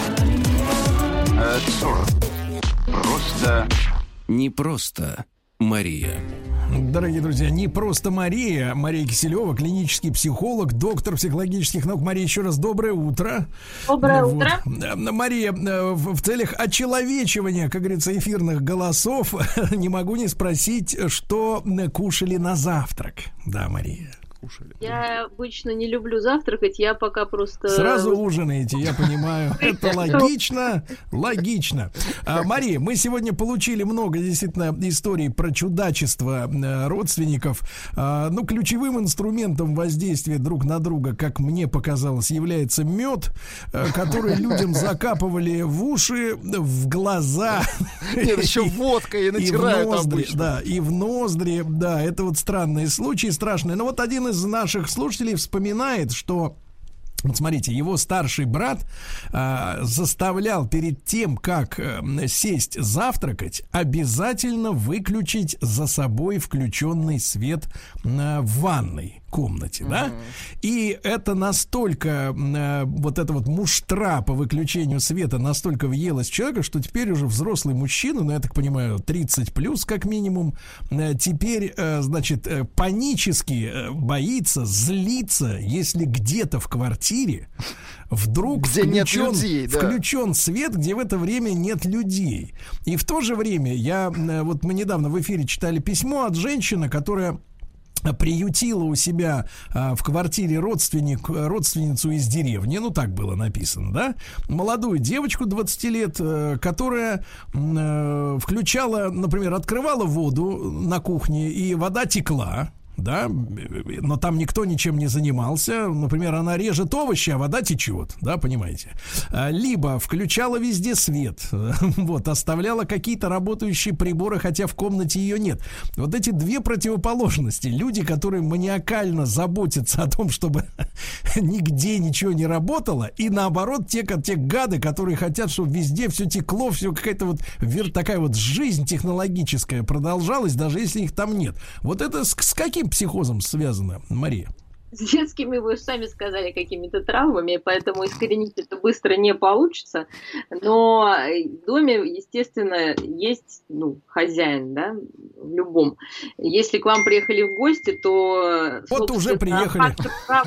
не просто Мария. Дорогие друзья, не просто Мария. Мария Киселева, клинический психолог, доктор психологических наук. Мария, еще раз доброе утро. Доброе утро. Мария, в целях очеловечивания, как говорится, эфирных голосов, не могу не спросить, что кушали на завтрак. Да, Мария. Я обычно не люблю завтракать, я пока просто... Сразу ужинаете, я понимаю. Это логично. Мария, мы сегодня получили много действительно историй про чудачество родственников. Ну, ключевым инструментом воздействия друг на друга, как мне показалось, является мед, который людям закапывали в уши, в глаза. Нет, еще водкой натирают обычно. Да, и в ноздри. Да, это вот странные случаи, страшные. Но вот один из наших слушателей вспоминает, что, вот смотрите, его старший брат заставлял перед тем, как сесть завтракать, обязательно выключить за собой включенный свет в ванной комнате, да? И это настолько, вот эта вот муштра по выключению света настолько въелась в человека, что теперь уже взрослый мужчина, ну, я так понимаю, 30 плюс как минимум, теперь, значит, панически боится, злится, если где-то в квартире вдруг включен свет, где в это время нет людей. И в то же время вот мы недавно в эфире читали письмо от женщины, которая приютила у себя в квартире родственницу из деревни, ну так было написано, да, молодую девочку 20 лет, которая включала, например, открывала воду на кухне, и вода текла. Да, но там никто ничем не занимался. Например, она режет овощи, а вода течет, да, понимаете. Либо включала везде свет, вот, оставляла какие-то работающие приборы, хотя в комнате ее нет. Вот эти две противоположности. Люди, которые маниакально заботятся о том, чтобы нигде ничего не работало, и наоборот, те гады, которые хотят, чтобы везде все текло, все какая-то вот такая вот жизнь технологическая продолжалась, даже если их там нет. Вот это с каким психозом связано, Мария? С детскими, вы сами сказали, какими-то травмами, поэтому искоренить это быстро не получится. Но в доме, естественно, есть, хозяин, да, в любом. Если к вам приехали в гости, то... Вот уже приехали.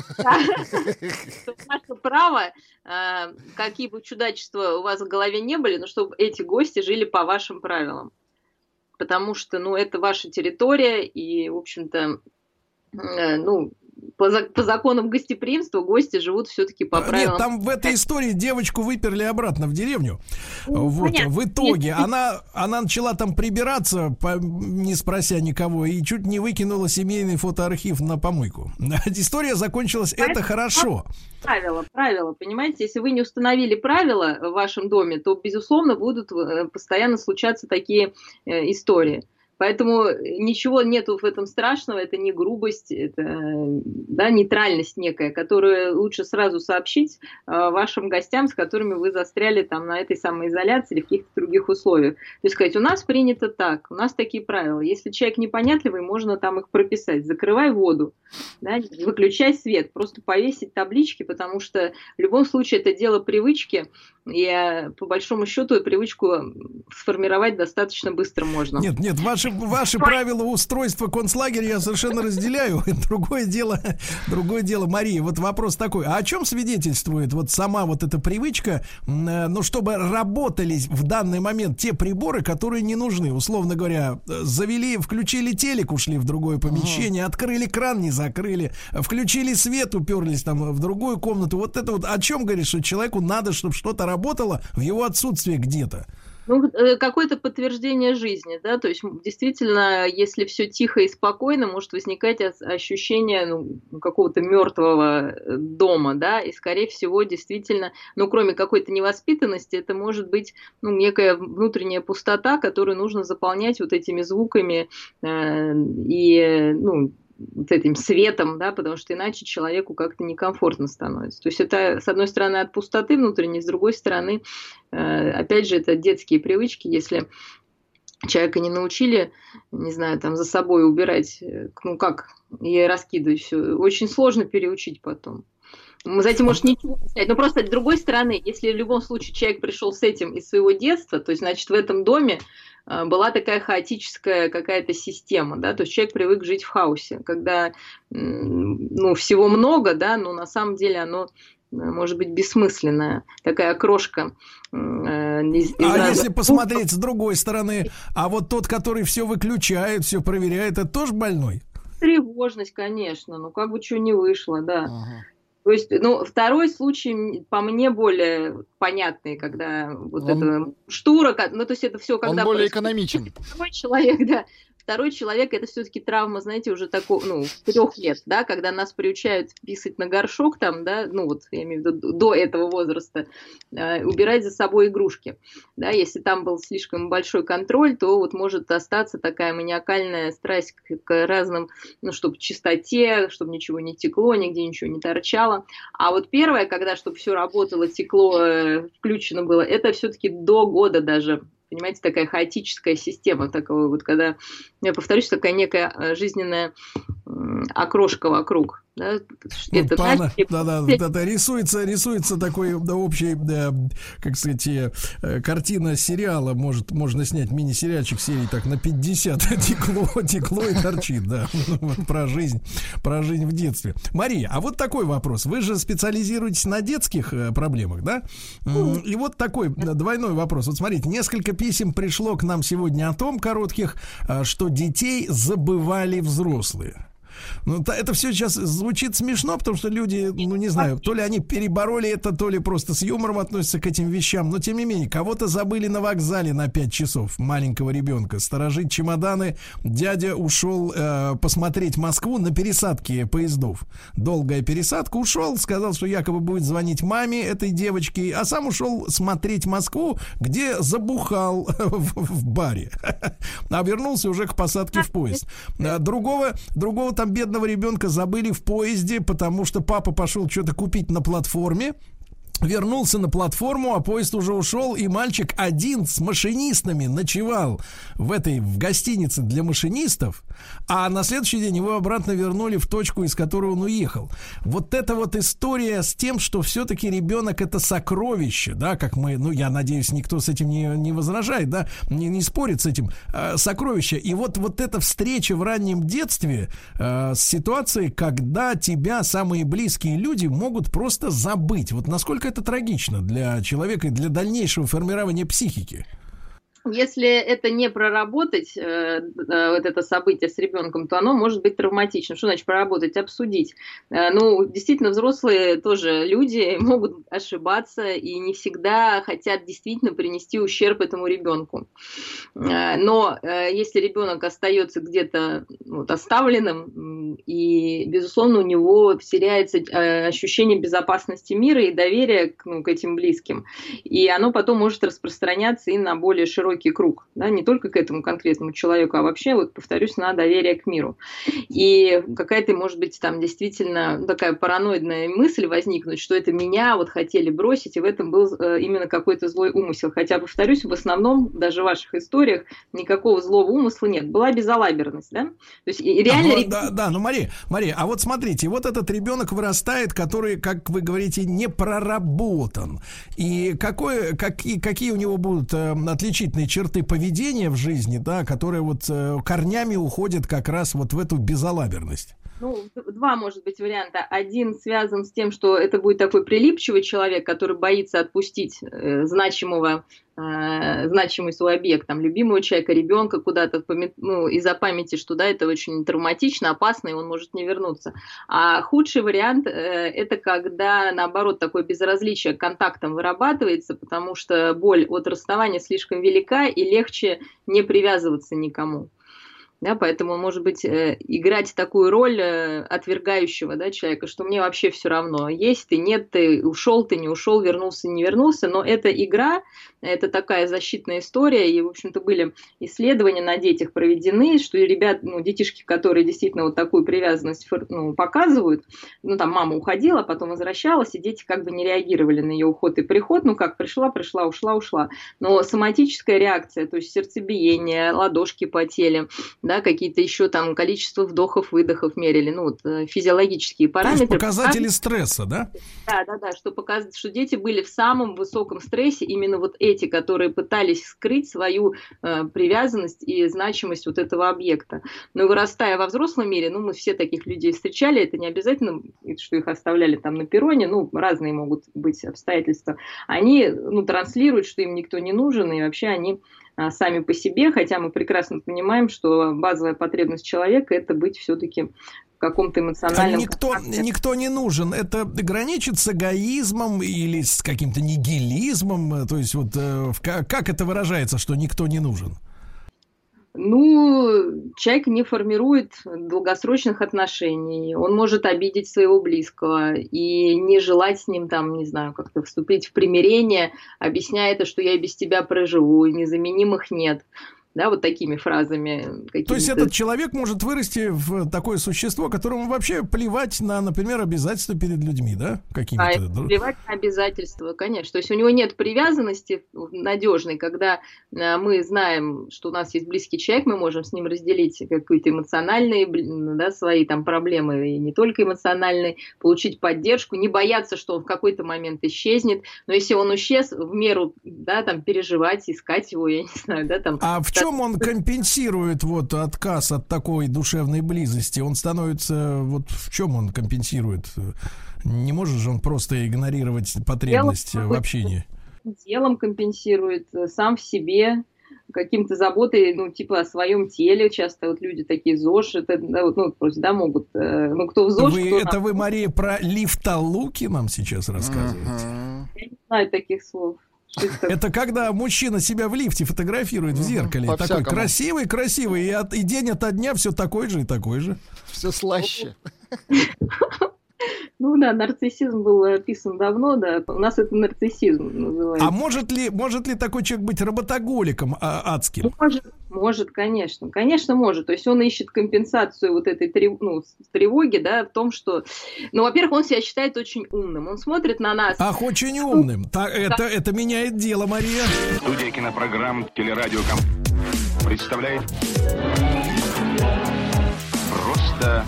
Ваше право, какие бы чудачества у вас в голове не были, но чтобы эти гости жили по вашим правилам. Потому что, это ваша территория, и, в общем-то, по законам гостеприимства гости живут все-таки по правилам. Нет, там в этой истории девочку выперли обратно в деревню. Вот. В итоге она начала там прибираться, не спрося никого, и чуть не выкинула семейный фотоархив на помойку. История закончилась, это хорошо. Правила, понимаете? Если вы не установили правила в вашем доме, то, безусловно, будут постоянно случаться такие истории. Поэтому ничего нету в этом страшного, это не грубость, это нейтральность некая, которую лучше сразу сообщить вашим гостям, с которыми вы застряли там на этой самоизоляции или в каких-то других условиях. То есть сказать, у нас принято так, у нас такие правила. Если человек непонятливый, можно там их прописать. Закрывай воду, выключай свет, просто повесить таблички, потому что в любом случае это дело привычки, и по большому счету привычку сформировать достаточно быстро можно. Нет, ваши правила устройства концлагеря я совершенно разделяю. Другое дело, Мария, вот вопрос такой. А о чем свидетельствует вот сама вот эта привычка, чтобы работались в данный момент те приборы, которые не нужны? Условно говоря, включили телек, ушли в другое помещение, открыли кран, не закрыли, включили свет, уперлись там в другую комнату. Вот это вот о чем говорит, что человеку надо, чтобы что-то работало в его отсутствие где-то? Какое-то подтверждение жизни, да, то есть действительно, если все тихо и спокойно, может возникать ощущение какого-то мертвого дома, да, и скорее всего действительно, кроме какой-то невоспитанности, это может быть некая внутренняя пустота, которую нужно заполнять вот этими звуками и вот этим светом, да, потому что иначе человеку как-то некомфортно становится. То есть это, с одной стороны, от пустоты внутренней, с другой стороны, опять же, это детские привычки. Если человека не научили, не знаю, там за собой убирать, и раскидывать все, очень сложно переучить потом. За этим может ничего не сказать. Но просто с другой стороны, если в любом случае человек пришел с этим из своего детства, то есть, значит, в этом доме была такая хаотическая какая-то система, да, то есть человек привык жить в хаосе, когда, всего много, да, но на самом деле оно может быть бессмысленная, такая крошка. Если посмотреть с другой стороны, а вот тот, который все выключает, все проверяет, это тоже больной? Тревожность, конечно, как бы что ни вышло, да. Ага. То есть, второй случай по мне более понятный, когда это штура, то есть это все, когда... Он более экономичен. Второй человек, это все-таки травма, знаете, уже такого, 3 лет, да, когда нас приучают писать на горшок там, да, я имею в виду до этого возраста, убирать за собой игрушки, да, если там был слишком большой контроль, то вот может остаться такая маниакальная страсть к разным, чтобы чистоте, чтобы ничего не текло, нигде ничего не торчало, а вот первое, когда, чтобы все работало, текло, включено было, это все-таки до года даже. Понимаете, такая хаотическая система, такого вот, когда, я повторюсь, такая некая жизненная окрошка вокруг. Да? Это рисуется такой общий, как сказать, картина сериала. Можно снять мини-сериальчик серии так на 50. Текло и торчит, да. Про жизнь в детстве. Мария, а вот такой вопрос. Вы же специализируетесь на детских проблемах, да? И вот такой двойной вопрос. Вот смотрите, несколько писем пришло к нам сегодня о том, коротких, что детей забывали взрослые. Это все сейчас звучит смешно, потому что люди, не знаю, то ли они перебороли это, то ли просто с юмором относятся к этим вещам, но тем не менее, кого-то забыли на вокзале на 5 часов, маленького ребенка, сторожить чемоданы. Дядя ушел посмотреть Москву на пересадке поездов. Долгая пересадка, ушел, сказал, что якобы будет звонить маме этой девочки, а сам ушел смотреть Москву, где забухал в баре, а вернулся уже к посадке в поезд. Другого там бедного ребенка забыли в поезде, потому что папа пошел что-то купить на платформе. Вернулся на платформу, а поезд уже ушел, и мальчик один с машинистами ночевал в гостинице для машинистов, а на следующий день его обратно вернули в точку, из которой он уехал. Вот эта вот история с тем, что все-таки ребенок — это сокровище, да, как мы, я надеюсь, никто с этим не возражает, да, не спорит с этим, сокровище. И вот эта встреча в раннем детстве с ситуацией, когда тебя самые близкие люди могут просто забыть. Вот насколько это трагично для человека и для дальнейшего формирования психики? Если это не проработать, вот это событие с ребенком, то оно может быть травматичным. Что значит проработать? Обсудить. Ну, действительно, взрослые тоже люди могут ошибаться и не всегда хотят действительно принести ущерб этому ребенку. Но если ребенок остается где-то вот оставленным, и, безусловно, у него теряется ощущение безопасности мира и доверия к этим близким. И оно потом может распространяться и на более широкий круг, да, не только к этому конкретному человеку, а вообще, вот повторюсь, на доверие к миру. И какая-то, может быть, там действительно такая параноидная мысль возникнуть, что это меня вот хотели бросить, и в этом был именно какой-то злой умысел. Хотя, повторюсь, в основном, даже в ваших историях, никакого злого умысла нет. Была безалаберность, да? То есть реально... Да, ну, Мария, а вот смотрите, вот этот ребенок вырастает, который, как вы говорите, не проработан. И какие у него будут отличительные черты поведения в жизни, да, которые вот корнями уходят как раз вот в эту безалаберность? Ну, два, может быть, варианта. Один связан с тем, что это будет такой прилипчивый человек, который боится отпустить значимый свой объект, там, любимого человека, ребенка куда-то, ну, из-за памяти, что, да, это очень травматично, опасно, и он может не вернуться. А худший вариант это когда, наоборот, такое безразличие к контактам вырабатывается, потому что боль от расставания слишком велика, и легче не привязываться никому. Да, поэтому он может быть играть такую роль отвергающего, да, человека, что мне вообще все равно, есть ты, нет ты, ушел ты, не ушел, вернулся, не вернулся, но это игра, это такая защитная история, и, в общем-то, были исследования на детях проведены, что ребят, ну, детишки, которые действительно вот такую привязанность, ну, показывают, ну, там мама уходила, потом возвращалась, и дети как бы не реагировали на ее уход и приход, ну, как пришла, ушла, но соматическая реакция, то есть сердцебиение, ладошки потели, да, какие-то еще там количество вдохов-выдохов мерили, ну, вот физиологические параметры. То есть показатели стресса, да? Да, что показывает, что дети были в самом высоком стрессе, именно вот эти, которые пытались скрыть свою привязанность и значимость вот этого объекта. Но вырастая во взрослом мире, ну, мы все таких людей встречали, это не обязательно, что их оставляли там на перроне, ну, разные могут быть обстоятельства. Они, ну, транслируют, что им никто не нужен, и вообще они сами по себе, хотя мы прекрасно понимаем, что базовая потребность человека – это быть все-таки в каком-то эмоциональном... Никто не нужен. Это граничит с эгоизмом или с каким-то нигилизмом? То есть вот как это выражается, что никто не нужен? Ну, человек не формирует долгосрочных отношений, он может обидеть своего близкого и не желать с ним, там, не знаю, как-то вступить в примирение, объясняя это, что я без тебя проживу, незаменимых нет. Да, вот такими фразами. То есть этот человек может вырасти в такое существо, которому вообще плевать на, например, обязательства перед людьми, да? Какими-то. Плевать на обязательства, конечно. То есть у него нет привязанности надежной, когда мы знаем, что у нас есть близкий человек, мы можем с ним разделить какие-то эмоциональные, да, свои там проблемы, и не только эмоциональные, получить поддержку, не бояться, что он в какой-то момент исчезнет. Но если он исчез, в меру, да, там, переживать, искать его, я не знаю, да, там... А в чем он компенсирует вот отказ от такой душевной близости? Он становится, вот в чем он компенсирует? Не может же он просто игнорировать потребность в общении? Делом компенсирует, сам в себе, каким-то заботой, ну, типа о своем теле. Часто вот люди такие ЗОЖ, это, да, вот, ну, просто, да, могут, ну, кто в ЗОЖ... Вы, Мария, про лифтолуки нам сейчас рассказываете? Я не знаю таких слов. Это когда мужчина себя в лифте фотографирует в зеркале. Такой красивый, и день ото дня все такой же и такой же. Все слаще. Ну да, нарциссизм был описан давно, да. У нас это нарциссизм называется. А может ли такой человек быть работоголиком адским? Может, конечно. Конечно, может. То есть он ищет компенсацию вот этой тревоги, да, в том, что... Ну, во-первых, он себя считает очень умным. Он смотрит на нас... Ах, очень умным. Это меняет дело, Мария. Студия кинопрограмм «Телерадио» представляет просто...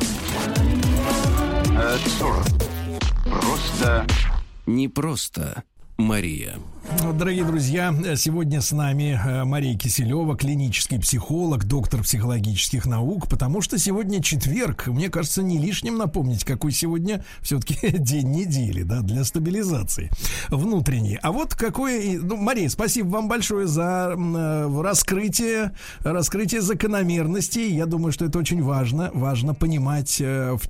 Просто... Не просто, Мария. Дорогие друзья, сегодня с нами Мария Киселева, клинический психолог, доктор психологических наук, потому что сегодня четверг. Мне кажется, не лишним напомнить, какой сегодня все-таки день недели, да, для стабилизации внутренней. А вот какой... Ну, Мария, спасибо вам большое за раскрытие закономерностей. Я думаю, что это очень важно. Важно понимать, в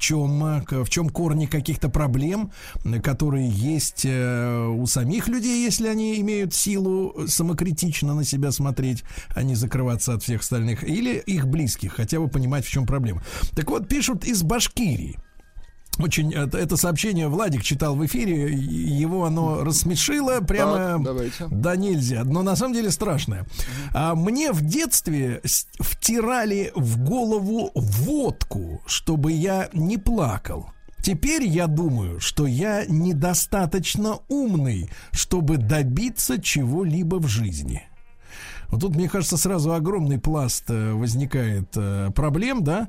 чем корни каких-то проблем, которые есть у самих людей, если они имеют силу самокритично на себя смотреть, а не закрываться от всех остальных, или их близких, хотя бы понимать, в чем проблема. Так вот, пишут из Башкирии. Очень это сообщение Владик читал в эфире, его оно рассмешило прямо да нельзя, но на самом деле страшное. Мне в детстве втирали в голову водку, чтобы я не плакал. Теперь я думаю, что я недостаточно умный, чтобы добиться чего-либо в жизни. Вот тут, мне кажется, сразу огромный пласт возникает проблем, да?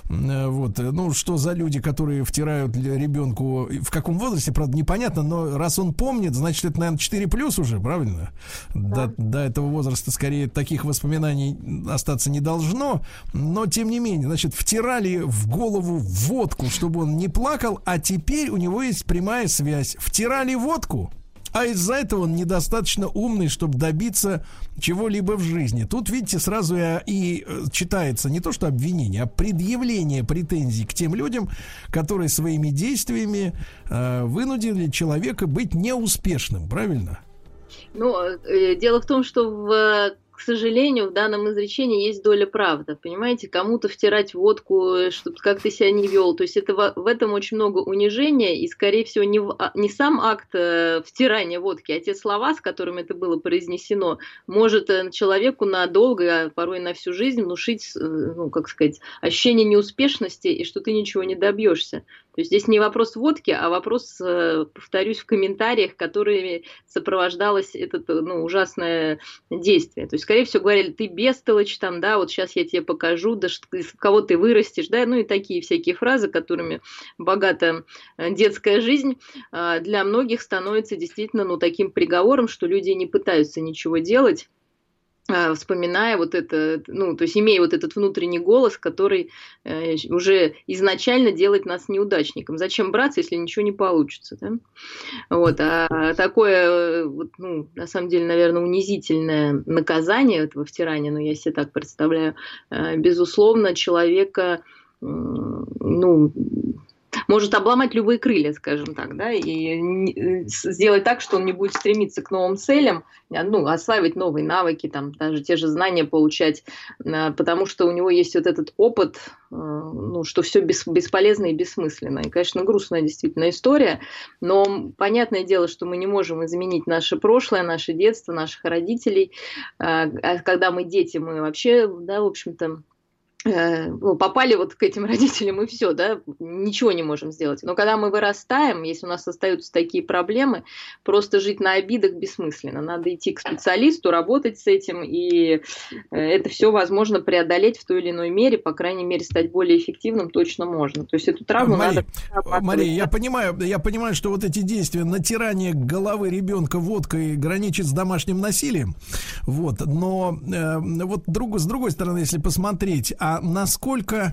Вот, ну, что за люди, которые втирают ребенку, в каком возрасте, правда, непонятно, но раз он помнит, значит, это, наверное, 4+ уже, правильно? Да. До этого возраста, скорее, таких воспоминаний остаться не должно, но, тем не менее, значит, втирали в голову водку, чтобы он не плакал, а теперь у него есть прямая связь. Втирали водку, а из-за этого он недостаточно умный, чтобы добиться чего-либо в жизни. Тут, видите, сразу и читается не то что обвинение, а предъявление претензий к тем людям, которые своими действиями вынудили человека быть неуспешным, правильно? Ну, дело в том, что к сожалению, в данном изречении есть доля правды. Понимаете, кому-то втирать водку, чтобы как ты себя не вел. То есть это в этом очень много унижения, и, скорее всего, не сам акт втирания водки, а те слова, с которыми это было произнесено, может человеку надолго, а порой на всю жизнь внушить, ну, как сказать, ощущение неуспешности и что ты ничего не добьешься. То есть здесь не вопрос водки, а вопрос, повторюсь, в комментариях, которыми сопровождалось это ужасное действие. То есть, скорее всего, говорили, ты бестолочь, там, да, вот сейчас я тебе покажу, да, кого ты вырастешь, да, ну и такие всякие фразы, которыми богата детская жизнь, для многих становится действительно, ну, таким приговором, что люди не пытаются ничего делать, вспоминая вот это, ну, то есть имея вот этот внутренний голос, который уже изначально делает нас неудачником. Зачем браться, если ничего не получится, да? Вот, а такое, вот, ну, на самом деле, наверное, унизительное наказание этого втирания, ну, я себе так представляю, безусловно, человека, ну, может обломать любые крылья, скажем так, да, и сделать так, что он не будет стремиться к новым целям, ну, осваивать новые навыки, там, даже те же знания получать, потому что у него есть вот этот опыт, ну, что все бесполезно и бессмысленно. И, конечно, грустная действительно история, но понятное дело, что мы не можем изменить наше прошлое, наше детство, наших родителей. Когда мы дети, мы вообще, да, в общем-то, попали вот к этим родителям и все, да, ничего не можем сделать. Но когда мы вырастаем, если у нас остаются такие проблемы, просто жить на обидах бессмысленно. Надо идти к специалисту, работать с этим, и это все возможно преодолеть в той или иной мере, по крайней мере, стать более эффективным точно можно. То есть эту травму надо... Мария, я понимаю, что вот эти действия, натирание головы ребенка водкой граничит с домашним насилием, вот, но вот с другой стороны, если посмотреть, а насколько,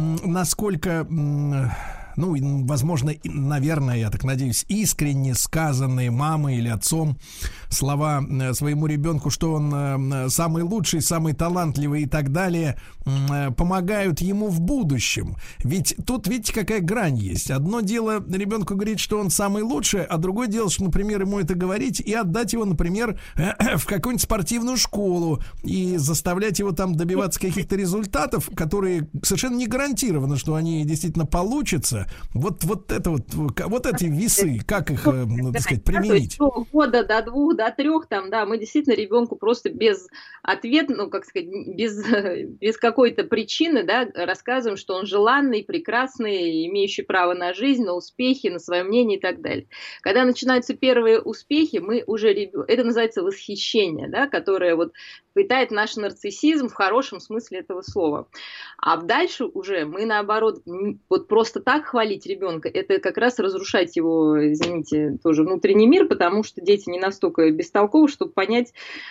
ну, возможно, наверное, я так надеюсь, искренне сказанные мамой или отцом слова своему ребенку, что он самый лучший, самый талантливый и так далее, помогают ему в будущем. Ведь тут, видите, какая грань есть. Одно дело ребенку говорить, что он самый лучший, а другое дело, что, например, ему это говорить и отдать его, например, в какую-нибудь спортивную школу и заставлять его там добиваться каких-то результатов, которые совершенно не гарантировано, что они действительно получатся. Вот эти весы, как их, так сказать, применить? То есть, года до 2, до 3, там, да, мы действительно ребенку просто без ответа, ну, как сказать, без какой-то причины, да, рассказываем, что он желанный, прекрасный, имеющий право на жизнь, на успехи, на свое мнение и так далее. Когда начинаются первые успехи, мы уже это называется восхищение, да, которое вот питает наш нарциссизм в хорошем смысле этого слова. А дальше уже мы, наоборот, вот просто так хвалить ребенка, это как раз разрушать его, извините, тоже внутренний мир, потому что дети не настолько бестолковы, чтобы понять,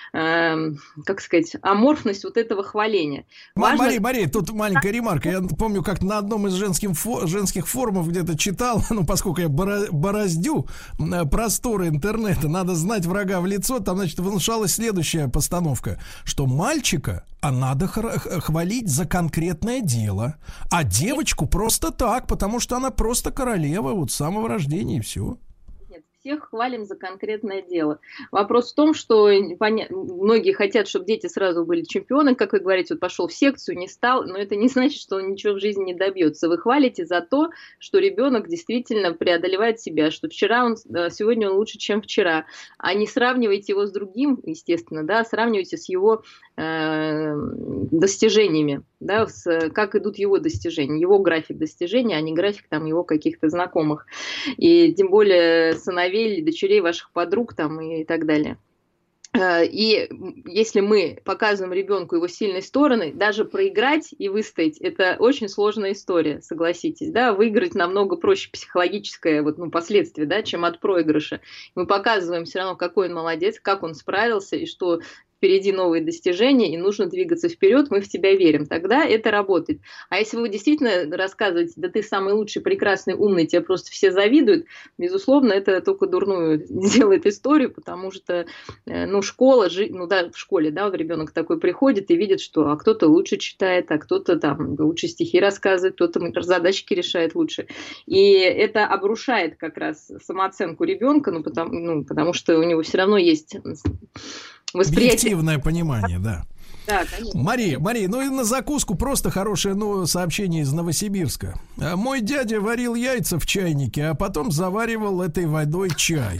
как сказать, аморфность вот этого хваления. Мария, тут маленькая ремарка. Я помню, как на одном из женских форумов где-то читал, ну, поскольку я бороздю просторы интернета, надо знать врага в лицо, там, значит, внушалась следующая постановка, что мальчика надо хвалить за конкретное дело, а девочку просто так, потому что она просто королева вот с самого рождения, и все. Всех хвалим за конкретное дело. Вопрос в том, что многие хотят, чтобы дети сразу были чемпионы, как вы говорите, вот пошел в секцию, не стал, но это не значит, что он ничего в жизни не добьется. Вы хвалите за то, что ребенок действительно преодолевает себя, что сегодня он лучше, чем вчера, а не сравнивайте его с другим, естественно, да, сравнивайте с его достижениями, да, как идут его достижения, его график достижений, а не график там его каких-то знакомых, и тем более сыновей или дочерей ваших подруг там и так далее. И если мы показываем ребенку его сильные стороны, даже проиграть и выстоять, это очень сложная история, согласитесь, да, выиграть намного проще психологическое последствие, да, чем от проигрыша. Мы показываем все равно, какой он молодец, как он справился и что впереди новые достижения, и нужно двигаться вперед, мы в тебя верим. Тогда это работает. А если вы действительно рассказываете, да ты самый лучший, прекрасный, умный, тебе просто все завидуют, безусловно, это только дурную делает историю, потому что, школа, в школе, да, вот ребенок такой приходит и видит, что кто-то лучше читает, а кто-то там лучше стихи рассказывает, кто-то задачки решает лучше. И это обрушает как раз самооценку ребенка, потому что у него все равно есть восприятие. Объективное понимание, да. Да, конечно. Мария, и на закуску просто хорошее сообщение из Новосибирска. Мой дядя варил яйца в чайнике, а потом заваривал этой водой чай.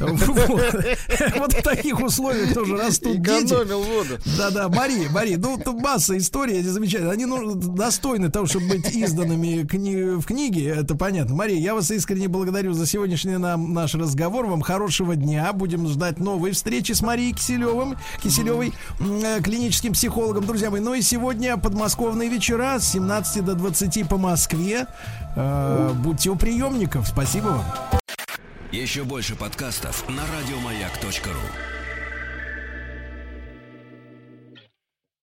Вот в таких условиях тоже растут дети. Экономил воду. Да, Мария, тут масса историй замечательных. Они достойны того, чтобы быть изданными в книге, это понятно. Мария, я вас искренне благодарю за сегодняшний наш разговор. Вам хорошего дня. Будем ждать новой встречи с Марией Киселевой, клиническим психологом, друзья мои. Ну и сегодня подмосковные вечера с 17 до 20 по Москве. Будьте у приемников. Спасибо вам. Еще больше подкастов на радиомаяк.ру.